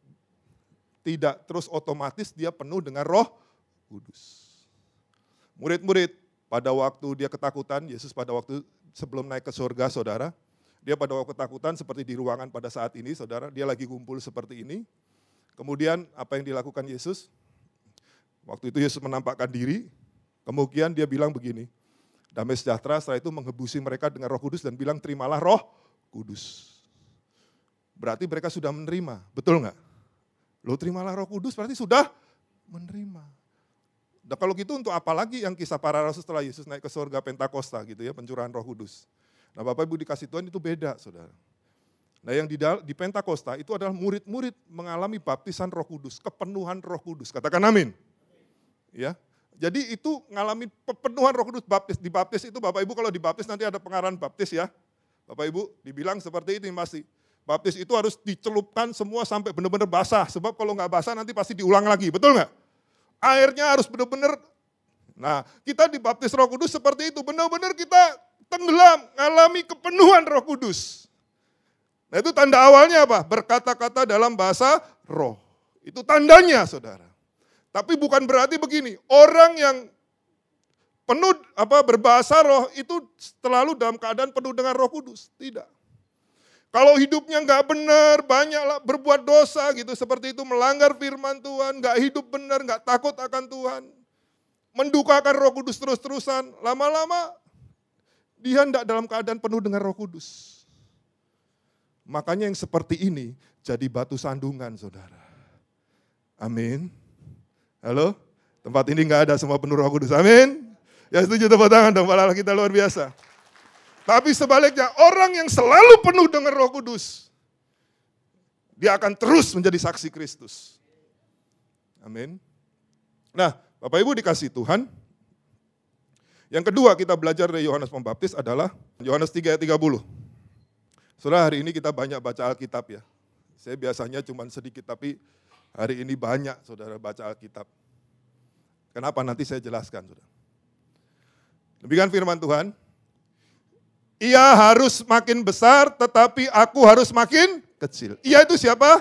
tidak terus otomatis dia penuh dengan Roh Kudus. Murid-murid pada waktu dia ketakutan, Yesus pada waktu sebelum naik ke surga, saudara, dia pada waktu ketakutan seperti di ruangan pada saat ini, saudara, dia lagi kumpul seperti ini. Kemudian apa yang dilakukan Yesus? Waktu itu Yesus menampakkan diri. Kemudian dia bilang begini, damai sejahtera, setelah itu menghebusi mereka dengan Roh Kudus dan bilang terimalah Roh Kudus. Berarti mereka sudah menerima, betul nggak? Lo terimalah Roh Kudus berarti sudah menerima. Dan kalau gitu untuk apa lagi yang kisah para rasul setelah Yesus naik ke surga Pentakosta gitu ya, pencurahan Roh Kudus. Nah Bapak Ibu dikasih Tuhan itu beda saudara. Nah yang di Pentakosta itu adalah murid-murid mengalami baptisan Roh Kudus, kepenuhan Roh Kudus. Katakan amin. Ya. Jadi itu ngalami pepenuhan Roh Kudus, dibaptis itu Bapak Ibu kalau dibaptis nanti ada pengarahan baptis ya. Bapak Ibu dibilang seperti itu masih. Baptis itu harus dicelupkan semua sampai benar-benar basah. Sebab kalau nggak basah nanti pasti diulang lagi, betul nggak? Airnya harus benar-benar. Nah kita dibaptis Roh Kudus seperti itu, benar-benar kita tenggelam, ngalami kepenuhan Roh Kudus. Nah itu tanda awalnya apa? Berkata-kata dalam bahasa roh. Itu tandanya saudara. Tapi bukan berarti begini, orang yang penuh berbahasa roh itu selalu dalam keadaan penuh dengan Roh Kudus. Tidak. Kalau hidupnya nggak benar, banyaklah berbuat dosa gitu, seperti itu, melanggar firman Tuhan, nggak hidup benar, nggak takut akan Tuhan, mendukakan Roh Kudus terus-terusan, lama-lama dia tidak dalam keadaan penuh dengan Roh Kudus. Makanya yang seperti ini jadi batu sandungan, saudara. Amin. Halo? Tempat ini nggak ada semua penuh Roh Kudus. Amin. Ya setuju, tepuk tangan dong, pahala kita luar biasa. Tapi sebaliknya, orang yang selalu penuh dengan Roh Kudus, dia akan terus menjadi saksi Kristus. Amin. Nah, Bapak Ibu dikasih Tuhan. Yang kedua kita belajar dari Yohanes Pembaptis adalah Yohanes 3 ayat 30. Saudara, hari ini kita banyak baca Alkitab ya. Saya biasanya cuma sedikit, tapi hari ini banyak saudara baca Alkitab. Kenapa? Nanti saya jelaskan, saudara. Demikian firman Tuhan. Ia harus makin besar, tetapi aku harus makin kecil. Ia itu siapa?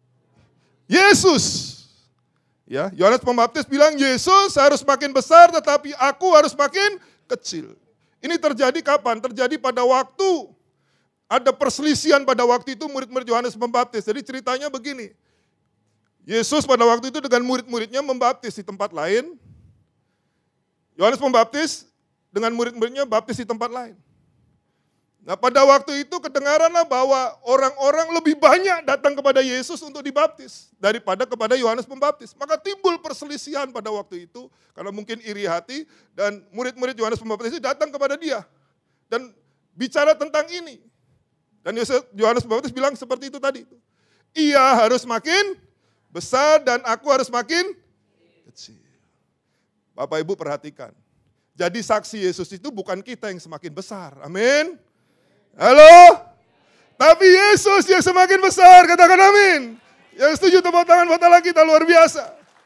Yesus. Ya, Yohanes Pembaptis bilang Yesus harus makin besar, tetapi aku harus makin kecil. Ini terjadi kapan? Terjadi pada waktu ada perselisihan pada waktu itu murid-murid Yohanes Pembaptis. Jadi ceritanya begini. Yesus pada waktu itu dengan murid-muridnya membaptis di tempat lain. Yohanes Pembaptis dengan murid-muridnya baptis di tempat lain. Nah pada waktu itu kedengaranlah bahwa orang-orang lebih banyak datang kepada Yesus untuk dibaptis daripada kepada Yohanes Pembaptis. Maka timbul perselisihan pada waktu itu karena mungkin iri hati dan murid-murid Yohanes Pembaptis itu datang kepada dia dan bicara tentang ini. Dan Yohanes Pembaptis bilang seperti itu tadi. Ia harus makin besar dan aku harus makin kecil. Bapak Ibu perhatikan. Jadi saksi Yesus itu bukan kita yang semakin besar. Amin. Halo? Tapi Yesus yang semakin besar, katakan amin. Yang setuju tepuk tangan buat Allah kita luar biasa.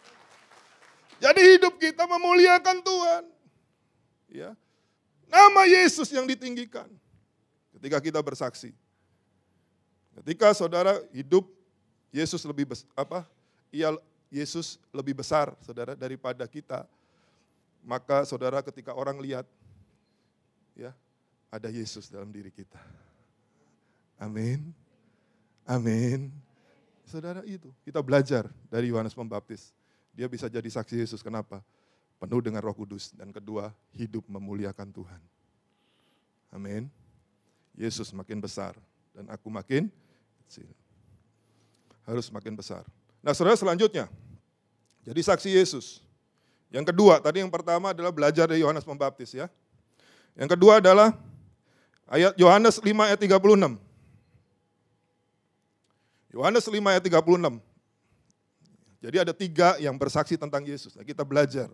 Jadi hidup kita memuliakan Tuhan. Ya. Nama Yesus yang ditinggikan. Ketika kita bersaksi. Ketika saudara hidup Yesus lebih Yesus lebih besar saudara daripada kita. Maka saudara ketika orang lihat ya, ada Yesus dalam diri kita. Amin. Amin. Saudara itu, kita belajar dari Yohanes Pembaptis. Dia bisa jadi saksi Yesus, kenapa? Penuh dengan Roh Kudus. Dan kedua, hidup memuliakan Tuhan. Amin. Yesus makin besar dan aku makin kecil. Harus makin besar. Nah saudara selanjutnya, jadi saksi Yesus. Yang kedua, tadi yang pertama adalah belajar dari Yohanes Pembaptis ya. Yang kedua adalah ayat Yohanes 5 ayat 36. Yohanes 5 ayat 36. Jadi ada 3 yang bersaksi tentang Yesus. Nah, kita belajar.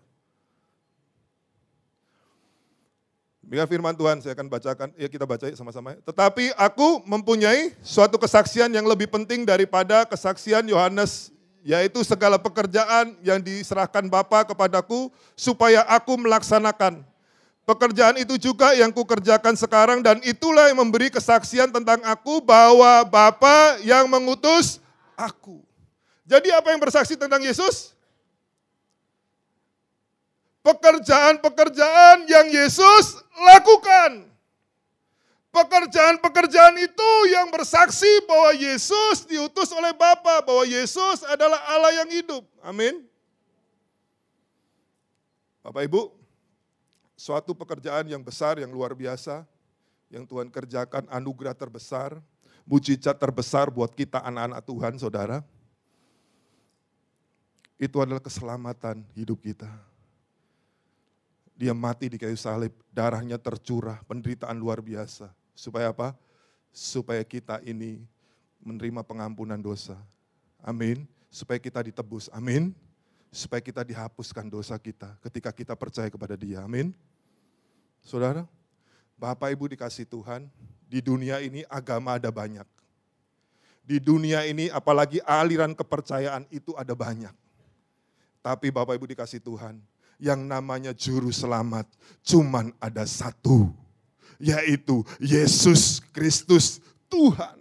Demikian firman Tuhan, saya akan bacakan, ya kita baca sama-sama. Tetapi aku mempunyai suatu kesaksian yang lebih penting daripada kesaksian Yohanes, yaitu segala pekerjaan yang diserahkan Bapa kepadaku supaya aku melaksanakan. Pekerjaan itu juga yang kukerjakan sekarang dan itulah yang memberi kesaksian tentang aku bahwa Bapa yang mengutus aku. Jadi apa yang bersaksi tentang Yesus? Pekerjaan-pekerjaan yang Yesus lakukan. Pekerjaan-pekerjaan itu yang bersaksi bahwa Yesus diutus oleh Bapa, bahwa Yesus adalah Allah yang hidup. Amin. Bapak Ibu, suatu pekerjaan yang besar, yang luar biasa, yang Tuhan kerjakan, anugerah terbesar, mujizat terbesar buat kita anak-anak Tuhan, saudara. Itu adalah keselamatan hidup kita. Dia mati di kayu salib, darahnya tercurah, penderitaan luar biasa. Supaya apa? Supaya kita ini menerima pengampunan dosa. Amin. Supaya kita ditebus. Amin. Supaya kita dihapuskan dosa kita ketika kita percaya kepada Dia. Amin. Saudara, Bapak Ibu dikasih Tuhan, di dunia ini agama ada banyak. Di dunia ini apalagi aliran kepercayaan itu ada banyak. Tapi Bapak Ibu dikasih Tuhan, yang namanya juru selamat cuman ada satu. Yaitu Yesus Kristus Tuhan.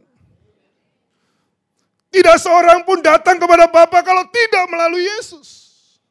Tidak seorang pun datang kepada Bapa kalau tidak melalui Yesus.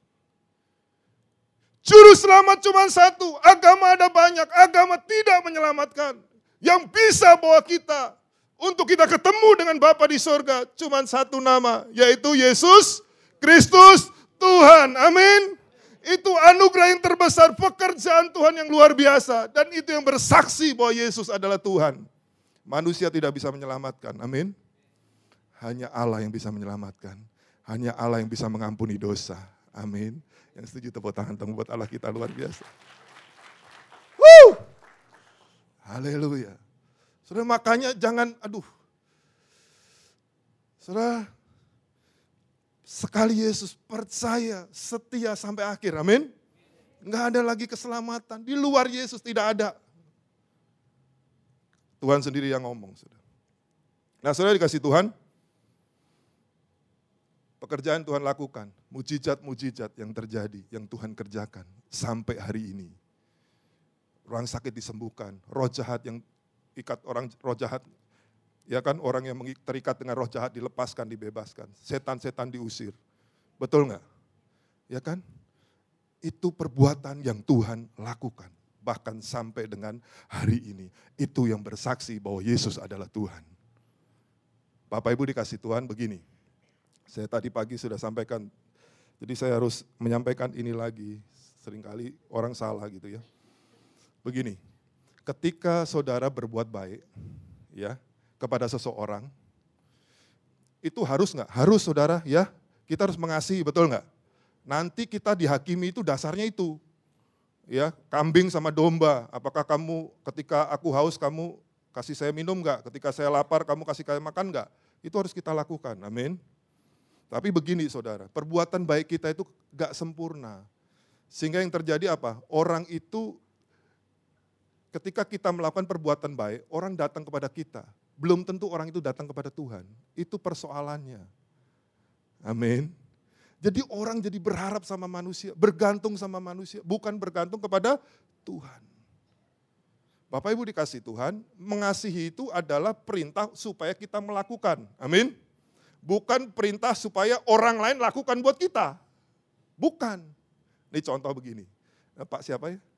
Juru selamat cuma satu, agama ada banyak, agama tidak menyelamatkan. Yang bisa bawa kita untuk kita ketemu dengan Bapa di sorga cuma satu nama, yaitu Yesus Kristus Tuhan. Amin. Itu anugerah yang terbesar, pekerjaan Tuhan yang luar biasa. Dan itu yang bersaksi bahwa Yesus adalah Tuhan. Manusia tidak bisa menyelamatkan, amin. Hanya Allah yang bisa menyelamatkan. Hanya Allah yang bisa mengampuni dosa, amin. Yang setuju tepuk tangan buat Allah kita luar biasa. Haleluya. Saudara, makanya jangan, saudara, sekali Yesus percaya, setia sampai akhir, amin. Enggak ada lagi keselamatan, di luar Yesus tidak ada. Tuhan sendiri yang ngomong, saudara. Nah, saudara dikasih Tuhan, pekerjaan Tuhan lakukan, mujizat-mujizat yang terjadi, yang Tuhan kerjakan sampai hari ini. Orang sakit disembuhkan, roh jahat yang ikat orang, roh jahat, ya kan, orang yang terikat dengan roh jahat dilepaskan, dibebaskan. Setan-setan diusir. Betul nggak? Ya kan? Itu perbuatan yang Tuhan lakukan. Bahkan sampai dengan hari ini. Itu yang bersaksi bahwa Yesus adalah Tuhan. Bapak Ibu dikasih Tuhan begini. Saya tadi pagi sudah sampaikan. Jadi saya harus menyampaikan ini lagi. Seringkali orang salah gitu ya. Begini. Ketika saudara berbuat baik, ya, kepada seseorang, itu harus nggak? Harus saudara, ya. Kita harus mengasihi, betul nggak? Nanti kita dihakimi itu dasarnya itu. Ya, kambing sama domba. Apakah kamu ketika aku haus kamu kasih saya minum nggak? Ketika saya lapar kamu kasih saya makan nggak? Itu harus kita lakukan, amin. Tapi begini saudara, perbuatan baik kita itu nggak sempurna. Sehingga yang terjadi apa? Orang itu ketika kita melakukan perbuatan baik, orang datang kepada kita. Belum tentu orang itu datang kepada Tuhan. Itu persoalannya. Amin. Jadi orang jadi berharap sama manusia, bergantung sama manusia, bukan bergantung kepada Tuhan. Bapak Ibu dikasih Tuhan, mengasihi itu adalah perintah supaya kita melakukan. Amin. Bukan perintah supaya orang lain lakukan buat kita. Bukan. Ini contoh begini. Pak siapa ya?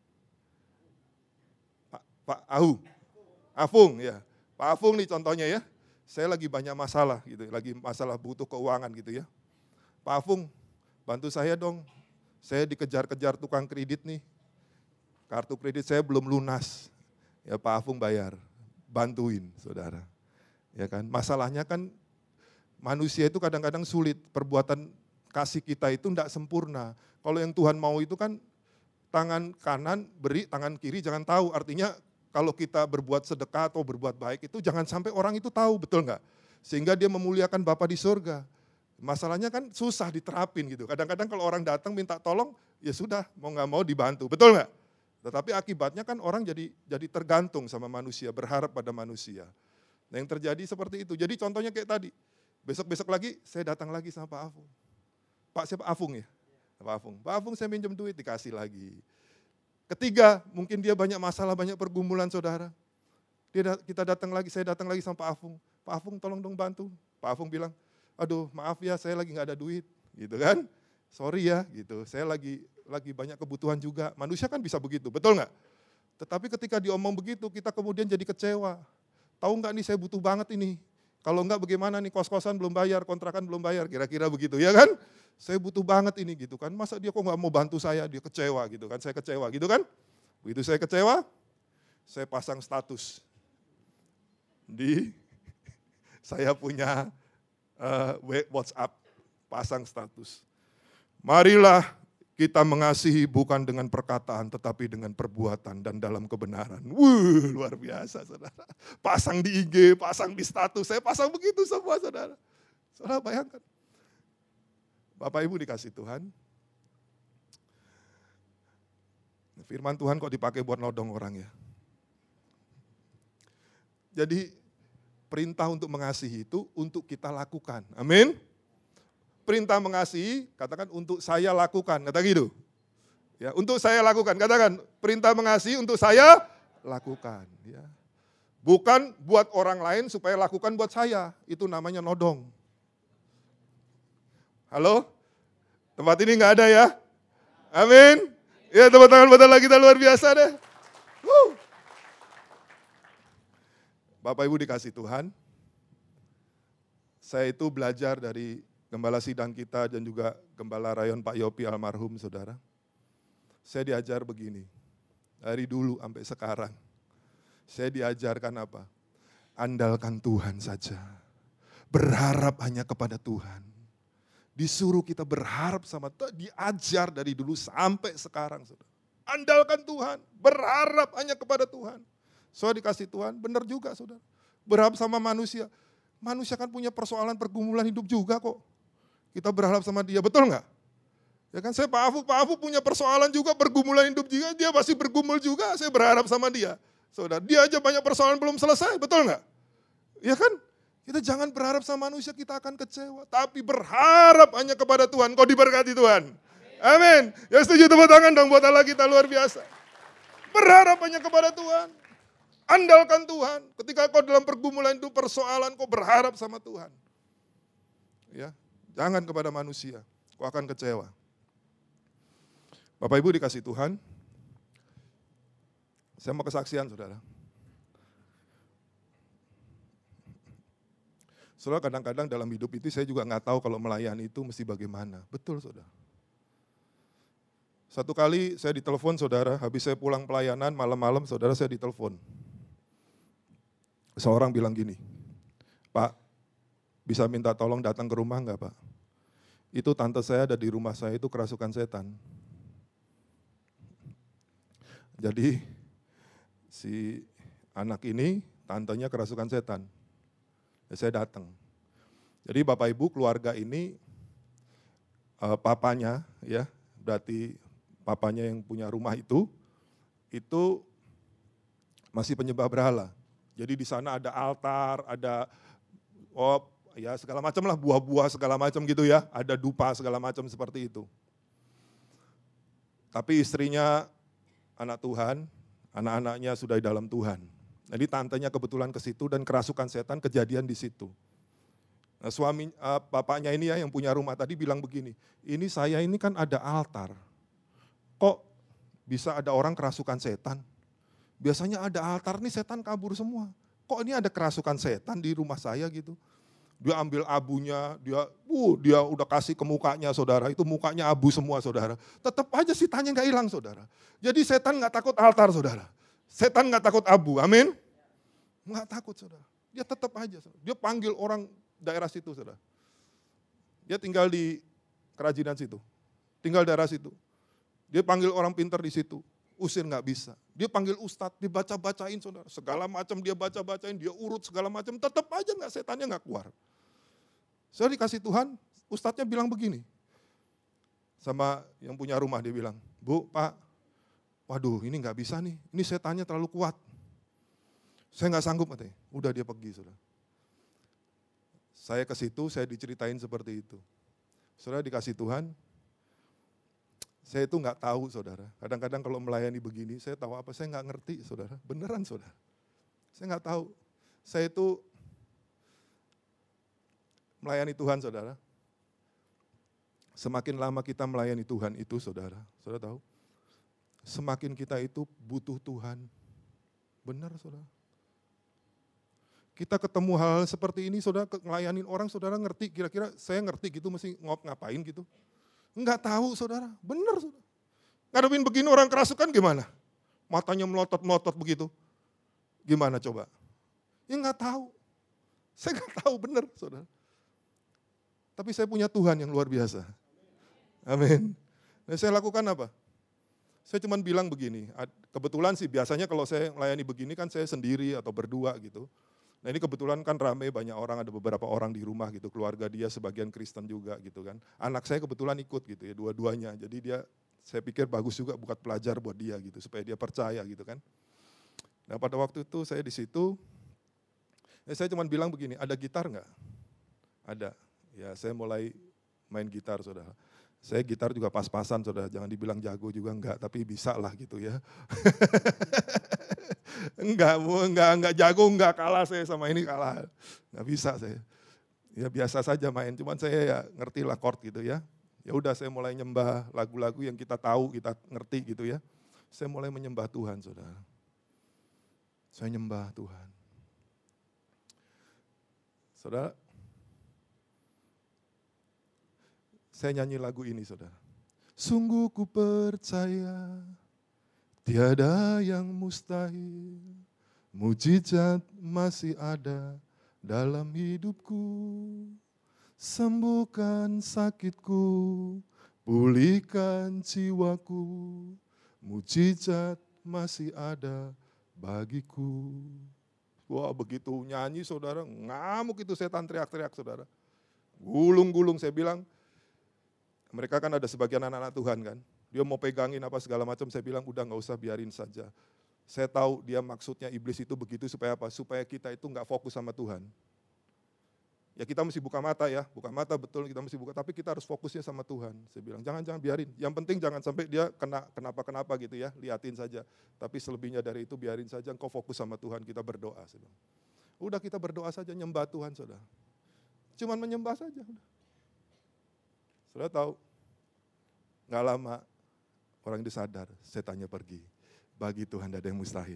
Pak Afung ya. Pak Afung nih contohnya ya. Saya lagi banyak masalah gitu, lagi masalah butuh keuangan gitu ya. Pak Afung, bantu saya dong. Saya dikejar-kejar tukang kredit nih. Kartu kredit saya belum lunas. Ya Pak Afung bayar. Bantuin saudara. Ya kan? Masalahnya kan manusia itu kadang-kadang sulit. Perbuatan kasih kita itu tidak sempurna. Kalau yang Tuhan mau itu kan tangan kanan beri, tangan kiri jangan tahu. Artinya kalau kita berbuat sedekah atau berbuat baik itu jangan sampai orang itu tahu, betul nggak? Sehingga dia memuliakan Bapa di surga. Masalahnya kan susah diterapin gitu. Kadang-kadang kalau orang datang minta tolong, ya sudah mau nggak mau dibantu, betul nggak? Tetapi akibatnya kan orang jadi tergantung sama manusia, berharap pada manusia. Nah yang terjadi seperti itu. Jadi contohnya kayak tadi, besok-besok lagi saya datang lagi sama Pak Afung. Pak siapa? Afung ya? Pak Afung. Pak Afung saya minjem duit, dikasih lagi. Ketiga, mungkin dia banyak masalah, banyak pergumulan saudara. Kita datang lagi, saya datang lagi sama Pak Afung. Pak Afung tolong dong bantu. Pak Afung bilang, aduh maaf ya saya lagi gak ada duit. Gitu kan, sorry ya gitu. Saya lagi banyak kebutuhan juga. Manusia kan bisa begitu, betul gak? Tetapi ketika diomong begitu, kita kemudian jadi kecewa. Tahu gak nih saya butuh banget ini. Kalau enggak bagaimana nih, kos-kosan belum bayar, kontrakan belum bayar, kira-kira begitu ya kan. Saya butuh banget ini gitu kan, masa dia kok nggak mau bantu saya, dia kecewa gitu kan, saya kecewa gitu kan. Begitu saya kecewa, saya pasang status. Saya punya WhatsApp, pasang status. Marilah kita mengasihi bukan dengan perkataan tetapi dengan perbuatan dan dalam kebenaran. Luar biasa saudara. Pasang di IG, pasang di status, saya pasang begitu semua saudara. Saudara bayangkan. Bapak Ibu dikasih Tuhan. Firman Tuhan kok dipakai buat nodong orang ya. Jadi perintah untuk mengasihi itu untuk kita lakukan. Amin. Perintah mengasihi, katakan untuk saya lakukan, kata gitu. Ya, untuk saya lakukan, katakan perintah mengasihi untuk saya lakukan. Ya. Bukan buat orang lain supaya lakukan buat saya, itu namanya nodong. Halo? Tempat ini nggak ada ya? Amin. Ya tepuk tangan buat Allah kita luar biasa deh. Bapak Ibu dikasih Tuhan, saya itu belajar dari gembala sidang kita dan juga gembala rayon Pak Yopi almarhum, saudara. Saya diajar begini, dari dulu sampai sekarang. Saya diajarkan apa? Andalkan Tuhan saja. Berharap hanya kepada Tuhan. Disuruh kita berharap sama Tuhan, diajar dari dulu sampai sekarang, saudara. Andalkan Tuhan, berharap hanya kepada Tuhan. Soal dikasih Tuhan, benar juga, saudara. Berharap sama manusia. Manusia kan punya persoalan pergumulan hidup juga kok. Kita berharap sama dia, betul nggak? Ya kan, saya Pak Afu punya persoalan juga, pergumulan hidup juga, dia pasti bergumul juga, saya berharap sama dia. Saudara, dia aja banyak persoalan belum selesai, betul nggak? Ya kan? Kita jangan berharap sama manusia, kita akan kecewa. Tapi berharap hanya kepada Tuhan, kau diberkati Tuhan. Amin. Ya setuju, tepuk tangan dong buat Allah kita, luar biasa. Berharap hanya kepada Tuhan. Andalkan Tuhan. Ketika kau dalam pergumulan itu persoalan, kau berharap sama Tuhan. Ya, jangan kepada manusia, kau akan kecewa. Bapak Ibu dikasih Tuhan, saya mau kesaksian, saudara. Saudara, kadang-kadang dalam hidup itu saya juga nggak tahu kalau melayani itu mesti bagaimana. Betul, saudara. Satu kali saya ditelepon, saudara, habis saya pulang pelayanan malam-malam, saudara, saya ditelepon. Seorang bilang gini, Pak, bisa minta tolong datang ke rumah nggak, Pak? Itu tante saya ada di rumah saya itu kerasukan setan. Jadi si anak ini tantenya kerasukan setan. Ya, saya datang. Jadi Bapak Ibu keluarga ini papanya, ya berarti papanya yang punya rumah itu masih penyembah berhala. Jadi di sana ada altar, ada ya segala macam lah, buah-buah segala macam gitu ya, ada dupa segala macam seperti itu. Tapi istrinya anak Tuhan, anak-anaknya sudah di dalam Tuhan. Jadi tantenya kebetulan ke situ dan kerasukan setan kejadian di situ. Nah, bapaknya ini ya yang punya rumah tadi bilang begini, ini saya ini kan ada altar, kok bisa ada orang kerasukan setan? Biasanya ada altar nih setan kabur semua. Kok ini ada kerasukan setan di rumah saya gitu? Dia ambil abunya, dia udah kasih ke mukanya, saudara. Itu mukanya abu semua, saudara. Tetap aja setannya nggak hilang, saudara. Jadi setan nggak takut altar, saudara. Setan nggak takut abu, amin? Nggak takut, saudara. Dia tetap aja, saudara. Dia panggil orang daerah situ, saudara. Dia tinggal di kerajinan situ, tinggal daerah situ. Dia panggil orang pintar di situ. Usir nggak bisa. Dia panggil ustadz, dibaca-bacain, saudara. Segala macam dia baca-bacain, dia urut segala macam, tetap aja setannya nggak keluar. Saya dikasih Tuhan, ustadznya bilang begini. Sama yang punya rumah dia bilang, Bu, Pak, waduh ini nggak bisa nih, ini setannya terlalu kuat. Saya nggak sanggup katanya, udah dia pergi, saudara. Saya ke situ, saya diceritain seperti itu. Saudara dikasih Tuhan, saya itu nggak tahu, saudara. Kadang-kadang kalau melayani begini, saya tahu apa? Saya nggak ngerti, saudara. Beneran, saudara. Saya nggak tahu. Saya itu melayani Tuhan, saudara. Semakin lama kita melayani Tuhan itu, saudara. Saudara tahu? Semakin kita itu butuh Tuhan. Benar, saudara. Kita ketemu hal seperti ini, saudara, ngelayanin orang, saudara ngerti. Kira-kira saya ngerti gitu, mesti ngapain gitu. Enggak tahu, saudara. Benar, saudara. Ngadepin begini orang kerasukan gimana? Matanya melotot-melotot begitu. Gimana coba? Ya enggak tahu. Saya enggak tahu, benar, saudara. Tapi saya punya Tuhan yang luar biasa. Amin. Nah, saya lakukan apa? Saya cuma bilang begini. Kebetulan sih biasanya kalau saya melayani begini kan saya sendiri atau berdua gitu. Nah ini kebetulan kan rame, banyak orang, ada beberapa orang di rumah gitu, keluarga dia sebagian Kristen juga gitu kan. Anak saya kebetulan ikut gitu ya, dua-duanya. Jadi saya pikir bagus juga buat pelajar buat dia gitu, supaya dia percaya gitu kan. Nah pada waktu itu saya di situ, saya cuma bilang begini, ada gitar nggak? Ada. Ya saya mulai main gitar, saudara. Saya gitar juga pas-pasan, saudara, jangan dibilang jago juga enggak, tapi bisa lah gitu ya. Enggak jago, enggak kalah saya sama ini kalah. Enggak bisa saya. Ya biasa saja main, cuman saya ya ngerti lah chord gitu ya. Ya udah saya mulai nyembah lagu-lagu yang kita tahu, kita ngerti gitu ya. Saya mulai menyembah Tuhan, saudara. Saya nyembah Tuhan. Saudara, Saya nyanyi lagu ini, saudara. Sungguh ku percaya tiada yang mustahil, mujizat masih ada dalam hidupku. Sembuhkan sakitku, pulihkan jiwaku, mujizat masih ada bagiku. Wah, begitu nyanyi saudara, ngamuk itu setan, teriak-teriak saudara. Gulung-gulung, saya bilang, mereka kan ada sebagian anak-anak Tuhan kan, dia mau pegangin apa segala macam, saya bilang udah gak usah, biarin saja. Saya tahu dia maksudnya iblis itu begitu supaya apa? Supaya kita itu gak fokus sama Tuhan. Ya kita mesti buka mata ya, buka mata betul kita mesti buka, tapi kita harus fokusnya sama Tuhan. Saya bilang jangan biarin, yang penting jangan sampai dia kenapa gitu ya, liatin saja. Tapi selebihnya dari itu biarin saja, engkau fokus sama Tuhan, kita berdoa. Saya bilang. Udah kita berdoa saja, nyembah Tuhan saudara. Cuman menyembah saja. Saudara tahu, gak lama orang itu sadar, setannya pergi. Bagi Tuhan tidak ada yang mustahil.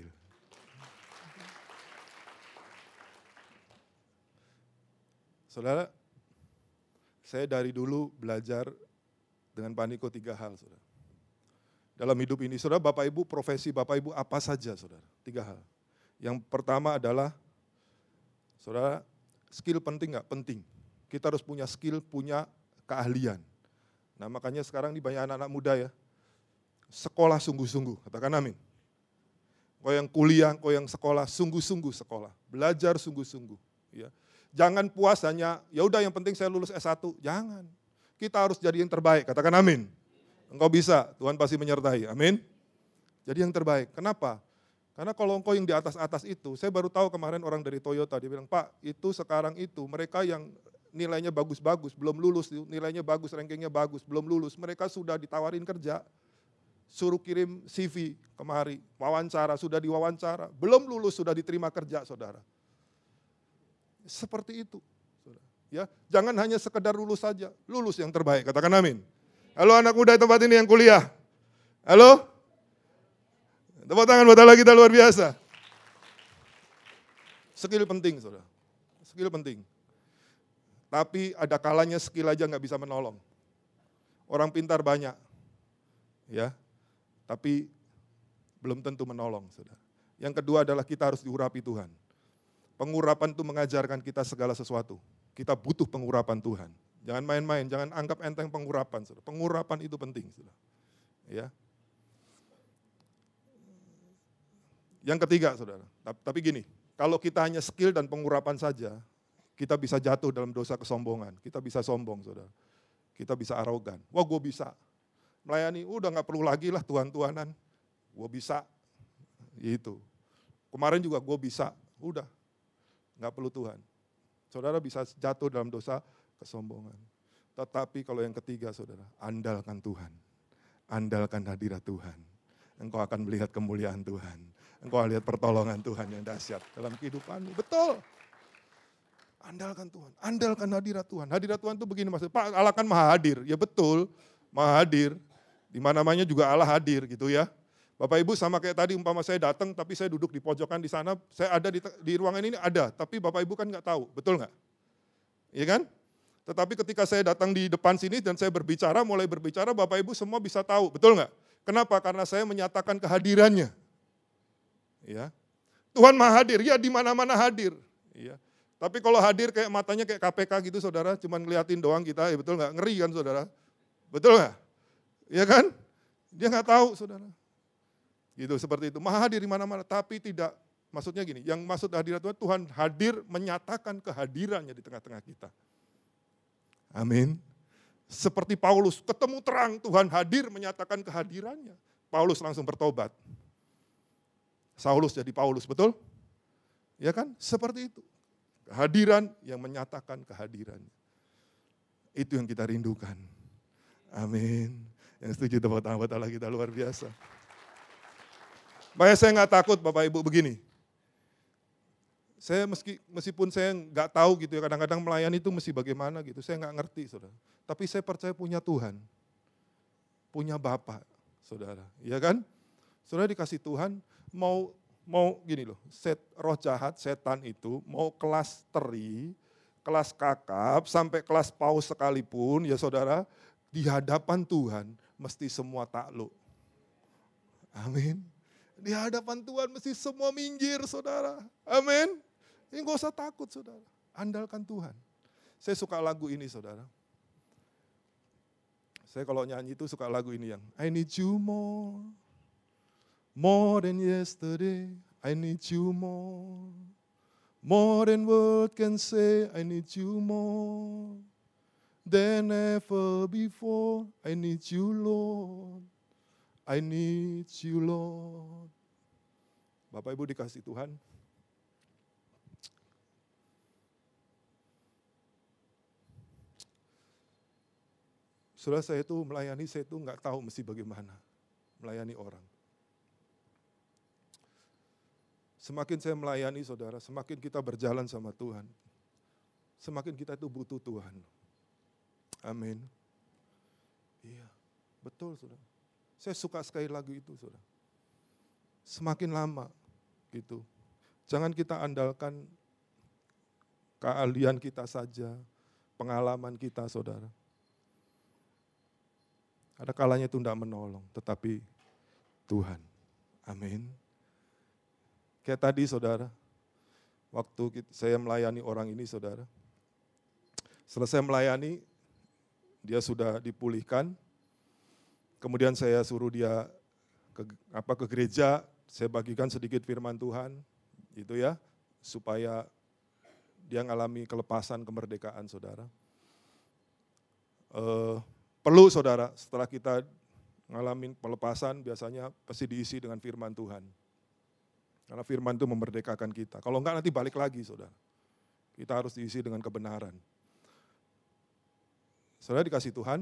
Saudara, saya dari dulu belajar dengan Pak Niko 3 hal, saudara. Dalam hidup ini, saudara, Bapak Ibu, profesi Bapak Ibu apa saja, saudara? 3 hal. Yang pertama adalah, saudara, skill penting nggak? Penting. Kita harus punya skill, punya keahlian. Nah makanya sekarang ini banyak anak-anak muda ya, sekolah sungguh-sungguh, katakan amin. Kau yang kuliah, kau yang sekolah, sungguh-sungguh sekolah, belajar sungguh-sungguh. Ya. Jangan puas hanya, ya udah yang penting saya lulus S1, jangan. Kita harus jadi yang terbaik, katakan amin. Engkau bisa, Tuhan pasti menyertai, amin. Jadi yang terbaik, kenapa? Karena kalau engkau yang di atas-atas itu, saya baru tahu kemarin orang dari Toyota, dia bilang, Pak itu sekarang itu mereka yang nilainya bagus-bagus, belum lulus, nilainya bagus, rankingnya bagus, belum lulus, mereka sudah ditawarin kerja, suruh kirim CV kemari, wawancara, sudah diwawancara, belum lulus, sudah diterima kerja, saudara. Seperti itu. Ya, jangan hanya sekedar lulus saja, lulus yang terbaik, katakan amin. Halo anak muda di tempat ini yang kuliah. Halo? Tepuk tangan buat Allah kita luar biasa. Skill penting, saudara. Skill penting. Tapi ada kalanya skill aja nggak bisa menolong. Orang pintar banyak, ya, tapi belum tentu menolong, saudara. Yang kedua adalah kita harus diurapi Tuhan. Pengurapan itu mengajarkan kita segala sesuatu. Kita butuh pengurapan Tuhan. Jangan main-main, jangan anggap enteng pengurapan, saudara. Pengurapan itu penting, saudara. Ya. Yang ketiga, saudara. Tapi gini, kalau kita hanya skill dan pengurapan saja, kita bisa jatuh dalam dosa kesombongan. Kita bisa sombong, saudara. Kita bisa arogan. Wah, gue bisa. Melayani, udah gak perlu lagi lah Tuhan-Tuhanan. Gue bisa. Gitu. Kemarin juga gue bisa. Udah. Gak perlu Tuhan. Saudara bisa jatuh dalam dosa kesombongan. Tetapi kalau yang ketiga, saudara, andalkan Tuhan. Andalkan hadirat Tuhan. Engkau akan melihat kemuliaan Tuhan. Engkau akan lihat pertolongan Tuhan yang dahsyat dalam kehidupanmu. Betul. Andalkan Tuhan, andalkan hadirat Tuhan. Hadirat Tuhan itu begini maksudnya, Pak Allah kan maha hadir. Ya betul, maha hadir. Di mana-mana juga Allah hadir gitu ya. Bapak Ibu sama kayak tadi umpama saya datang tapi saya duduk di pojokan di sana, saya ada di ruangan ini ada, tapi Bapak Ibu kan nggak tahu, betul nggak? Iya kan? Tetapi ketika saya datang di depan sini dan saya berbicara, mulai berbicara, Bapak Ibu semua bisa tahu, betul nggak? Kenapa? Karena saya menyatakan kehadirannya. Ya. Tuhan maha hadir, ya di mana-mana hadir. Ya. Tapi kalau hadir kayak matanya kayak KPK gitu saudara, cuman ngeliatin doang kita, ya betul nggak? Ngeri kan saudara? Betul nggak? Iya kan? Dia nggak tahu saudara. Gitu seperti itu. Maha hadir di mana-mana, tapi tidak. Maksudnya gini, yang maksud hadirat Tuhan, Tuhan hadir menyatakan kehadirannya di tengah-tengah kita. Amin. Seperti Paulus, ketemu terang, Tuhan hadir menyatakan kehadirannya. Paulus langsung bertobat. Saulus jadi Paulus, betul? Ya kan? Seperti itu. Kehadiran yang menyatakan kehadirannya. Itu yang kita rindukan. Amin. Yang setuju tepuk tangan buat Allah kita luar biasa. Makanya saya nggak takut Bapak Ibu begini. Saya meskipun saya nggak tahu gitu ya, kadang-kadang melayani itu mesti bagaimana gitu. Saya nggak ngerti saudara. Tapi saya percaya punya Tuhan. Punya Bapa saudara. Iya kan? Saudara dikasih Tuhan mau gini loh, roh jahat, setan itu mau kelas teri, kelas kakap sampai kelas paus sekalipun, ya saudara, di hadapan Tuhan mesti semua takluk. Amin. Di hadapan Tuhan mesti semua minggir, saudara. Amin. Ini gak usah takut, saudara. Andalkan Tuhan. Saya suka lagu ini, saudara. Saya kalau nyanyi itu suka lagu ini yang I need you more than yesterday. I need you more than word can say. I need you more than ever before. I need you, Lord. I need you, Lord. Bapak Ibu dikasih Tuhan. Saudara, saya itu melayani, saya itu nggak tahu mesti bagaimana melayani orang. Semakin saya melayani saudara, semakin kita berjalan sama Tuhan. Semakin kita itu butuh Tuhan. Amin. Iya, betul saudara. Saya suka sekali lagu itu saudara. Semakin lama gitu. Jangan kita andalkan keahlian kita saja, pengalaman kita saudara. Ada kalanya itu tidak menolong, tetapi Tuhan. Amin. Kayak tadi saudara, waktu saya melayani orang ini saudara, selesai melayani, dia sudah dipulihkan, kemudian saya suruh dia ke gereja, saya bagikan sedikit firman Tuhan, gitu ya, supaya dia ngalami kelepasan, kemerdekaan saudara. Perlu saudara, setelah kita ngalamin pelepasan, biasanya pasti diisi dengan firman Tuhan. Karena firman itu memerdekakan kita. Kalau enggak nanti balik lagi saudara. Kita harus diisi dengan kebenaran. Saudara dikasih Tuhan.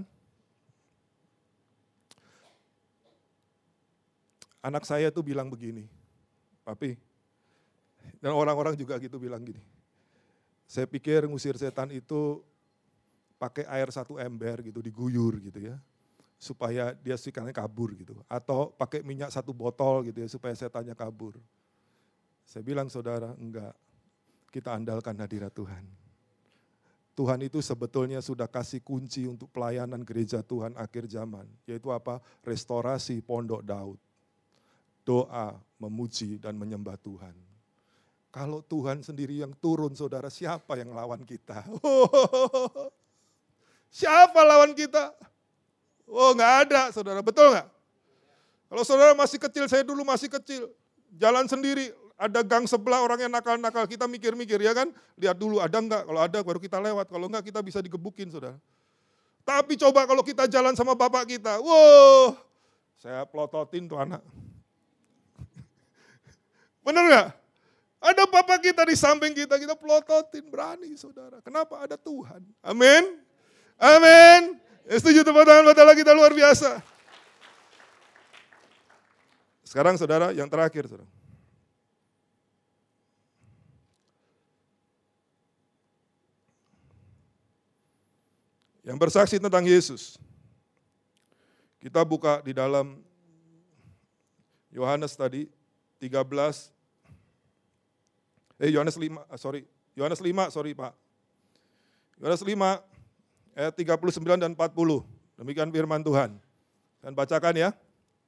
Anak saya tuh bilang begini, Papi, dan orang-orang juga gitu bilang gini. Saya pikir ngusir setan itu pakai air 1 ember gitu, diguyur gitu ya, supaya dia setannya kabur gitu. Atau pakai minyak 1 botol gitu ya, supaya setannya kabur. Saya bilang saudara, enggak, kita andalkan hadirat Tuhan. Tuhan itu sebetulnya sudah kasih kunci untuk pelayanan gereja Tuhan akhir zaman. Yaitu apa? Restorasi pondok Daud. Doa, memuji dan menyembah Tuhan. Kalau Tuhan sendiri yang turun saudara, siapa yang lawan kita? Siapa lawan kita? Oh enggak ada saudara, betul enggak? Kalau saudara masih kecil, saya dulu masih kecil, jalan sendiri, ada gang sebelah orang yang nakal-nakal, kita mikir-mikir ya kan, lihat dulu ada enggak, kalau ada baru kita lewat, kalau enggak kita bisa digebukin saudara. Tapi coba kalau kita jalan sama bapak kita, wow, saya plototin tuh anak. Bener enggak? Ada bapak kita di samping kita plototin, berani saudara. Kenapa? Ada Tuhan. Amin. Amin. Setuju, tepuk tangan buat Allah kita luar biasa. Sekarang saudara yang terakhir saudara. Yang bersaksi tentang Yesus. Kita buka di dalam Yohanes tadi 13. Yohanes 5 Pak. Yohanes 5 ayat 39 dan 40. Demikian firman Tuhan. Dan bacakan ya.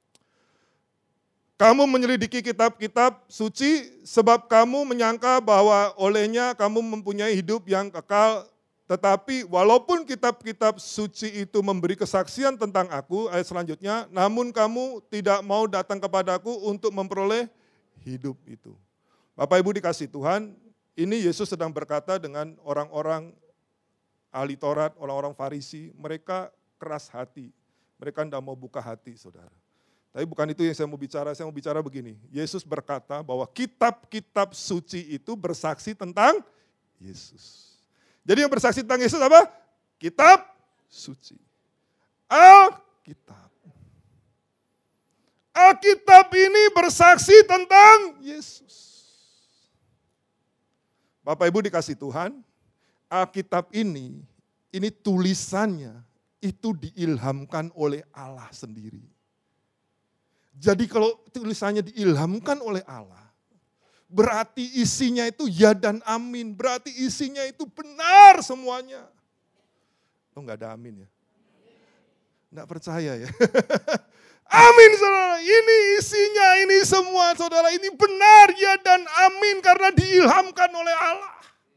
Kamu menyelidiki kitab-kitab suci sebab kamu menyangka bahwa olehnya kamu mempunyai hidup yang kekal. Tetapi walaupun kitab-kitab suci itu memberi kesaksian tentang aku, ayat selanjutnya, namun kamu tidak mau datang kepadaku untuk memperoleh hidup itu. Bapak Ibu dikasih Tuhan, ini Yesus sedang berkata dengan orang-orang ahli Taurat, orang-orang Farisi, mereka keras hati. Mereka tidak mau buka hati, saudara. Tapi bukan itu yang saya mau bicara begini. Yesus berkata bahwa kitab-kitab suci itu bersaksi tentang Yesus. Jadi yang bersaksi tentang Yesus apa? Kitab suci. Alkitab. Alkitab ini bersaksi tentang Yesus. Bapak Ibu dikasih Tuhan, Alkitab ini tulisannya itu diilhamkan oleh Allah sendiri. Jadi kalau tulisannya diilhamkan oleh Allah, berarti isinya itu ya dan amin. Berarti isinya itu benar semuanya. Oh enggak ada amin ya? Enggak percaya ya? Amin saudara, ini isinya, ini semua saudara, ini benar ya dan amin karena diilhamkan oleh Allah.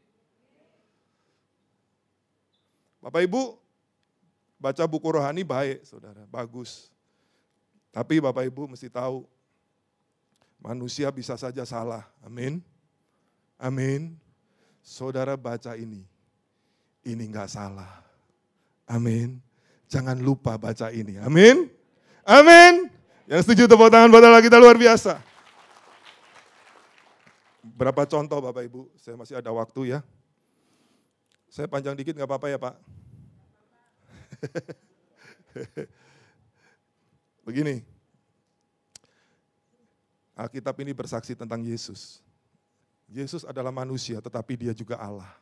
Bapak Ibu, baca buku rohani baik saudara, bagus. Tapi Bapak Ibu mesti tahu, manusia bisa saja salah, amin. Amin. Saudara baca ini enggak salah, amin. Jangan lupa baca ini, amin. Amin. Yang setuju tepuk tangan buat Allah kita luar biasa. Berapa contoh Bapak Ibu, saya masih ada waktu ya. Saya panjang dikit gak apa-apa ya Pak? Begini, Alkitab ini bersaksi tentang Yesus. Yesus adalah manusia tetapi dia juga Allah.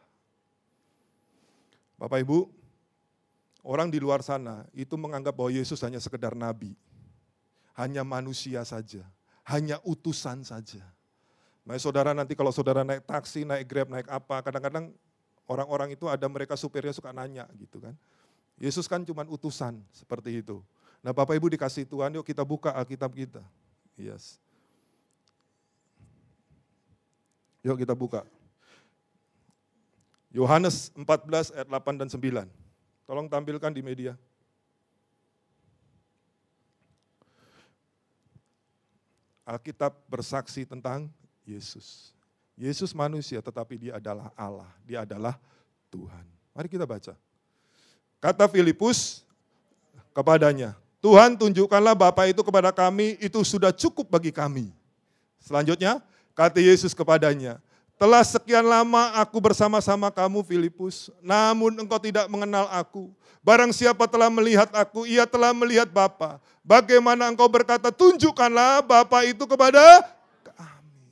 Bapak Ibu, orang di luar sana itu menganggap bahwa Yesus hanya sekedar nabi. Hanya manusia saja, hanya utusan saja. Makanya saudara nanti kalau saudara naik taksi, naik Grab, naik apa, kadang-kadang orang-orang itu ada mereka supirnya suka nanya gitu kan. Yesus kan cuma utusan seperti itu. Nah Bapak Ibu dikasih Tuhan, yuk kita buka Alkitab kita. Yes. Yuk kita buka. Yohanes 14 ayat 8 dan 9. Tolong tampilkan di media. Alkitab bersaksi tentang Yesus. Yesus manusia tetapi dia adalah Allah. Dia adalah Tuhan. Mari kita baca. Kata Filipus kepadanya, Tuhan tunjukkanlah Bapa itu kepada kami, itu sudah cukup bagi kami. Selanjutnya, kata Yesus kepadanya, telah sekian lama aku bersama-sama kamu Filipus, namun engkau tidak mengenal aku. Barang siapa telah melihat aku, ia telah melihat Bapa. Bagaimana engkau berkata, tunjukkanlah Bapa itu kepada kami.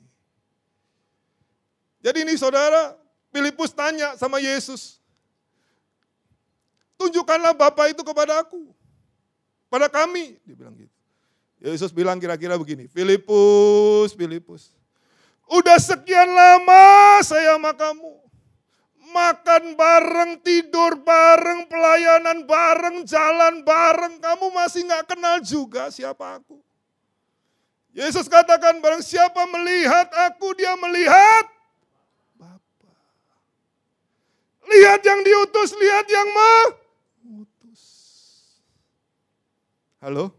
Jadi ini saudara, Filipus tanya sama Yesus, tunjukkanlah Bapa itu kepada aku, pada kami. Dia bilang gitu. Yesus bilang kira-kira begini, Filipus, udah sekian lama saya sama kamu. Makan bareng, tidur bareng, pelayanan bareng, jalan bareng. Kamu masih gak kenal juga siapa aku. Yesus katakan barang siapa melihat aku, dia melihat Bapa. Lihat yang diutus, lihat yang mengutus. Halo?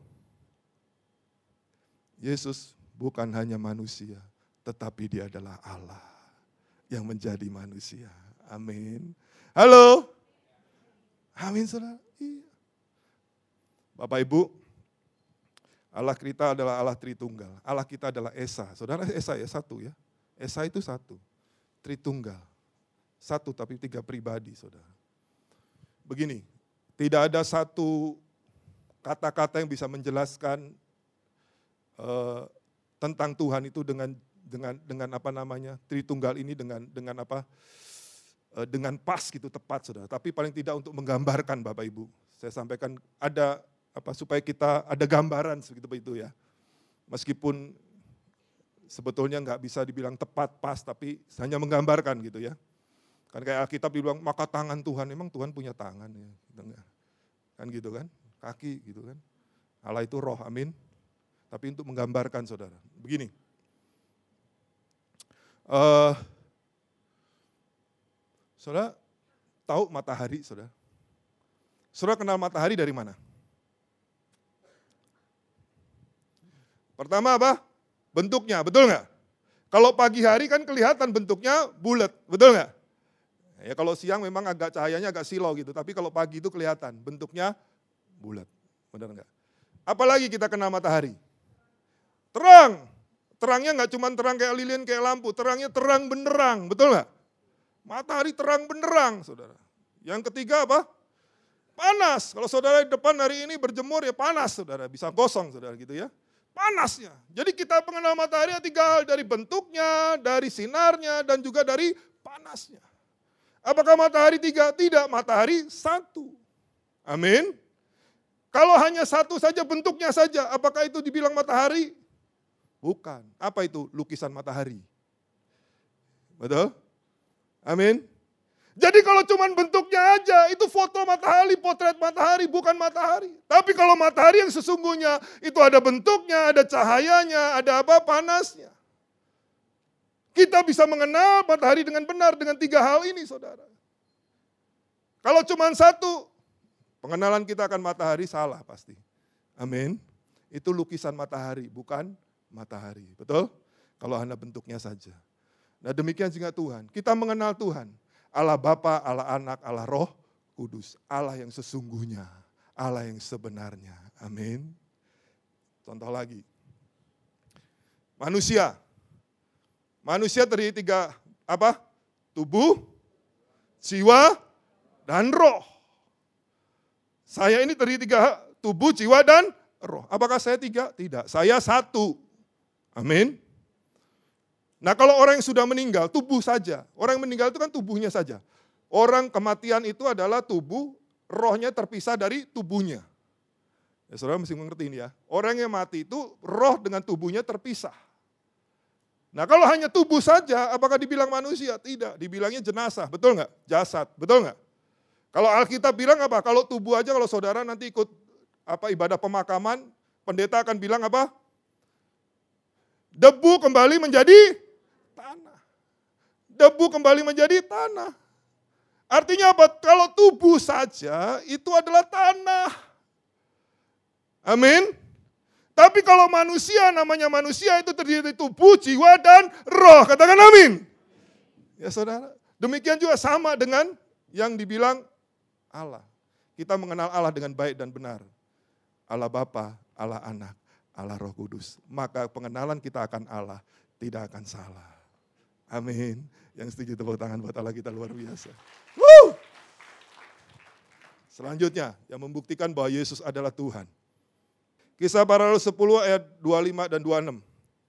Yesus bukan hanya manusia, tetapi dia adalah Allah yang menjadi manusia. Amin. Halo? Amin saudara. Iya. Bapak Ibu, Allah kita adalah Allah Tritunggal. Allah kita adalah Esa. Saudara Esa ya, satu ya. Esa itu satu. Tritunggal. Satu tapi tiga pribadi saudara. Begini, tidak ada satu kata-kata yang bisa menjelaskan tentang Tuhan itu dengan apa namanya, Tritunggal ini dengan apa, dengan pas gitu, tepat saudara. Tapi paling tidak untuk menggambarkan Bapak Ibu. Saya sampaikan ada apa supaya kita ada gambaran segitu begitu ya. Meskipun sebetulnya nggak bisa dibilang tepat, pas, tapi hanya menggambarkan gitu ya. Kan kayak Alkitab dibilang maka tangan Tuhan, emang Tuhan punya tangan ya. Kan gitu kan, kaki gitu kan. Allah itu roh, amin. Tapi untuk menggambarkan saudara. Begini. Saudara tahu matahari, saudara? Saudara kenal matahari dari mana? Pertama apa? Bentuknya, betul nggak? Kalau pagi hari kan kelihatan bentuknya bulat, betul nggak? Ya kalau siang memang agak cahayanya agak silau gitu, tapi kalau pagi itu kelihatan bentuknya bulat, benar nggak? Apalagi kita kenal matahari? Terang, terangnya nggak cuma terang kayak lilin, kayak lampu, terangnya terang benderang, betul nggak? Matahari terang benderang, saudara. Yang ketiga apa? Panas. Kalau saudara di depan hari ini berjemur ya panas, saudara. Bisa gosong, saudara gitu ya. Panasnya. Jadi kita mengenal matahari tiga hal, dari bentuknya, dari sinarnya, dan juga dari panasnya. Apakah matahari tiga? Tidak, matahari satu. Amin. Kalau hanya satu saja, bentuknya saja, apakah itu dibilang matahari? Bukan. Apa itu lukisan matahari? Betul? Amin. Jadi kalau cuman bentuknya aja, itu foto matahari, potret matahari, bukan matahari. Tapi kalau matahari yang sesungguhnya, itu ada bentuknya, ada cahayanya, ada apa, panasnya. Kita bisa mengenal matahari dengan benar dengan 3 hal ini, saudara. Kalau cuman satu, pengenalan kita akan matahari salah pasti. Amin. Itu lukisan matahari, bukan matahari. Betul? Kalau Anda bentuknya saja. Nah demikian juga Tuhan. Kita mengenal Tuhan. Allah Bapa, Allah Anak, Allah Roh Kudus. Allah yang sesungguhnya. Allah yang sebenarnya. Amin. Contoh lagi. Manusia. Manusia terdiri 3 apa? Tubuh, jiwa, dan roh. Saya ini terdiri 3 tubuh, jiwa, dan roh. Apakah saya 3? Tidak. Saya 1. Amin. Nah kalau orang yang sudah meninggal, tubuh saja. Orang yang meninggal itu kan tubuhnya saja. Orang kematian itu adalah tubuh, rohnya terpisah dari tubuhnya. Ya saudara mesti mengerti ini ya. Orang yang mati itu roh dengan tubuhnya terpisah. Nah kalau hanya tubuh saja, apakah dibilang manusia? Tidak, dibilangnya jenazah, betul nggak? Jasad, betul nggak? Kalau Alkitab bilang apa? Kalau tubuh aja, kalau saudara nanti ikut apa ibadah pemakaman, pendeta akan bilang apa? Debu kembali menjadi tanah. Debu kembali menjadi tanah. Artinya apa? Kalau tubuh saja itu adalah tanah. Amin. Tapi kalau manusia, namanya manusia itu terdiri dari tubuh, jiwa, dan roh. Katakan amin. Ya saudara, demikian juga sama dengan yang dibilang Allah. Kita mengenal Allah dengan baik dan benar. Allah Bapa, Allah Anak, Allah Roh Kudus. Maka pengenalan kita akan Allah tidak akan salah. Amin. Yang setuju tepuk tangan buat Allah kita luar biasa. Woo! Selanjutnya, yang membuktikan bahwa Yesus adalah Tuhan. Kisah Para Rasul 10 ayat 25 dan 26.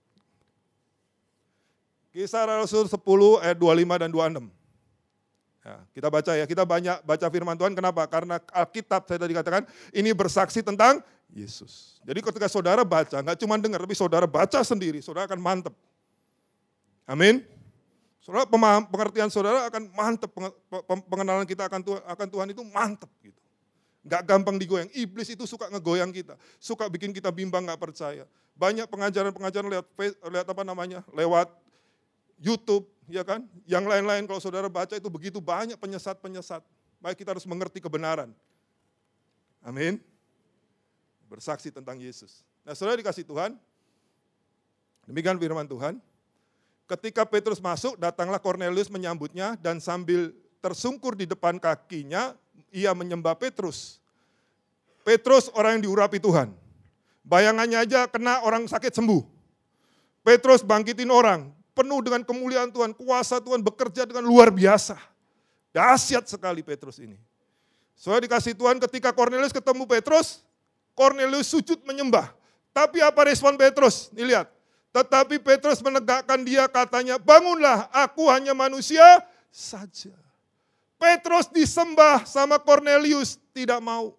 Kisah Rasul 10 ayat 25 dan 26. Ya, kita baca ya, kita banyak baca firman Tuhan. Kenapa? Karena Alkitab saya tadi katakan ini bersaksi tentang Yesus. Jadi ketika saudara baca, nggak cuma dengar, tapi saudara baca sendiri, saudara akan mantep. Amin. Saudara pengertian saudara akan mantep, pengenalan kita akan Tuhan itu mantep gitu. Gak gampang digoyang. Iblis itu suka ngegoyang kita, suka bikin kita bimbang, gak percaya. Banyak pengajaran-pengajaran lewat YouTube, ya kan? Yang lain-lain kalau saudara baca itu begitu banyak penyesat-penyesat. Baik kita harus mengerti kebenaran. Amin. Bersaksi tentang Yesus. Nah saudara dikasih Tuhan, demikian firman Tuhan. Ketika Petrus masuk, datanglah Kornelius menyambutnya dan sambil tersungkur di depan kakinya, ia menyembah Petrus. Petrus orang yang diurapi Tuhan. Bayangannya aja kena orang sakit sembuh. Petrus bangkitin orang, penuh dengan kemuliaan Tuhan, kuasa Tuhan bekerja dengan luar biasa. Dahsyat sekali Petrus ini. Soalnya dikasih Tuhan ketika Kornelius ketemu Petrus, Kornelius sujud menyembah. Tapi apa respon Petrus? Nih lihat. Tetapi Petrus menegakkan dia katanya, bangunlah, aku hanya manusia saja. Petrus disembah sama Kornelius, tidak mau.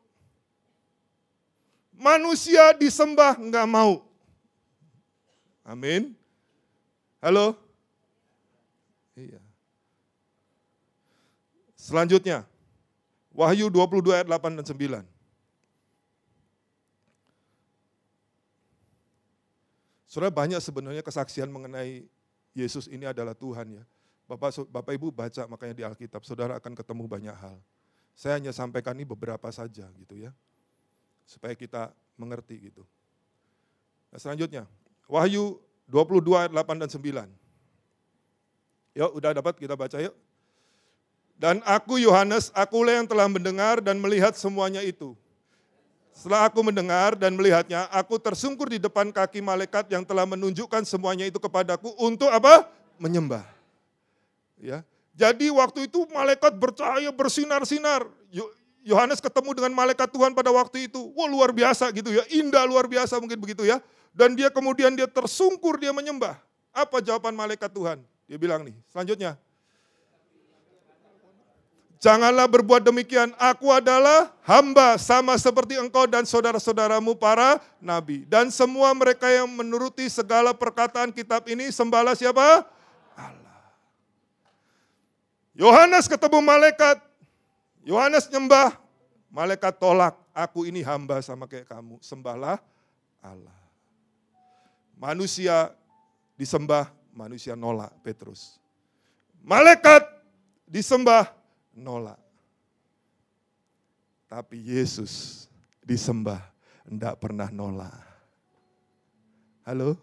Manusia disembah, enggak mau. Amin. Halo? Iya. Selanjutnya, Wahyu 22 ayat 8 dan 9. Saudara banyak sebenarnya kesaksian mengenai Yesus ini adalah Tuhan ya. Bapak Ibu baca makanya di Alkitab, saudara akan ketemu banyak hal. Saya hanya sampaikan ini beberapa saja gitu ya. Supaya kita mengerti gitu. Nah, selanjutnya, Wahyu 22 ayat 8 dan 9. Yuk udah dapat kita baca yuk. Dan aku Yohanes, akulah yang telah mendengar dan melihat semuanya itu. Setelah aku mendengar dan melihatnya, aku tersungkur di depan kaki malaikat yang telah menunjukkan semuanya itu kepadaku untuk apa? Menyembah. Ya, jadi waktu itu malaikat bercahaya bersinar-sinar. Yohanes ketemu dengan malaikat Tuhan pada waktu itu. Wah luar biasa gitu ya, indah luar biasa mungkin begitu ya. Dan dia kemudian dia tersungkur, dia menyembah. Apa jawaban malaikat Tuhan? Dia bilang nih, selanjutnya. Janganlah berbuat demikian, aku adalah hamba sama seperti engkau dan saudara-saudaramu para nabi. Dan semua mereka yang menuruti segala perkataan kitab ini sembahlah siapa? Yohanes ketemu malaikat, Yohanes nyembah, malaikat tolak, aku ini hamba sama kayak kamu, sembahlah Allah. Manusia disembah, manusia nolak, Petrus. Malaikat disembah, nolak. Tapi Yesus disembah, enggak pernah nolak. Halo?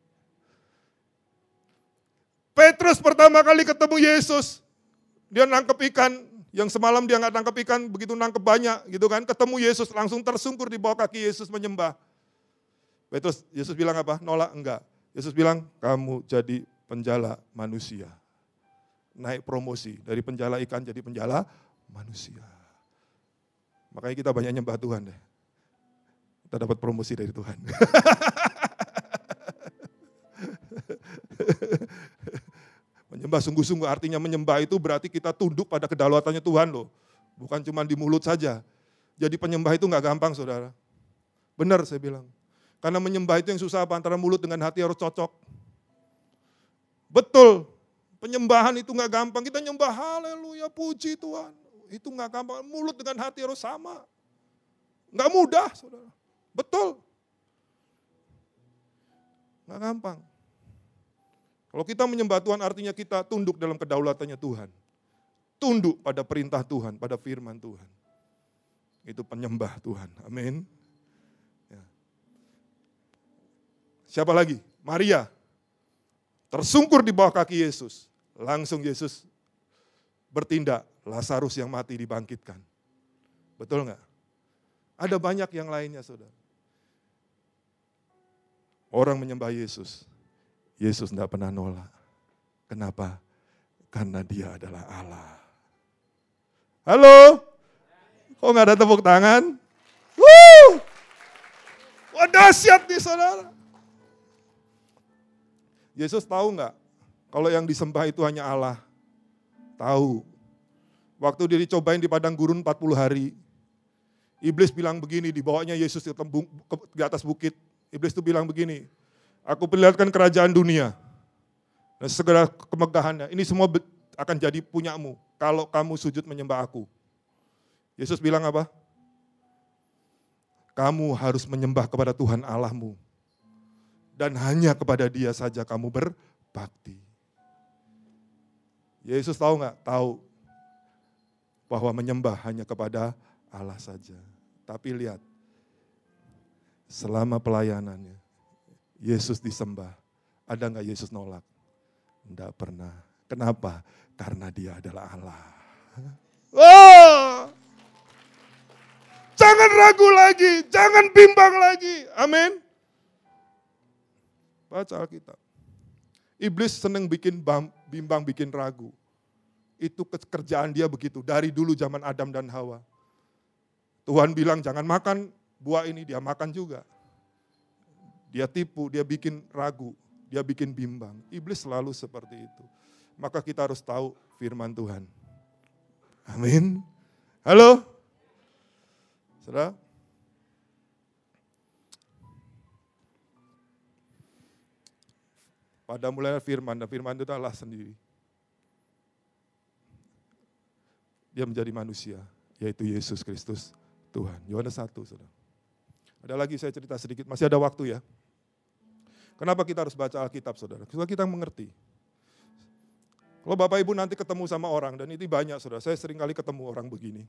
Petrus pertama kali ketemu Yesus, dia nangkep ikan, yang semalam dia nggak nangkep ikan, begitu nangkep banyak gitu kan. Ketemu Yesus, langsung tersungkur di bawah kaki Yesus menyembah. Petrus, Yesus bilang apa? Nolak? Enggak. Yesus bilang, kamu jadi penjala manusia. Naik promosi, dari penjala ikan jadi penjala manusia. Makanya kita banyak nyembah Tuhan deh. Kita dapat promosi dari Tuhan. Menyembah sungguh-sungguh, artinya menyembah itu berarti kita tunduk pada kedaulatannya Tuhan loh. Bukan cuma di mulut saja. Jadi penyembah itu gak gampang saudara. Benar saya bilang. Karena menyembah itu yang susah apa? Antara mulut dengan hati harus cocok. Betul. Penyembahan itu gak gampang. Kita nyembah haleluya, puji Tuhan. Itu gak gampang. Mulut dengan hati harus sama. Gak mudah saudara. Betul. Gak gampang. Kalau kita menyembah Tuhan artinya kita tunduk dalam kedaulatannya Tuhan. Tunduk pada perintah Tuhan, pada firman Tuhan. Itu penyembah Tuhan. Amin. Ya. Siapa lagi? Maria. Tersungkur di bawah kaki Yesus. Langsung Yesus bertindak. Lazarus yang mati dibangkitkan. Betul nggak? Ada banyak yang lainnya saudara. Orang menyembah Yesus. Yesus tidak pernah nolak. Kenapa? Karena dia adalah Allah. Halo? Kok nggak ada tepuk tangan? Wah dahsyat nih saudara. Yesus tahu nggak? Kalau yang disembah itu hanya Allah. Tahu. Waktu dia dicobain di padang gurun 40 hari. Iblis bilang begini, dibawanya Yesus di atas bukit. Iblis itu bilang begini, aku perlihatkan kerajaan dunia dan segera kemegahannya. Ini semua akan jadi punyamu kalau kamu sujud menyembah aku. Yesus bilang apa? Kamu harus menyembah kepada Tuhan Allahmu. Dan hanya kepada Dia saja kamu berbakti. Yesus tahu nggak? Tahu bahwa menyembah hanya kepada Allah saja. Tapi lihat, selama pelayanannya, Yesus disembah. Ada nggak Yesus nolak? Enggak pernah. Kenapa? Karena dia adalah Allah. Oh! Jangan ragu lagi, jangan bimbang lagi. Amin. Baca Alkitab. Iblis senang bikin bimbang, bikin ragu. Itu kerjaan dia begitu. Dari dulu zaman Adam dan Hawa. Tuhan bilang jangan makan buah ini, dia makan juga. Dia tipu, dia bikin ragu, dia bikin bimbang. Iblis selalu seperti itu. Maka kita harus tahu firman Tuhan. Amin. Halo? Saudara? Pada mulanya firman, dan firman itu Allah sendiri. Dia menjadi manusia, yaitu Yesus Kristus Tuhan. Yohanes 1, saudara. Ada lagi saya cerita sedikit, masih ada waktu ya. Kenapa kita harus baca Alkitab saudara? Supaya kita mengerti. Kalau Bapak Ibu nanti ketemu sama orang, dan itu banyak saudara, saya sering kali ketemu orang begini.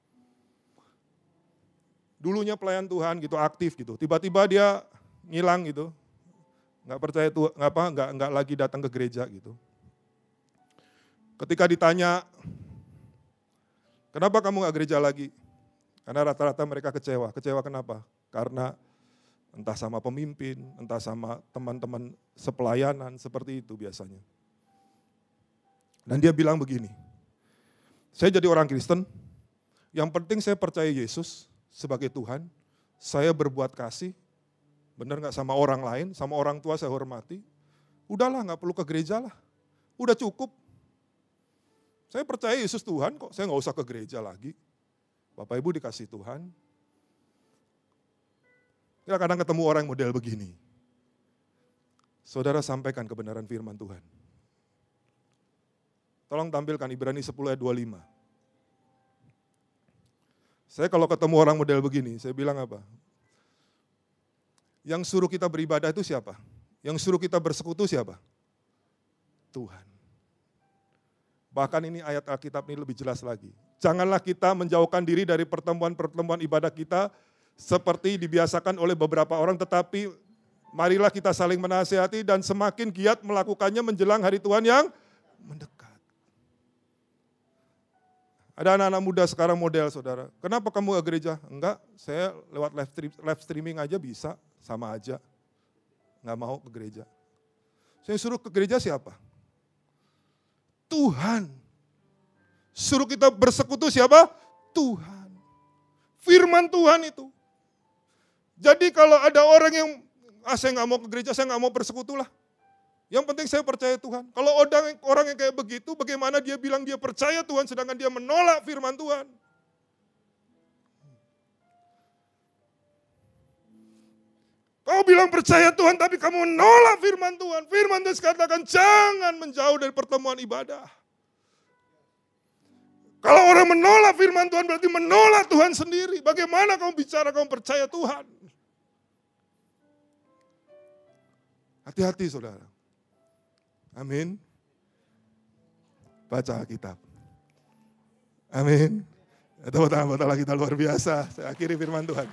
Dulunya pelayan Tuhan gitu, aktif gitu, tiba-tiba dia ngilang gitu. Nggak percaya Tuhan, nggak lagi datang ke gereja gitu. Ketika ditanya, kenapa kamu nggak gereja lagi? Karena rata-rata mereka kecewa. Kecewa kenapa? Karena entah sama pemimpin, entah sama teman-teman sepelayanan, seperti itu biasanya. Dan dia bilang begini, saya jadi orang Kristen, yang penting saya percaya Yesus sebagai Tuhan, saya berbuat kasih, benar nggak sama orang lain, sama orang tua saya hormati, udahlah nggak perlu ke gereja lah, udah cukup. Saya percaya Yesus Tuhan kok, saya nggak usah ke gereja lagi. Bapak Ibu dikasih Tuhan. Kita kadang ketemu orang model begini. Saudara sampaikan kebenaran firman Tuhan. Tolong tampilkan Ibrani 10 ayat 25. Saya kalau ketemu orang model begini, saya bilang apa? Yang suruh kita beribadah itu siapa? Yang suruh kita bersekutu siapa? Tuhan. Bahkan ini ayat Alkitab ini lebih jelas lagi. Janganlah kita menjauhkan diri dari pertemuan-pertemuan ibadah kita seperti dibiasakan oleh beberapa orang, tetapi marilah kita saling menasihati dan semakin giat melakukannya menjelang hari Tuhan yang mendekat. Ada anak-anak muda sekarang model, saudara. Kenapa kamu ke gereja? Enggak, saya lewat live streaming aja bisa, sama aja. Enggak mau ke gereja. Saya suruh ke gereja siapa? Tuhan. Suruh kita bersekutu siapa? Tuhan. Firman Tuhan itu. Jadi kalau ada orang yang, saya nggak mau ke gereja, saya nggak mau bersekutu lah. Yang penting saya percaya Tuhan. Kalau orang yang kayak begitu, bagaimana dia bilang dia percaya Tuhan, sedangkan dia menolak firman Tuhan. Kau bilang percaya Tuhan, tapi kamu menolak firman Tuhan. Firman Tuhan katakan jangan menjauh dari pertemuan ibadah. Kalau orang menolak firman Tuhan berarti menolak Tuhan sendiri. Bagaimana kamu bicara kamu percaya Tuhan? Hati-hati saudara. Amin. Baca Alkitab. Amin. Tepuk tangan kita luar biasa. Saya akhiri firman Tuhan.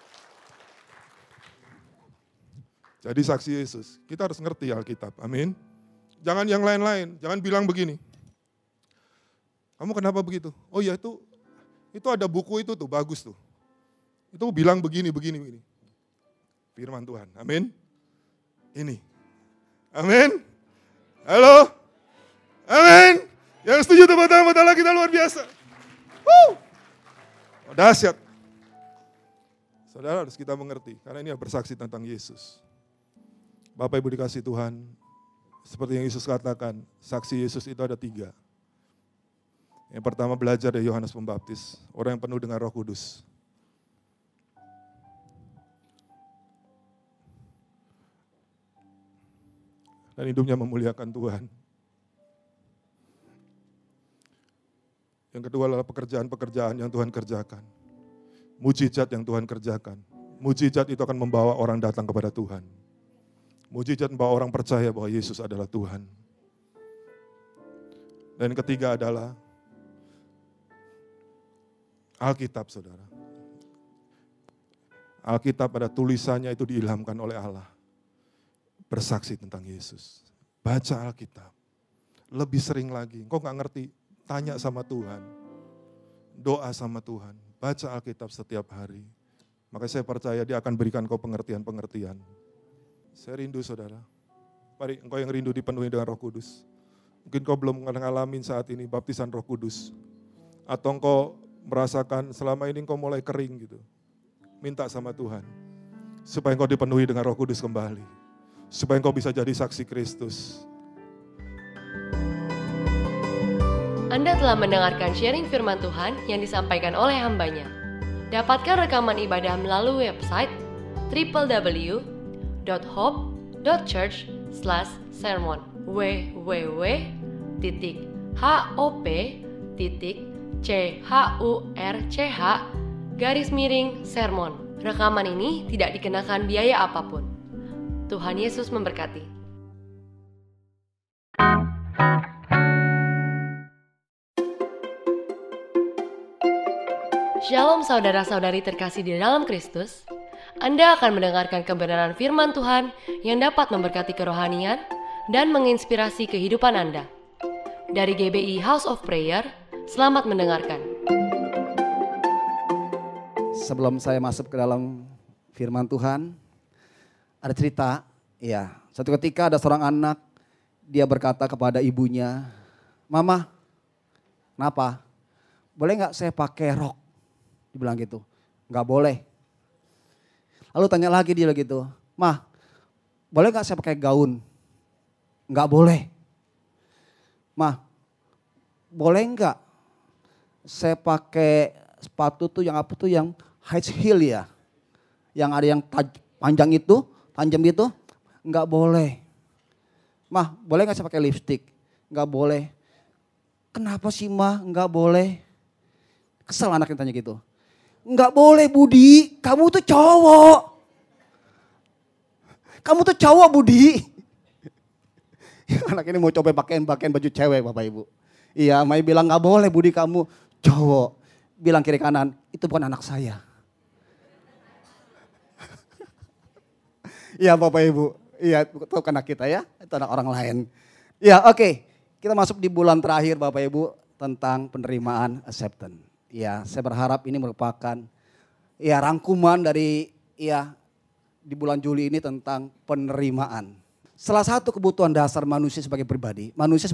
Jadi saksi Yesus, kita harus ngerti Alkitab. Amin. Jangan yang lain-lain, jangan bilang begini. Kamu kenapa begitu? Oh ya itu ada buku itu tuh, bagus tuh. Itu bilang begini. Firman Tuhan. Amin. Ini. Amin. Halo. Amin. Yang setuju tepuk tangan kita luar biasa. Dahsyat. Saudara harus kita mengerti, karena ini bersaksi tentang Yesus. Bapak Ibu dikasih Tuhan, seperti yang Yesus katakan, saksi Yesus itu ada 3. Yang pertama belajar dari Yohanes Pembaptis, orang yang penuh dengan Roh Kudus. Dan hidupnya memuliakan Tuhan. Yang kedua adalah pekerjaan-pekerjaan yang Tuhan kerjakan. Mujizat yang Tuhan kerjakan. Mujizat itu akan membawa orang datang kepada Tuhan. Mujizat membawa orang percaya bahwa Yesus adalah Tuhan. Dan yang ketiga adalah Alkitab, saudara. Alkitab pada tulisannya itu diilhamkan oleh Allah. Bersaksi tentang Yesus. Baca Alkitab. Lebih sering lagi. Kok gak ngerti? Tanya sama Tuhan. Doa sama Tuhan. Baca Alkitab setiap hari. Maka saya percaya dia akan berikan kau pengertian-pengertian. Saya rindu saudara. Mari engkau yang rindu dipenuhi dengan Roh Kudus. Mungkin kau belum ngalamin saat ini baptisan Roh Kudus. Atau engkau merasakan selama ini engkau mulai kering gitu. Minta sama Tuhan. Supaya engkau dipenuhi dengan Roh Kudus kembali. Supaya engkau bisa jadi saksi Kristus. Anda telah mendengarkan sharing firman Tuhan yang disampaikan oleh hambanya. Dapatkan rekaman ibadah melalui website www.hope.church/sermon www.hop.church/sermon. Rekaman ini tidak dikenakan biaya apapun. Tuhan Yesus memberkati. Shalom saudara-saudari terkasih di dalam Kristus. Anda akan mendengarkan kebenaran firman Tuhan yang dapat memberkati kerohanian dan menginspirasi kehidupan Anda. Dari GBI House of Prayer, selamat mendengarkan. Sebelum saya masuk ke dalam firman Tuhan, ada cerita, ya. Satu ketika ada seorang anak, dia berkata kepada ibunya, "Mama, kenapa? Boleh nggak saya pakai rok?" Dibilang gitu, "Nggak boleh." Lalu tanya lagi dia gitu, "Mah, boleh nggak saya pakai gaun?" "Nggak boleh." "Mah, boleh nggak saya pakai sepatu tuh yang apa tuh yang high heel ya, yang ada yang panjang itu, tajam gitu?" "Nggak boleh." "Mah, boleh nggak saya pakai lipstick?" "Nggak boleh." kenapa sih mah nggak boleh? Kesel anaknya tanya gitu. Nggak boleh Budi, kamu tuh cowok. Kamu tuh cowok Budi. Anak ini mau coba pakaian baju cewek Bapak Ibu. Iya, Mai bilang nggak boleh Budi, kamu cowok. Bilang kiri kanan, itu bukan anak saya. Iya Bapak Ibu, iya itu anak kita ya, itu anak orang lain. Ya oke, kita masuk di bulan terakhir Bapak Ibu tentang penerimaan acceptance. Ya saya berharap ini merupakan ya rangkuman dari ya di bulan Juli ini tentang penerimaan. Salah satu kebutuhan dasar manusia sebagai pribadi,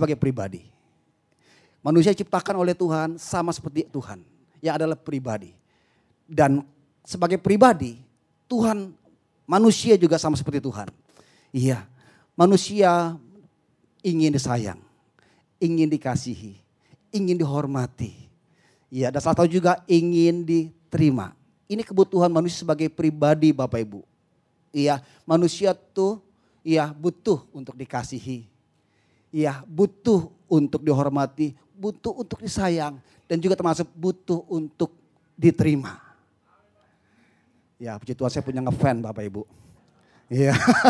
manusia diciptakan oleh Tuhan sama seperti Tuhan, yang adalah pribadi. Dan sebagai pribadi, Tuhan, manusia juga sama seperti Tuhan. Iya, manusia ingin disayang, ingin dikasihi, ingin dihormati. Iya, dan salah satu juga ingin diterima. Ini kebutuhan manusia sebagai pribadi Bapak Ibu. Iya, manusia tuh iya butuh untuk dikasihi. Iya, butuh untuk dihormati, butuh untuk disayang, dan juga termasuk butuh untuk diterima. Ya, puji Tuhan saya punya ngefan Bapak Ibu. Iya.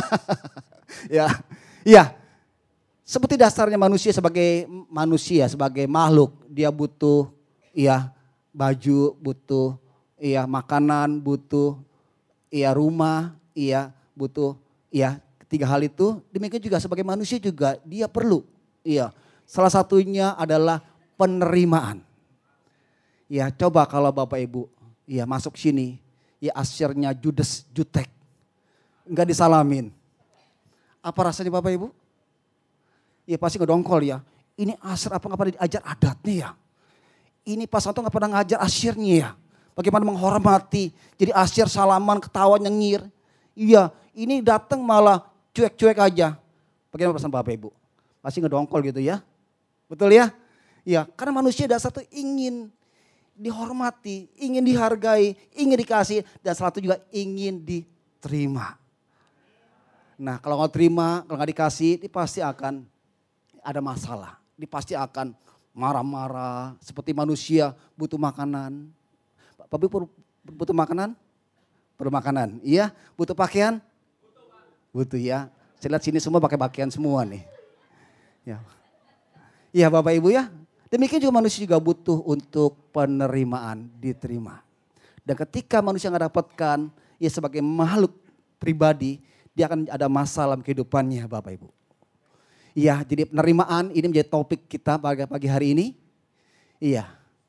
Iya. Seperti dasarnya manusia, sebagai makhluk, dia butuh iya baju, butuh iya makanan, butuh iya rumah, iya butuh iya ketiga hal itu. Demikian juga sebagai manusia juga dia perlu iya. Salah satunya adalah penerimaan. Ya coba kalau Bapak Ibu ya masuk sini, ya asyirnya jutek, enggak disalamin. Apa rasanya Bapak Ibu? Ya pasti ngedongkol ya. Ini asyir apa nggak pernah diajar adatnya ya? Ini Pak Santo nggak pernah ngajar asyirnya ya? Bagaimana menghormati? Jadi asyir salaman, ketawa, nyengir. Iya, ini datang malah cuek-cuek aja. Bagaimana pesan Bapak Ibu? Pasti ngedongkol gitu ya? Betul ya? Ya, karena manusia dasar itu ingin dihormati, ingin dihargai, ingin dikasih, dan salah satu juga ingin diterima. Nah, kalau nggak terima, kalau nggak dikasih, dia pasti akan ada masalah. Dia pasti akan marah-marah, seperti manusia butuh makanan. Bapak Ibu butuh makanan? Perlu makanan, iya. Butuh pakaian? Butuh ya. Saya lihat sini semua pakai pakaian semua nih. Ya. Iya Bapak Ibu ya. Demikian juga manusia juga butuh untuk penerimaan, diterima. Dan ketika manusia nggak dapatkan, ya sebagai makhluk pribadi, dia akan ada masalah dalam kehidupannya Bapak Ibu. Iya, jadi penerimaan ini menjadi topik kita pagi hari ini. Iya.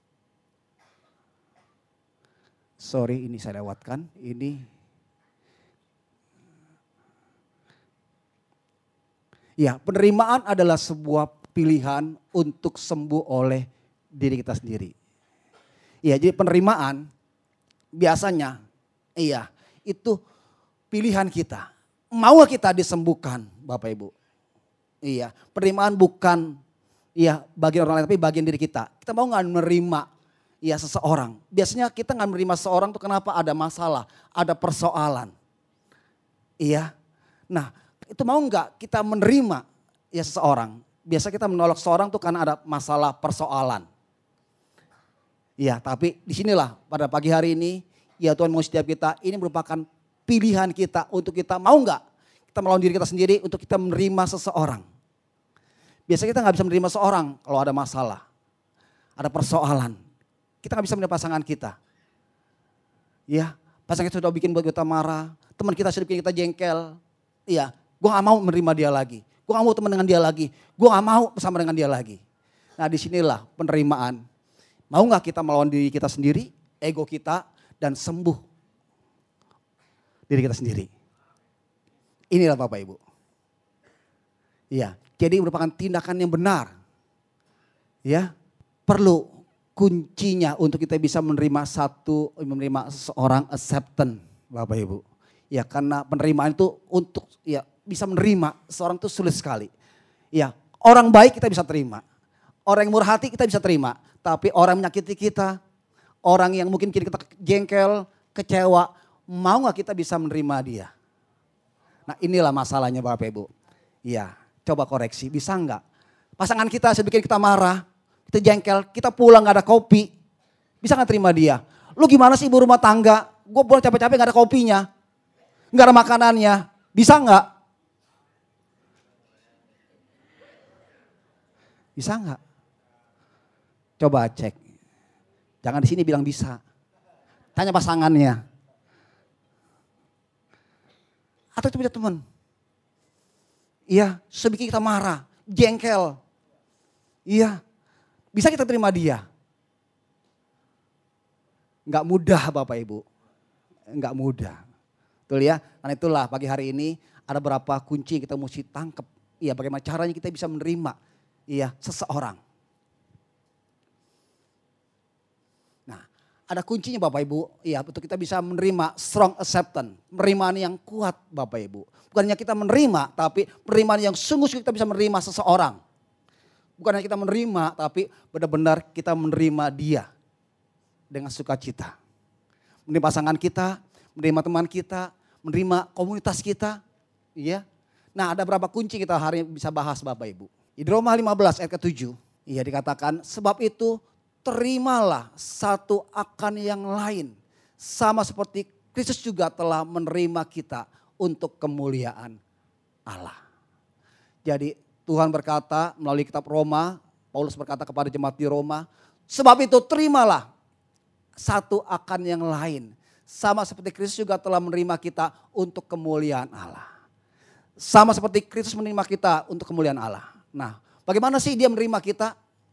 Sorry, ini saya lewatkan. Ini. Ya, penerimaan adalah sebuah pilihan untuk sembuh oleh diri kita sendiri. Iya, jadi penerimaan biasanya, iya, itu pilihan kita. Mau kita disembuhkan, Bapak Ibu? Iya, penerimaan bukan iya bagian orang lain, tapi bagian diri kita. Kita mau nggak menerima iya seseorang? Biasanya kita nggak menerima seseorang tuh kenapa? Ada masalah, ada persoalan. Iya, nah itu mau nggak kita menerima ya seseorang? Biasa kita menolak seseorang tuh karena ada masalah persoalan. Iya, tapi disinilah pada pagi hari ini, ya Tuhan mau setiap kita, ini merupakan pilihan kita untuk kita mau nggak kita melawan diri kita sendiri untuk kita menerima seseorang. Biasanya kita nggak bisa menerima seseorang kalau ada masalah, ada persoalan. Kita nggak bisa menerima pasangan kita. Ya, pasangan kita sudah bikin buat kita marah, teman kita sudah bikin kita jengkel. Iya, gue nggak mau menerima dia lagi. Gue gak mau teman dengan dia lagi. Gue gak mau bersama dengan dia lagi. Nah disinilah penerimaan. Mau gak kita melawan diri kita sendiri, ego kita, dan sembuh diri kita sendiri. Inilah Bapak Ibu. Iya, jadi merupakan tindakan yang benar. Ya, perlu kuncinya untuk kita bisa menerima seseorang acceptance Bapak Ibu. Ya karena penerimaan itu untuk ya bisa menerima seorang itu sulit sekali. Ya, orang baik kita bisa terima. Orang yang murah hati kita bisa terima. Tapi orang yang menyakiti kita, orang yang mungkin kita jengkel, kecewa, mau gak kita bisa menerima dia? Nah inilah masalahnya Bapak Ibu. Ya, coba koreksi, bisa enggak? Pasangan kita bikin kita marah, kita jengkel, kita pulang gak ada kopi. Bisa gak terima dia? Lu gimana sih ibu rumah tangga? Gue pulang capek-capek gak ada kopinya. Gak ada makanannya. Bisa gak? Bisa gak? Coba cek. Jangan di sini bilang bisa. Tanya pasangannya. Atau itu punya teman. Iya, sebikin kita marah, jengkel. Iya, bisa kita terima dia. Enggak mudah Bapak Ibu. Enggak mudah. Betul ya? Karena itulah pagi hari ini ada beberapa kunci yang kita mesti tangkap. Iya, bagaimana caranya kita bisa menerima seseorang. Nah, ada kuncinya Bapak Ibu. Iya, untuk kita bisa menerima strong acceptance. Penerimaan yang kuat Bapak Ibu. Bukan hanya kita menerima, tapi penerimaan yang sungguh-sungguh kita bisa menerima seseorang. Bukan hanya kita menerima, tapi benar-benar kita menerima dia dengan sukacita. Menerima pasangan kita, menerima teman kita, menerima komunitas kita. Iya. Nah, ada berapa kunci kita hari ini bisa bahas Bapak Ibu. Di Roma 15 ayat ke-7, iya dikatakan, sebab itu terimalah satu akan yang lain. Sama seperti Kristus juga telah menerima kita untuk kemuliaan Allah. Jadi Tuhan berkata melalui kitab Roma, Paulus berkata kepada jemaat di Roma, sebab itu terimalah satu akan yang lain. Sama seperti Kristus juga telah menerima kita untuk kemuliaan Allah. Sama seperti Kristus menerima kita untuk kemuliaan Allah. Nah, bagaimana sih dia menerima kita?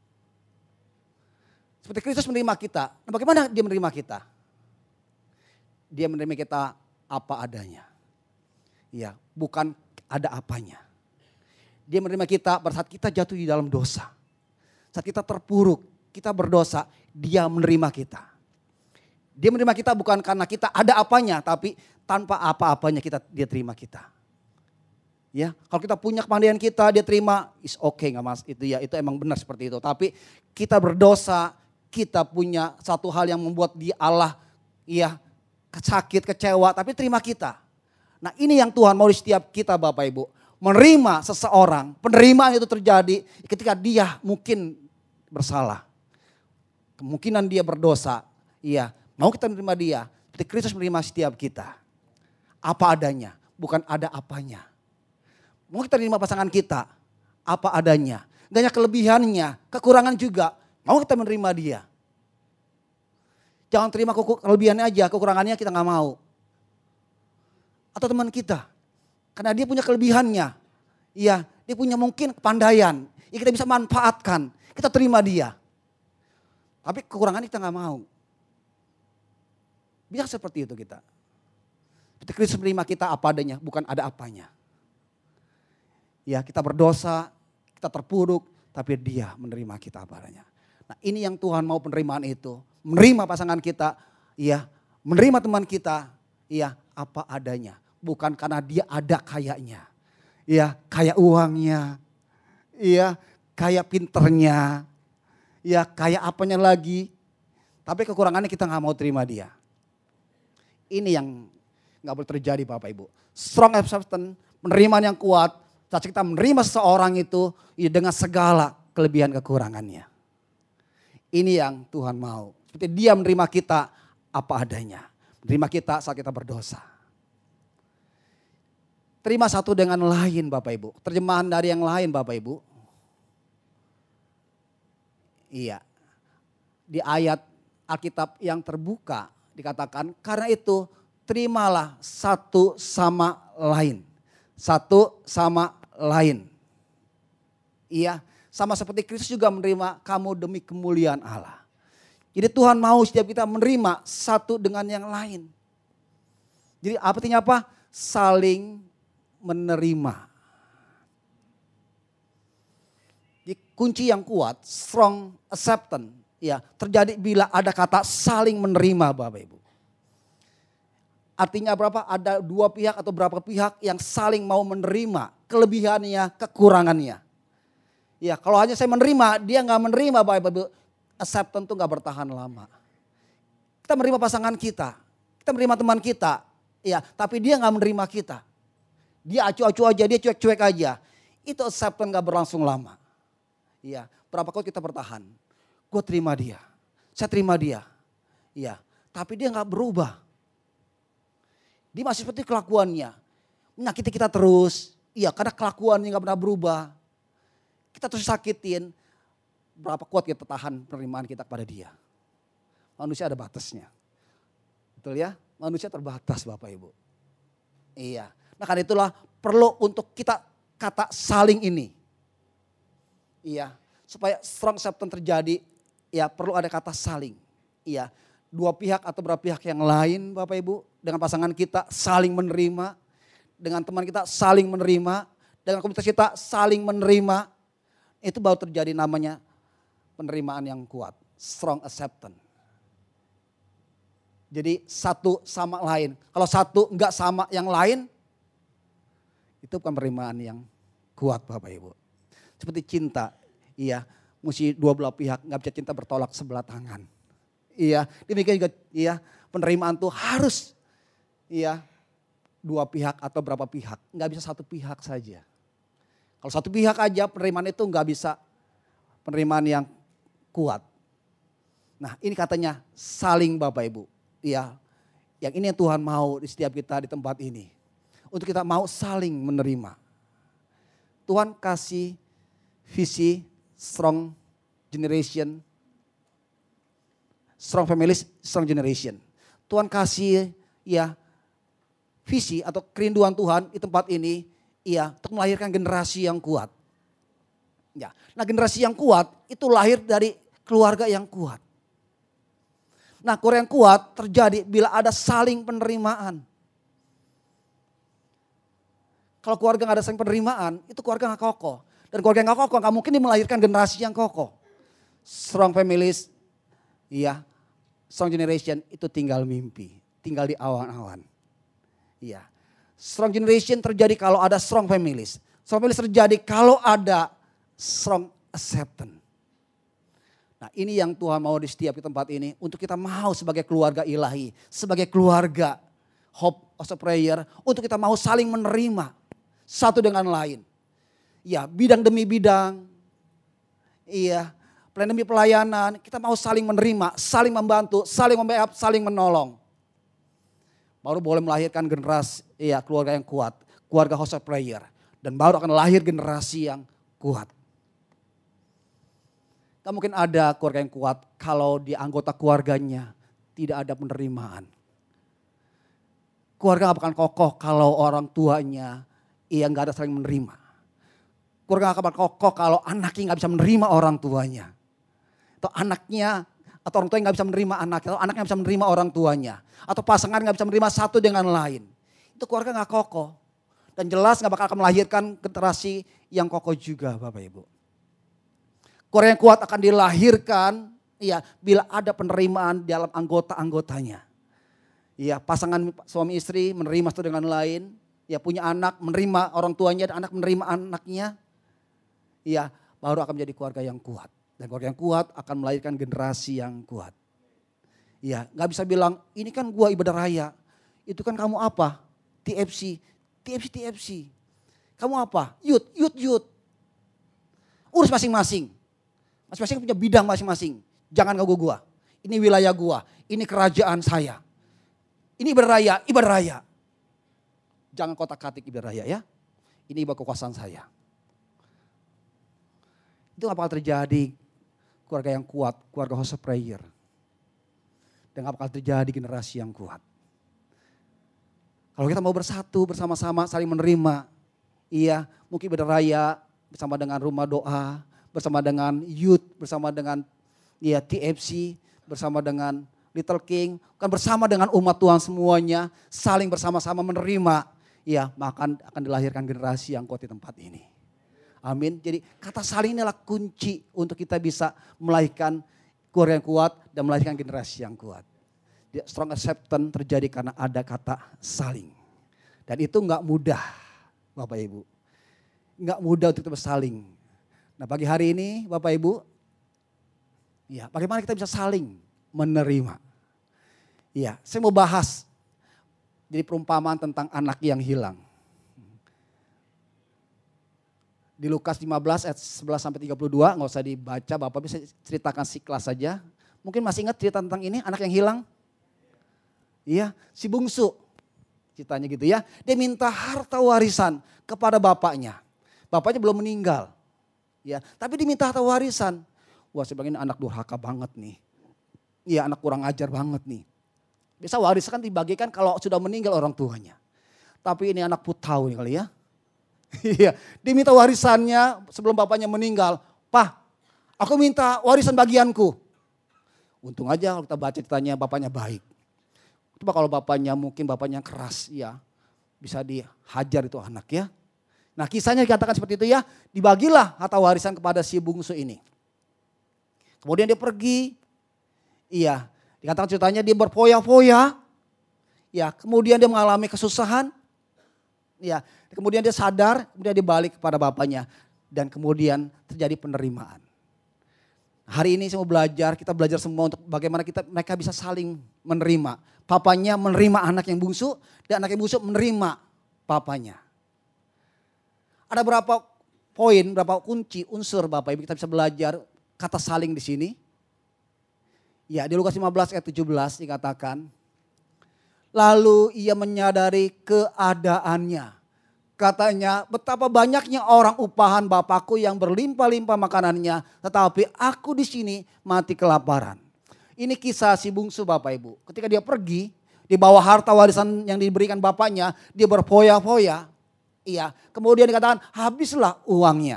Seperti Kristus menerima kita. Nah, bagaimana dia menerima kita? Dia menerima kita apa adanya. Ya, bukan ada apanya. Dia menerima kita pada saat kita jatuh di dalam dosa. Saat kita terpuruk, kita berdosa, dia menerima kita. Dia menerima kita bukan karena kita ada apanya, tapi tanpa apa-apanya dia terima kita. Ya, kalau kita punya kepandaian kita, dia terima, is okay nggak mas? Itu ya, itu emang benar seperti itu. Tapi kita berdosa, kita punya satu hal yang membuat dia Allah, ya sakit, kecewa, tapi terima kita. Nah ini yang Tuhan mau di setiap kita Bapak Ibu. Menerima seseorang, penerimaan itu terjadi ketika dia mungkin bersalah. Kemungkinan dia berdosa, iya. Mau kita menerima dia, seperti Kristus menerima setiap kita. Apa adanya, bukan ada apanya. Mau kita menerima pasangan kita, apa adanya. Gak hanya kelebihannya, kekurangan juga. Mau kita menerima dia. Jangan terima kelebihannya aja, kekurangannya kita gak mau. Atau teman kita, karena dia punya kelebihannya. Iya, dia punya mungkin kepandaian. Ya kita bisa manfaatkan, kita terima dia. Tapi kekurangannya kita gak mau. Bisa seperti itu kita. Seperti Kristus menerima kita apa adanya, bukan ada apanya. Ya kita berdosa, kita terpuruk, tapi dia menerima kita apa adanya. Nah ini yang Tuhan mau penerimaan itu. Menerima pasangan kita, ya menerima teman kita, ya apa adanya. Bukan karena dia ada kayaknya, ya kaya uangnya, ya kaya pinternya, ya kaya apanya lagi. Tapi kekurangannya kita gak mau terima dia. Ini yang gak boleh terjadi Bapak Ibu. Strong acceptance, penerimaan yang kuat. Saat kita menerima seseorang itu ya dengan segala kelebihan kekurangannya. Ini yang Tuhan mau. Seperti dia menerima kita apa adanya. Menerima kita saat kita berdosa. Terima satu dengan lain Bapak Ibu. Terjemahan dari yang lain Bapak Ibu. Iya. Di ayat Alkitab yang terbuka dikatakan karena itu terimalah satu sama lain. Satu sama lain. Iya, sama seperti Kristus juga menerima kamu demi kemuliaan Allah. Jadi Tuhan mau setiap kita menerima satu dengan yang lain. Jadi artinya apa? Saling menerima. Jadi kunci yang kuat, strong acceptance, ya terjadi bila ada kata saling menerima Bapak Ibu. Artinya berapa? Ada dua pihak atau berapa pihak yang saling mau menerima kelebihannya, kekurangannya. Ya kalau hanya saya menerima, dia gak menerima Bapak Ibu. Acceptance itu gak bertahan lama. Kita menerima pasangan kita menerima teman kita. Ya tapi dia gak menerima kita. Dia acu-acu aja, dia cuek-cuek aja. Itu acceptance gak berlangsung lama. Ya berapa kali kita bertahan. gue terima dia, saya terima dia. Iya, tapi dia nggak berubah. Dia masih seperti kelakuannya, menyakiti kita terus. Iya, karena kelakuannya nggak pernah berubah. Kita terus sakitin, berapa kuat kita tahan penerimaan kita kepada dia. Manusia ada batasnya. Betul ya? Manusia terbatas Bapak Ibu. Iya. Nah karena itulah perlu untuk kita kata saling ini. Iya. Supaya strong acceptance terjadi, ya perlu ada kata saling. Iya. Dua pihak atau beberapa pihak yang lain Bapak Ibu. Dengan pasangan kita saling menerima. Dengan teman kita saling menerima. Dengan komunitas kita saling menerima. Itu baru terjadi namanya penerimaan yang kuat. Strong acceptance. Jadi satu sama lain. Kalau satu enggak sama yang lain, itu bukan penerimaan yang kuat Bapak Ibu. Seperti cinta, iya, mesti dua belah pihak, enggak bisa cinta bertolak sebelah tangan. Iya, demikian juga iya, penerimaan tuh harus iya, dua pihak atau berapa pihak, enggak bisa satu pihak saja. Kalau satu pihak aja penerimaan itu enggak bisa penerimaan yang kuat. Nah, ini katanya saling Bapak Ibu. Iya, yang ini yang Tuhan mau di setiap kita di tempat ini. Untuk kita mau saling menerima. Tuhan kasih visi strong generation, strong families, strong generation. Tuhan kasih ya visi atau kerinduan Tuhan di tempat ini ya untuk melahirkan generasi yang kuat. Ya, nah generasi yang kuat itu lahir dari keluarga yang kuat. Nah keluarga yang kuat terjadi bila ada saling penerimaan. Kalau keluarga gak ada saling penerimaan, itu keluarga gak kokoh. Dan keluarga yang gak kokoh gak mungkin dia melahirkan generasi yang kokoh. Strong families, iya, strong generation itu tinggal mimpi. Tinggal di awan-awan. Iya. Strong generation terjadi kalau ada strong families. Strong families terjadi kalau ada strong acceptance. Nah ini yang Tuhan mau di setiap tempat ini. Untuk kita mau sebagai keluarga ilahi. Sebagai keluarga Hope of Prayer. Untuk kita mau saling menerima. Satu dengan lain. Ya bidang demi bidang. Iya. Pelayanan demi pelayanan. Kita mau saling menerima. Saling membantu. Saling membackup. Saling menolong. Baru boleh melahirkan generasi. Iya keluarga yang kuat. Keluarga House of Prayer. Dan baru akan lahir generasi yang kuat. Gak mungkin ada keluarga yang kuat kalau di anggota keluarganya tidak ada penerimaan. Keluarga gak akan kokoh kalau orang tuanya gak ada saling menerima. Keluarga gak akan kokoh kalau anaknya gak bisa menerima orang tuanya. Atau anaknya atau orang tuanya gak bisa menerima anaknya. Atau anaknya gak bisa menerima orang tuanya. Atau pasangan gak bisa menerima satu dengan lain. Itu keluarga gak kokoh. Dan jelas gak bakal melahirkan generasi yang kokoh juga Bapak Ibu. Keluarga yang kuat akan dilahirkan ya bila ada penerimaan dalam anggota-anggotanya. Ya, pasangan suami istri menerima satu dengan lain, ya punya anak menerima orang tuanya dan anak menerima anaknya. Ya, baru akan menjadi keluarga yang kuat. Dan keluarga yang kuat akan melahirkan generasi yang kuat. Ya, nggak bisa bilang ini kan gua ibadah raya. Itu kan kamu apa? TFC. Kamu apa? Youth. Urus masing-masing. Masing-masing punya bidang masing-masing. Jangan ganggu gua. Ini wilayah gua. Ini kerajaan saya. Ini ibadah raya. Jangan kotak-katik ibadah raya ya. Ini ibadah kekuasaan saya. Itu apa bakal terjadi keluarga yang kuat, keluarga House of Prayer. Dan apa bakal terjadi generasi yang kuat. Kalau kita mau bersatu bersama-sama saling menerima. Iya, mungkin ibadah raya bersama dengan rumah doa. Bersama dengan youth, bersama dengan ya TFC, bersama dengan Little King, kan bersama dengan umat Tuhan semuanya, saling bersama-sama menerima, ya maka akan dilahirkan generasi yang kuat di tempat ini. Amin. Jadi kata saling inilah kunci untuk kita bisa melahirkan keluarga yang kuat dan melahirkan generasi yang kuat. Strong acceptance terjadi karena ada kata saling. Dan itu enggak mudah Bapak Ibu. Enggak mudah untuk kita bersaling. Nah pagi hari ini Bapak Ibu, ya bagaimana kita bisa saling menerima. Ya, saya mau bahas jadi perumpamaan tentang anak yang hilang. Di Lukas 15 ayat 11 sampai 32, nggak usah dibaca, Bapak bisa ceritakan Siklas saja. Mungkin masih ingat cerita tentang ini, anak yang hilang? Iya, si bungsu. Ceritanya gitu ya. Dia minta harta warisan kepada bapaknya. Bapaknya belum meninggal. Ya, tapi diminta harta warisan. Wah, saya bilang ini anak durhaka banget nih. Iya, anak kurang ajar banget nih. Biasa warisan kan dibagikan kalau sudah meninggal orang tuanya. Tapi ini anak putau nih kali ya. Iya, dia minta warisannya sebelum bapaknya meninggal. Pak, aku minta warisan bagianku. Untung aja kalau kita baca ceritanya bapaknya baik. Coba kalau bapaknya mungkin bapaknya keras ya. Bisa dihajar itu anak ya. Nah kisahnya dikatakan seperti itu ya. Dibagilah harta warisan kepada si bungsu ini. Kemudian dia pergi. Iya, dikatakan ceritanya dia berfoya-foya. Ya, kemudian dia mengalami kesusahan. Ya, kemudian dia sadar, kemudian dia balik kepada bapaknya. Dan kemudian terjadi penerimaan. Hari ini saya mau belajar, kita belajar semua untuk bagaimana mereka bisa saling menerima. Papanya menerima anak yang bungsu dan anak yang bungsu menerima papanya. Ada berapa poin, berapa kunci, unsur Bapak Ibu kita bisa belajar kata saling di sini. Ya, di Lukas 15 ayat 17 dikatakan, lalu ia menyadari keadaannya. Katanya, betapa banyaknya orang upahan Bapakku yang berlimpah-limpah makanannya, tetapi aku di sini mati kelaparan. Ini kisah si bungsu Bapak Ibu. Ketika dia pergi, di bawah harta warisan yang diberikan bapaknya, dia berfoya-foya. Iya, kemudian dikatakan habislah uangnya.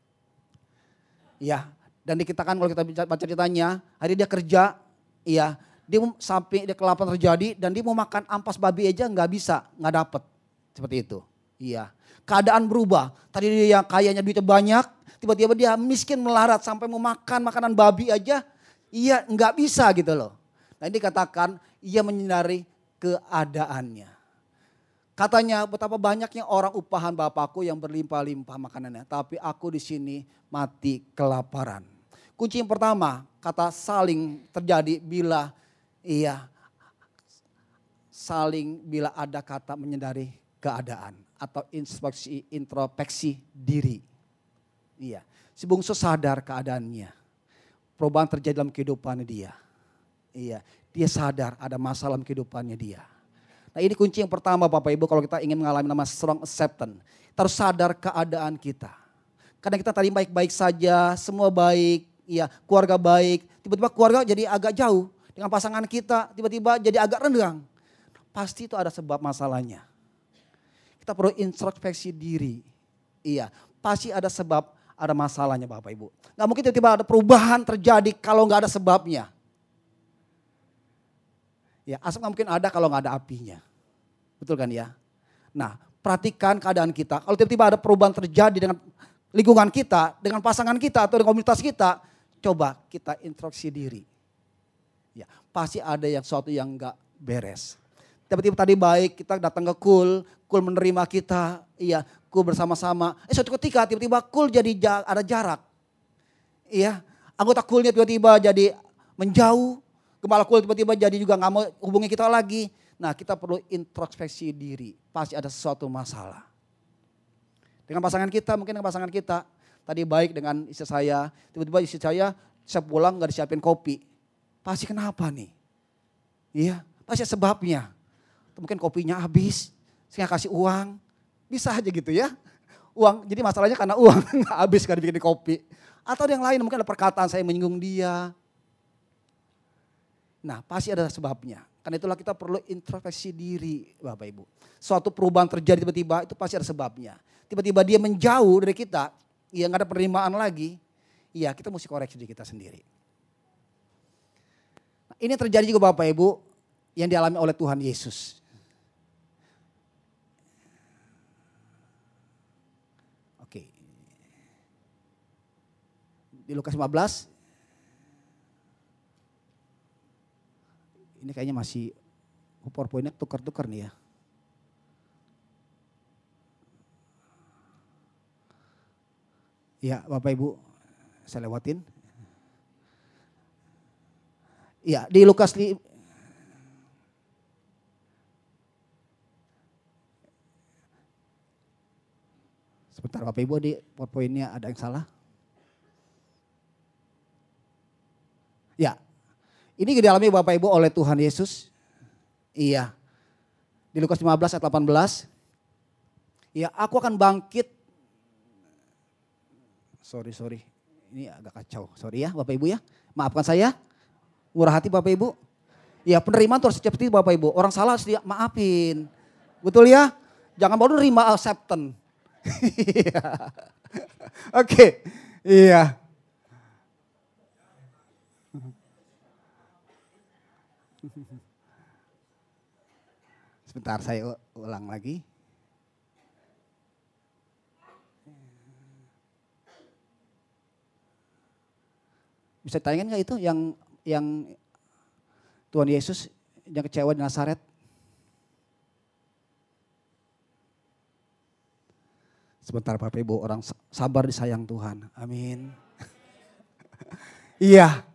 Iya, dan dikatakan kalau kita baca ceritanya, hari dia kerja, iya, dia sampai dia kelaparan terjadi dan dia mau makan ampas babi aja nggak bisa, nggak dapet. Seperti itu. Iya, keadaan berubah. Tadi dia kayaknya duitnya banyak, tiba-tiba dia miskin melarat sampai mau makan makanan babi aja, iya nggak bisa gitu loh. Nah ini dikatakan ia menyadari keadaannya. Katanya betapa banyaknya orang upahan Bapakku yang berlimpah-limpah makanannya, tapi aku di sini mati kelaparan. Kunci yang pertama, kata saling terjadi bila bila ada kata menyadari keadaan atau introspeksi diri. Iya, si bungsu sadar keadaannya. Perubahan terjadi dalam kehidupan dia. Iya, dia sadar ada masalah dalam kehidupannya dia. Nah ini kunci yang pertama Bapak Ibu kalau kita ingin mengalami nama strong acceptance. Kita harus sadar keadaan kita. Karena kita tadi baik-baik saja, semua baik, ya keluarga baik. Tiba-tiba keluarga jadi agak jauh dengan pasangan kita, tiba-tiba jadi agak renggang. Pasti itu ada sebab masalahnya. Kita perlu introspeksi diri. Iya, pasti ada sebab, ada masalahnya Bapak Ibu. Gak mungkin tiba-tiba ada perubahan terjadi kalau gak ada sebabnya. Ya, asap gak mungkin ada kalau gak ada apinya. Betul kan ya? Nah, perhatikan keadaan kita. Kalau tiba-tiba ada perubahan terjadi dengan lingkungan kita, dengan pasangan kita atau dengan komunitas kita, coba kita introspeksi diri. Ya, pasti ada sesuatu yang gak beres. Tiba-tiba tadi baik, kita datang ke Kul menerima kita, iya, Kul bersama-sama. Suatu ketika tiba-tiba Kul jadi ada jarak. Iya, anggota Kulnya tiba-tiba jadi menjauh. Gembala Kul tiba-tiba jadi juga gak mau hubungi kita lagi. Nah kita perlu introspeksi diri. Pasti ada sesuatu masalah. Dengan pasangan kita, mungkin dengan pasangan kita. Tadi baik dengan istri saya. Tiba-tiba istri saya pulang gak disiapin kopi. Pasti kenapa nih? Iya, pasti sebabnya. Mungkin kopinya habis. Saya kasih uang. Bisa aja gitu ya. Uang, jadi masalahnya karena uang gak habis gak dibikin kopi. Atau yang lain mungkin ada perkataan saya menyinggung dia. Nah pasti ada sebabnya. Karena itulah kita perlu introspeksi diri Bapak Ibu. Suatu perubahan terjadi tiba-tiba itu pasti ada sebabnya. Tiba-tiba dia menjauh dari kita. Ya gak ada penerimaan lagi. Ya kita mesti koreksi diri kita sendiri. Nah, ini terjadi juga Bapak Ibu. Yang dialami oleh Tuhan Yesus. Oke. Di Lukas 15. Ini kayaknya masih PowerPoint-nya tukar-tukar nih ya. Ya Bapak Ibu, saya lewatin. Ya di Lukas Sebentar Bapak Ibu, di poinnya ada yang salah. Ya, ini dialami Bapak Ibu oleh Tuhan Yesus. Iya, di Lukas 15 ayat 18. Ya, aku akan bangkit. Sorry. Ini agak kacau. Sorry ya Bapak Ibu ya. Maafkan saya. Murah hati Bapak Ibu. Ya, penerimaan harus seperti itu Bapak Ibu. Orang salah harus maafin. Betul ya? Jangan baru nerima acceptance. Oke. Iya. Sebentar saya ulang lagi. Bisa tanyakan nggak itu yang Tuhan Yesus yang kecewa di Nazaret? Sebentar Bapak Ibu, orang sabar disayang Tuhan. Amin. Iya.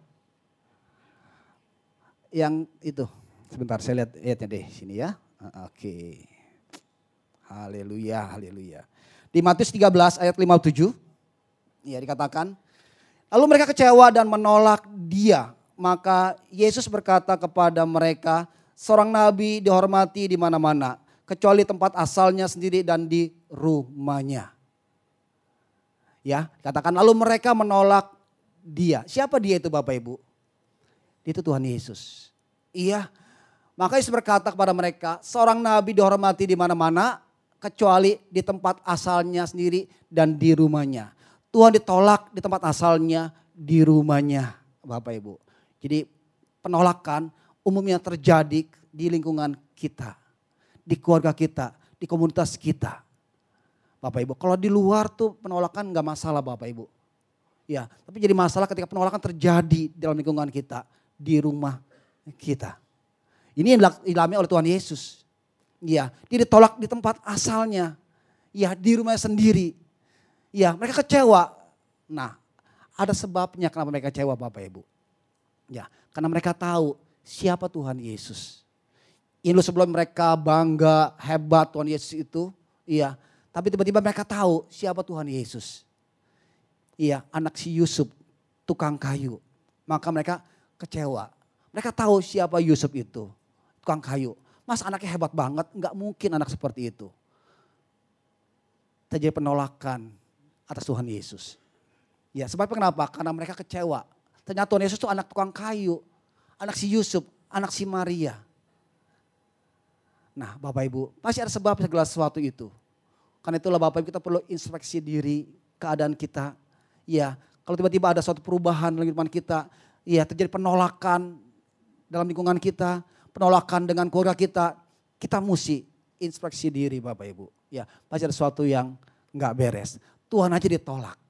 Yang itu, sebentar saya lihatnya deh sini ya. Oke. Haleluya. Di Matius 13 ayat 57, ya dikatakan, lalu mereka kecewa dan menolak Dia. Maka Yesus berkata kepada mereka, seorang nabi dihormati di mana-mana, kecuali tempat asalnya sendiri dan di rumahnya. Ya, katakan lalu mereka menolak Dia. Siapa Dia itu Bapak Ibu? Itu Tuhan Yesus. Iya. Maka Yesus berkata kepada mereka, seorang nabi dihormati di mana-mana, kecuali di tempat asalnya sendiri dan di rumahnya. Tuhan ditolak di tempat asalnya, di rumahnya Bapak Ibu. Jadi penolakan umumnya terjadi di lingkungan kita, di keluarga kita, di komunitas kita. Bapak Ibu, kalau di luar tuh penolakan gak masalah Bapak Ibu. Ya, tapi jadi masalah ketika penolakan terjadi dalam lingkungan kita, di rumah kita. Ini yang dialami oleh Tuhan Yesus. Ya, dia ditolak di tempat asalnya. Ya, di rumahnya sendiri. Ya, mereka kecewa. Nah, ada sebabnya kenapa mereka kecewa Bapak Ibu. Ya, karena mereka tahu siapa Tuhan Yesus. Ini sebelum mereka bangga hebat Tuhan Yesus itu. Iya, tapi tiba-tiba mereka tahu siapa Tuhan Yesus. Iya, anak si Yusuf, tukang kayu. Maka mereka kecewa. Mereka tahu siapa Yusuf itu, tukang kayu. Mas anaknya hebat banget, nggak mungkin anak seperti itu. Terjadi penolakan atas Tuhan Yesus. Ya, sebab kenapa? Karena mereka kecewa. Ternyata Tuhan Yesus itu anak tukang kayu, anak si Yusuf, anak si Maria. Nah Bapak Ibu, pasti ada sebab segala sesuatu itu. Karena itulah Bapak Ibu kita perlu introspeksi diri, keadaan kita. Ya, kalau tiba-tiba ada suatu perubahan dalam kehidupan kita, ya terjadi penolakan dalam lingkungan kita, penolakan dengan keluarga kita mesti introspeksi diri Bapak Ibu. Ya, pasti ada sesuatu yang nggak beres. Tuhan aja ditolak.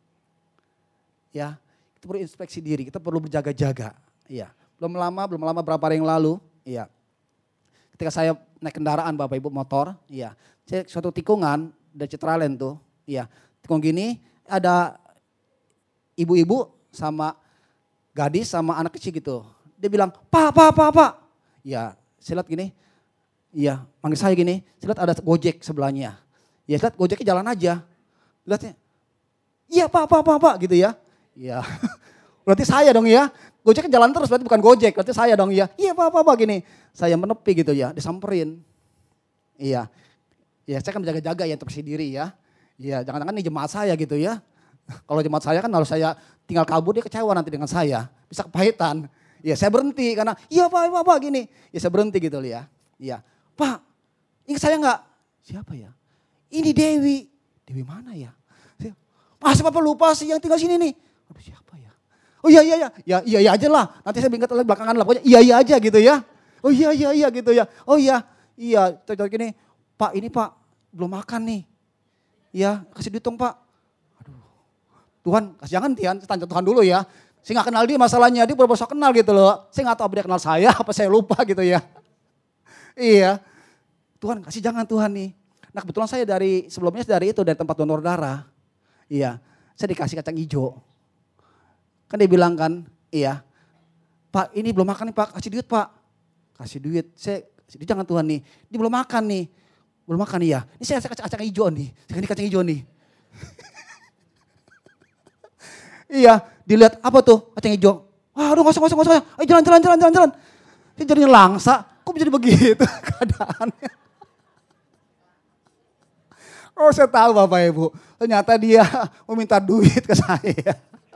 Ya, kita perlu inspeksi diri, kita perlu berjaga-jaga. Ya, belum lama berapa hari yang lalu, ya. Ketika saya naik kendaraan Bapak Ibu motor, ya, saya suatu tikungan dari Citraland tuh, ya. Tikung gini ada ibu-ibu sama gadis sama anak kecil gitu. Dia bilang, "Pak." Ya, saya lihat gini. Iya, manggil saya gini, saya lihat ada Gojek sebelahnya. Ya, saya lihat Gojeknya jalan aja. Lihatnya, "Iya, Pak," gitu ya. Iya, berarti saya dong ya. Gojek jalan terus berarti bukan Gojek, berarti saya dong ya. "Iya Pak," gini. Saya menepi gitu ya, disamperin. Iya, ya saya kan menjaga-jaga ya untuk diri ya. Iya, jangan-jangan ini jemaat saya gitu ya. Kalau jemaat saya kan kalau saya tinggal kabur dia kecewa nanti dengan saya. Bisa kepahitan. Ya saya berhenti karena, "Iya Pak," gini. Ya saya berhenti gitu ya. Iya, "Pak, ingat saya enggak?" "Siapa ya?" "Ini Dewi." "Dewi mana ya?" "Masa Bapak lupa sih yang tinggal sini nih?" "Aduh siapa ya?" "Oh iya aja lah. Nanti saya ingat lagi belakangan lah. Pokoknya iya aja gitu ya." "Oh iya gitu ya." "Oh iya." Cocok gini. "Pak ini Pak belum makan nih." "Ya kasih duit dong Pak." Aduh. Tuhan jangan tanya Tuhan dulu ya. Saya gak kenal dia masalahnya. Dia baru kenal gitu loh. Saya gak tahu apa dia kenal saya apa saya lupa gitu ya. Iya. Tuhan kasih jangan Tuhan nih. Nah kebetulan saya sebelumnya dari tempat donor darah. Iya. Saya dikasih kacang hijau. Kan dia bilang kan, "Iya, Pak ini belum makan nih Pak, kasih duit Pak." Kasih duit, dia jangan Tuhan nih, dia belum makan nih. Belum makan nih ya, ini saya kasih kacang hijau nih, saya kasih kacang hijau nih. Iya, dilihat apa tuh kacang hijau. Waduh kosong. Jalan. Dia jadinya langsa, kok jadi begitu keadaannya. Oh saya tahu Bapak Ibu, ternyata dia meminta duit ke saya.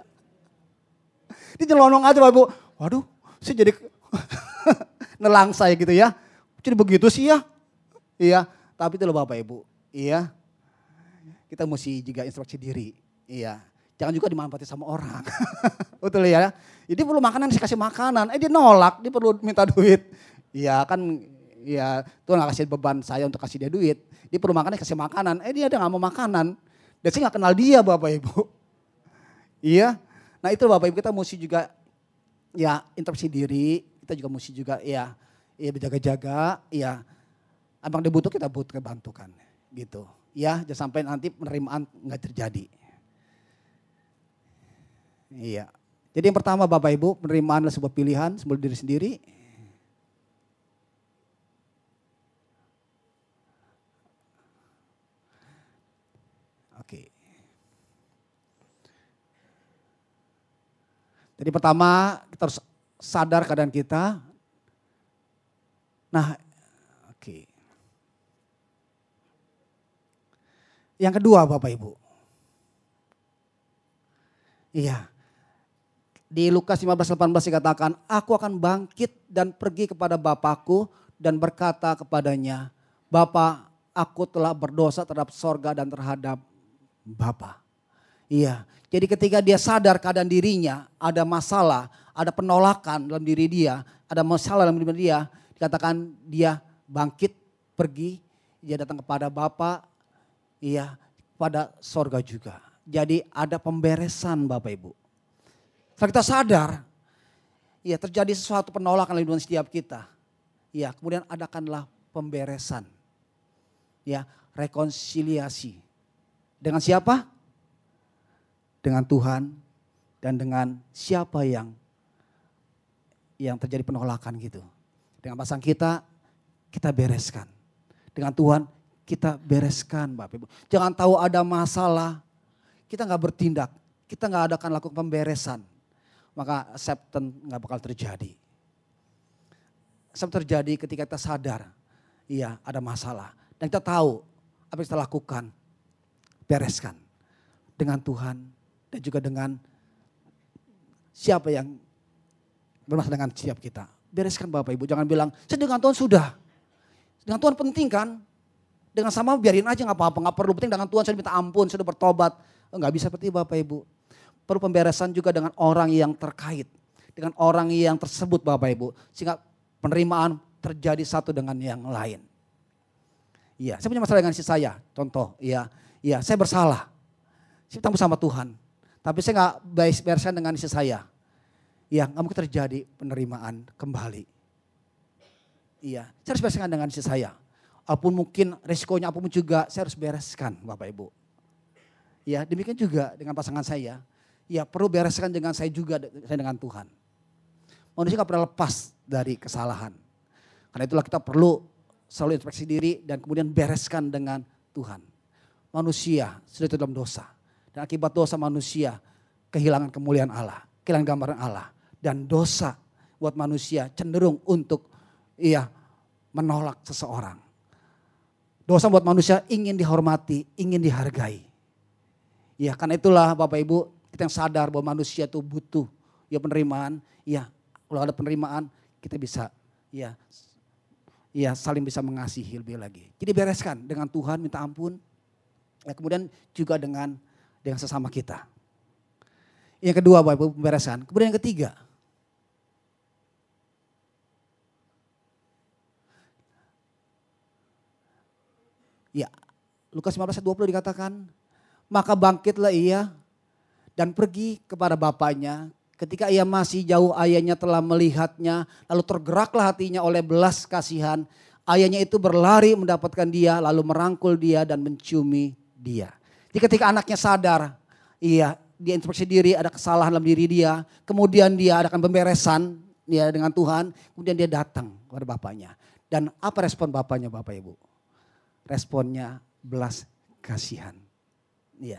Dia nyelonong aja Bapak Ibu, waduh saya jadi nelang saya gitu ya. Jadi begitu sih ya. Iya, tapi itu loh Bapak Ibu. Iya, kita mesti juga introspeksi diri. Iya, jangan juga dimanfaati sama orang. Betul ya. Jadi perlu makanan, saya kasih makanan. Dia nolak, dia perlu minta duit. Iya kan, ya Tuhan gak kasih beban saya untuk kasih dia duit. Dia perlu makanan, kasih makanan. Dia ada gak mau makanan. Dan saya gak kenal dia Bapak Ibu. Iya, nah itu Bapak Ibu kita mesti juga ya introspeksi diri. Kita juga mesti juga ya berjaga-jaga. Ya, abang dia butuh kita butuh bantukan gitu. Ya, jangan sampai nanti penerimaan gak terjadi. Iya. Jadi yang pertama Bapak Ibu, penerimaan adalah sebuah pilihan sebelum diri sendiri. Oke. Jadi pertama kita harus sadar keadaan kita. Nah, oke. Yang kedua Bapak Ibu. Iya. Di Lukas 15:18 dikatakan, aku akan bangkit dan pergi kepada Bapakku dan berkata kepadanya, Bapa, aku telah berdosa terhadap sorga dan terhadap Bapa. Iya, jadi ketika dia sadar keadaan dirinya, ada masalah, ada penolakan dalam diri dia, ada masalah dalam diri dia, dikatakan dia bangkit, pergi, dia datang kepada Bapa, iya, pada sorga juga. Jadi ada pemberesan Bapak Ibu. Setelah kita sadar, ya terjadi sesuatu penolakan dalam hidup setiap kita. Ya, kemudian adakanlah pemberesan. Ya, rekonsiliasi. Dengan siapa? Dengan Tuhan dan dengan siapa yang terjadi penolakan gitu. Dengan pasangan kita bereskan. Dengan Tuhan kita bereskan Bapak Ibu. Jangan tahu ada masalah, kita gak bertindak. Kita gak adakan lakukan pemberesan. Maka acceptance gak bakal terjadi. Acceptance terjadi ketika kita sadar, iya ada masalah. Dan kita tahu apa yang kita lakukan, bereskan. Dengan Tuhan dan juga dengan siapa yang bermasalah dengan siap kita. Bereskan Bapak Ibu, jangan bilang, saya dengan Tuhan sudah. Dengan Tuhan penting kan? Dengan sama biarin aja gak apa-apa, gak perlu. Penting dengan Tuhan saya minta ampun, saya sudah bertobat. Gak bisa seperti Bapak Ibu. Perlu pemberesan juga dengan orang yang terkait. Dengan orang yang tersebut Bapak Ibu. Sehingga penerimaan terjadi satu dengan yang lain. Iya, saya punya masalah dengan istri saya. Contoh, iya, saya bersalah. Saya ketemu sama Tuhan. Tapi saya gak bereskan dengan istri saya. Iya, gak mungkin terjadi penerimaan kembali. Iya, saya harus bereskan dengan istri saya. Walaupun mungkin resikonya apapun juga saya harus bereskan Bapak Ibu. Ya, demikian juga dengan pasangan saya. Ya, perlu bereskan dengan saya juga, saya dengan Tuhan. Manusia gak pernah lepas dari kesalahan. Karena itulah kita perlu selalu introspeksi diri dan kemudian bereskan dengan Tuhan. Manusia sudah dalam dosa. Dan akibat dosa manusia kehilangan kemuliaan Allah. Kehilangan gambaran Allah. Dan dosa buat manusia cenderung untuk menolak seseorang. Dosa buat manusia ingin dihormati, ingin dihargai. Ya, karena itulah Bapak Ibu, kita yang sadar bahwa manusia itu butuh penerimaan. Ya, kalau ada penerimaan kita bisa saling bisa mengasihi lebih lagi. Jadi bereskan dengan Tuhan, minta ampun. Ya, kemudian juga dengan sesama kita. Yang kedua Bapak Ibu, pemberesan. Kemudian yang ketiga, ya, Lukas 15:20 dikatakan, maka bangkitlah ia dan pergi kepada bapaknya. Ketika ia masih jauh, ayahnya telah melihatnya, lalu tergeraklah hatinya oleh belas kasihan. Ayahnya itu berlari mendapatkan dia, lalu merangkul dia dan menciumi dia. Jadi ketika anaknya sadar, dia introspeksi diri, ada kesalahan dalam diri dia, kemudian dia adakan pemberesan dengan Tuhan, kemudian dia datang kepada bapaknya. Dan apa respon bapaknya Bapak Ibu? Responnya belas kasihan. Iya.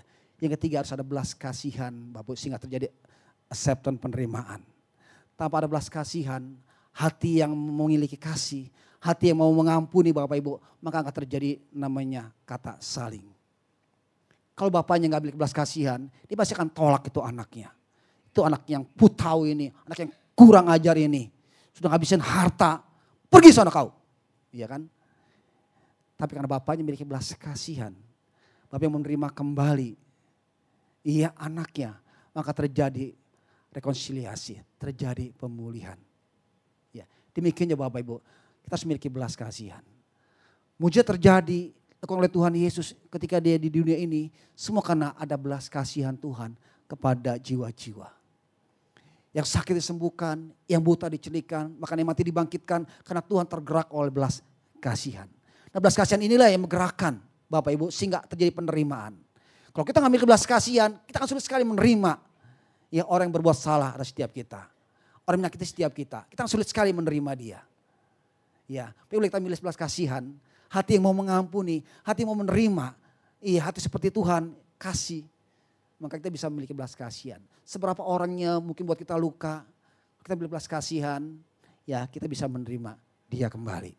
Yang ketiga harus ada belas kasihan Bapak Ibu, sehingga terjadi acceptance penerimaan. Tanpa ada belas kasihan, hati yang memiliki kasih, hati yang mau mengampuni Bapak Ibu, maka akan terjadi namanya kata saling. Kalau bapaknya nggak memiliki belas kasihan, dia pasti akan tolak itu anaknya. Itu anak yang putau ini, anak yang kurang ajar ini. Sudah ngabisin harta, pergi sana kau. Iya kan? Tapi karena bapaknya memiliki belas kasihan, bapak yang menerima kembali anaknya, maka terjadi rekonsiliasi, terjadi pemulihan. Ya, demikian ya Bapak Ibu, kita harus memiliki belas kasihan. Mujizat terjadi oleh Tuhan Yesus ketika dia di dunia ini, semua karena ada belas kasihan Tuhan kepada jiwa-jiwa. Yang sakit disembuhkan, yang buta dicelikan, bahkan yang mati dibangkitkan karena Tuhan tergerak oleh belas kasihan. Nah, belas kasihan inilah yang menggerakkan Bapak Ibu sehingga terjadi penerimaan. Kalau kita ngambil belas kasihan, kita akan sulit sekali menerima ya orang yang berbuat salah atas setiap kita. Orang yang menyakiti setiap kita. Kita akan sulit sekali menerima dia. Ya, tapi kalau kita milih belas kasihan, hati yang mau mengampuni, hati yang mau menerima, hati seperti Tuhan kasih, maka kita bisa memiliki belas kasihan. Seberapa orangnya mungkin buat kita luka, kita milih belas kasihan, ya kita bisa menerima dia kembali.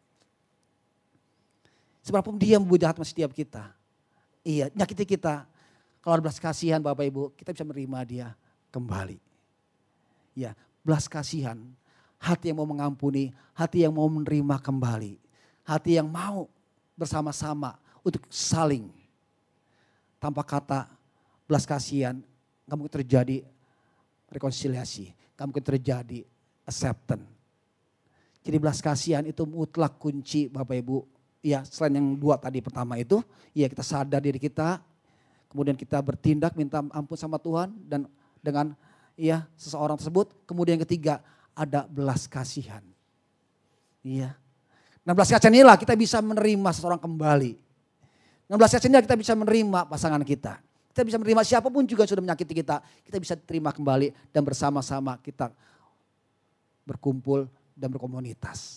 Seberapa dia membuat jahat sama setiap kita, nyakiti kita. Kalau ada belas kasihan Bapak Ibu, kita bisa menerima dia kembali. Ya, belas kasihan, hati yang mau mengampuni, hati yang mau menerima kembali. Hati yang mau bersama-sama untuk saling. Tanpa kata belas kasihan, gak mungkin terjadi rekonsiliasi, gak mungkin terjadi acceptance. Jadi belas kasihan itu mutlak kunci Bapak Ibu. Ya, selain yang dua tadi pertama itu, ya kita sadar diri kita, kemudian kita bertindak minta ampun sama Tuhan dan dengan seseorang tersebut. Kemudian yang ketiga ada belas kasihan. Iya. Nah, belas kasihan inilah kita bisa menerima seseorang kembali. Nah, belas kasihan inilah kita bisa menerima pasangan kita. Kita bisa menerima siapapun juga yang sudah menyakiti kita. Kita bisa terima kembali dan bersama-sama kita berkumpul dan berkomunitas.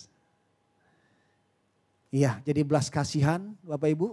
Iya, jadi belas kasihan Bapak Ibu.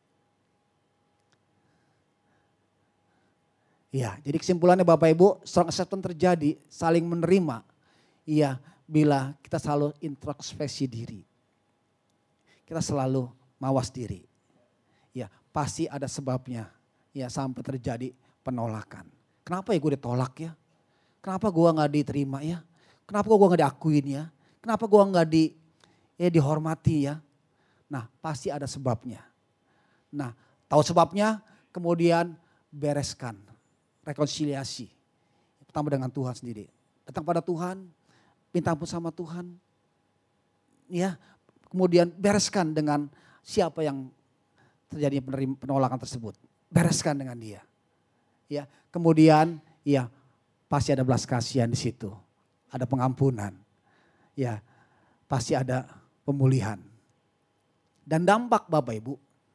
Iya, jadi kesimpulannya Bapak Ibu, strong acceptance terjadi, saling menerima. Iya, bila kita selalu introspeksi diri. Kita selalu mawas diri. Ya, pasti ada sebabnya. Ya, sampai terjadi penolakan. Kenapa ya gue ditolak ya? Kenapa gue gak diterima ya? Kenapa gue gak diakuin ya? Kenapa gue gak dihormati ya? Nah, pasti ada sebabnya. Nah, tahu sebabnya, kemudian bereskan. Rekonsiliasi. Pertama dengan Tuhan sendiri. Datang pada Tuhan, minta ampun sama Tuhan. Ya, kemudian bereskan dengan siapa yang terjadi penolakan tersebut. Bereskan dengan dia. Ya, kemudian ya pasti ada belas kasihan di situ. Ada pengampunan. Ya, pasti ada pemulihan. Dan dampak Bapak Ibu.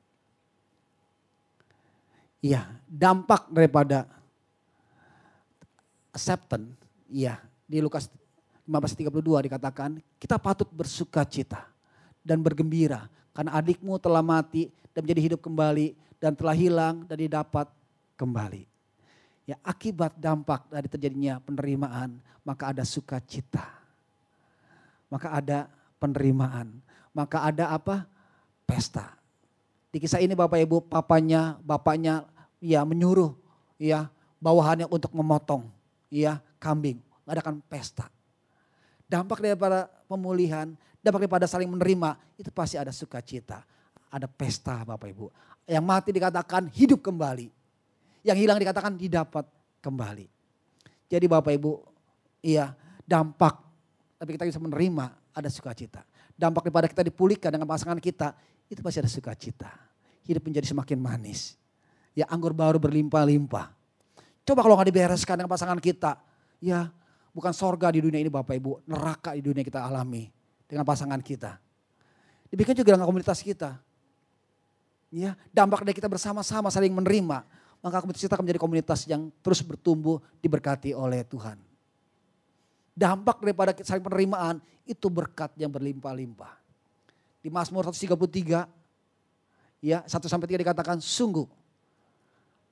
Ya, dampak daripada acceptance, ya di Lukas 15:32 dikatakan kita patut bersuka cita dan bergembira karena adikmu telah mati dan menjadi hidup kembali dan telah hilang dan didapat kembali. Ya, akibat dampak dari terjadinya penerimaan maka ada sukacita, maka ada penerimaan, maka ada apa? Pesta. Di kisah ini Bapak Ibu, bapaknya ya menyuruh ya bawahannya untuk memotong ya kambing, mengadakan pesta. Dampak daripada pemulihan, dampak daripada saling menerima, itu pasti ada sukacita, ada pesta Bapak Ibu. Yang mati dikatakan hidup kembali, yang hilang dikatakan didapat kembali. Jadi Bapak Ibu, iya dampak, tapi kita bisa menerima ada sukacita. Dampak daripada kita dipulihkan dengan pasangan kita, itu pasti ada sukacita. Hidup menjadi semakin manis. Ya, anggur baru berlimpah-limpah. Coba kalau nggak dibereskan dengan pasangan kita, ya bukan sorga di dunia ini Bapak Ibu, neraka di dunia kita alami dengan pasangan kita. Demikian juga dengan komunitas kita. Ya, dampak dari kita bersama-sama saling menerima, maka komunitas kita akan menjadi komunitas yang terus bertumbuh diberkati oleh Tuhan. Dampak daripada saling penerimaan itu berkat yang berlimpah-limpah. Di Mazmur 133, ya 1-3 dikatakan sungguh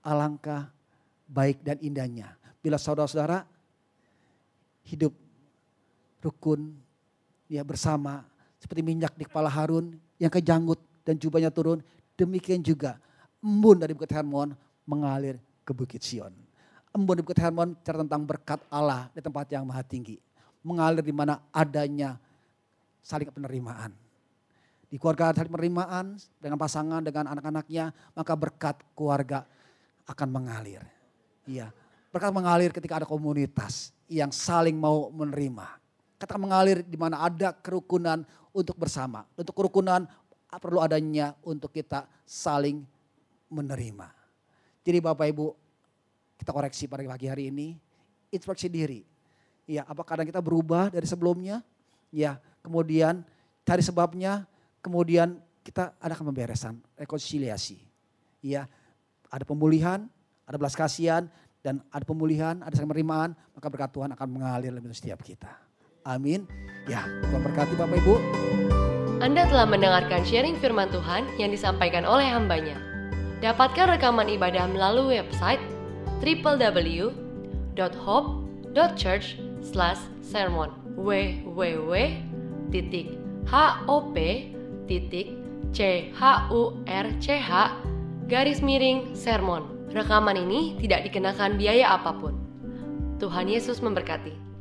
alangkah baik dan indahnya bila saudara-saudara hidup rukun ya bersama seperti minyak di kepala Harun yang kejanggut dan jubahnya turun, demikian juga embun dari Bukit Hermon mengalir ke Bukit Sion. Embun di Bukit Hermon bicara tentang berkat Allah di tempat yang maha tinggi, mengalir di mana adanya saling penerimaan. Di keluarga saling penerimaan dengan pasangan, dengan anak-anaknya, maka berkat keluarga akan mengalir. Iya, berkat mengalir ketika ada komunitas yang saling mau menerima. Kata mengalir di mana ada kerukunan untuk bersama. Untuk kerukunan perlu adanya untuk kita saling menerima. Jadi Bapak Ibu, kita koreksi pada pagi hari ini, introspeksi diri. Ya, apa kadang kita berubah dari sebelumnya? Ya, kemudian cari sebabnya, kemudian kita adakan pemberesan, rekonsiliasi. Ya, ada pemulihan, ada belas kasihan, dan ada pemulihan, ada saling penerimaan, maka berkat Tuhan akan mengalir lebih setiap kita. Amin. Ya, Tuhan berkati Bapak Ibu. Anda telah mendengarkan sharing firman Tuhan yang disampaikan oleh hambanya. Dapatkan rekaman ibadah melalui website www.hope.church/sermon www.hop.church/sermon. Rekaman ini tidak dikenakan biaya apapun. Tuhan Yesus memberkati.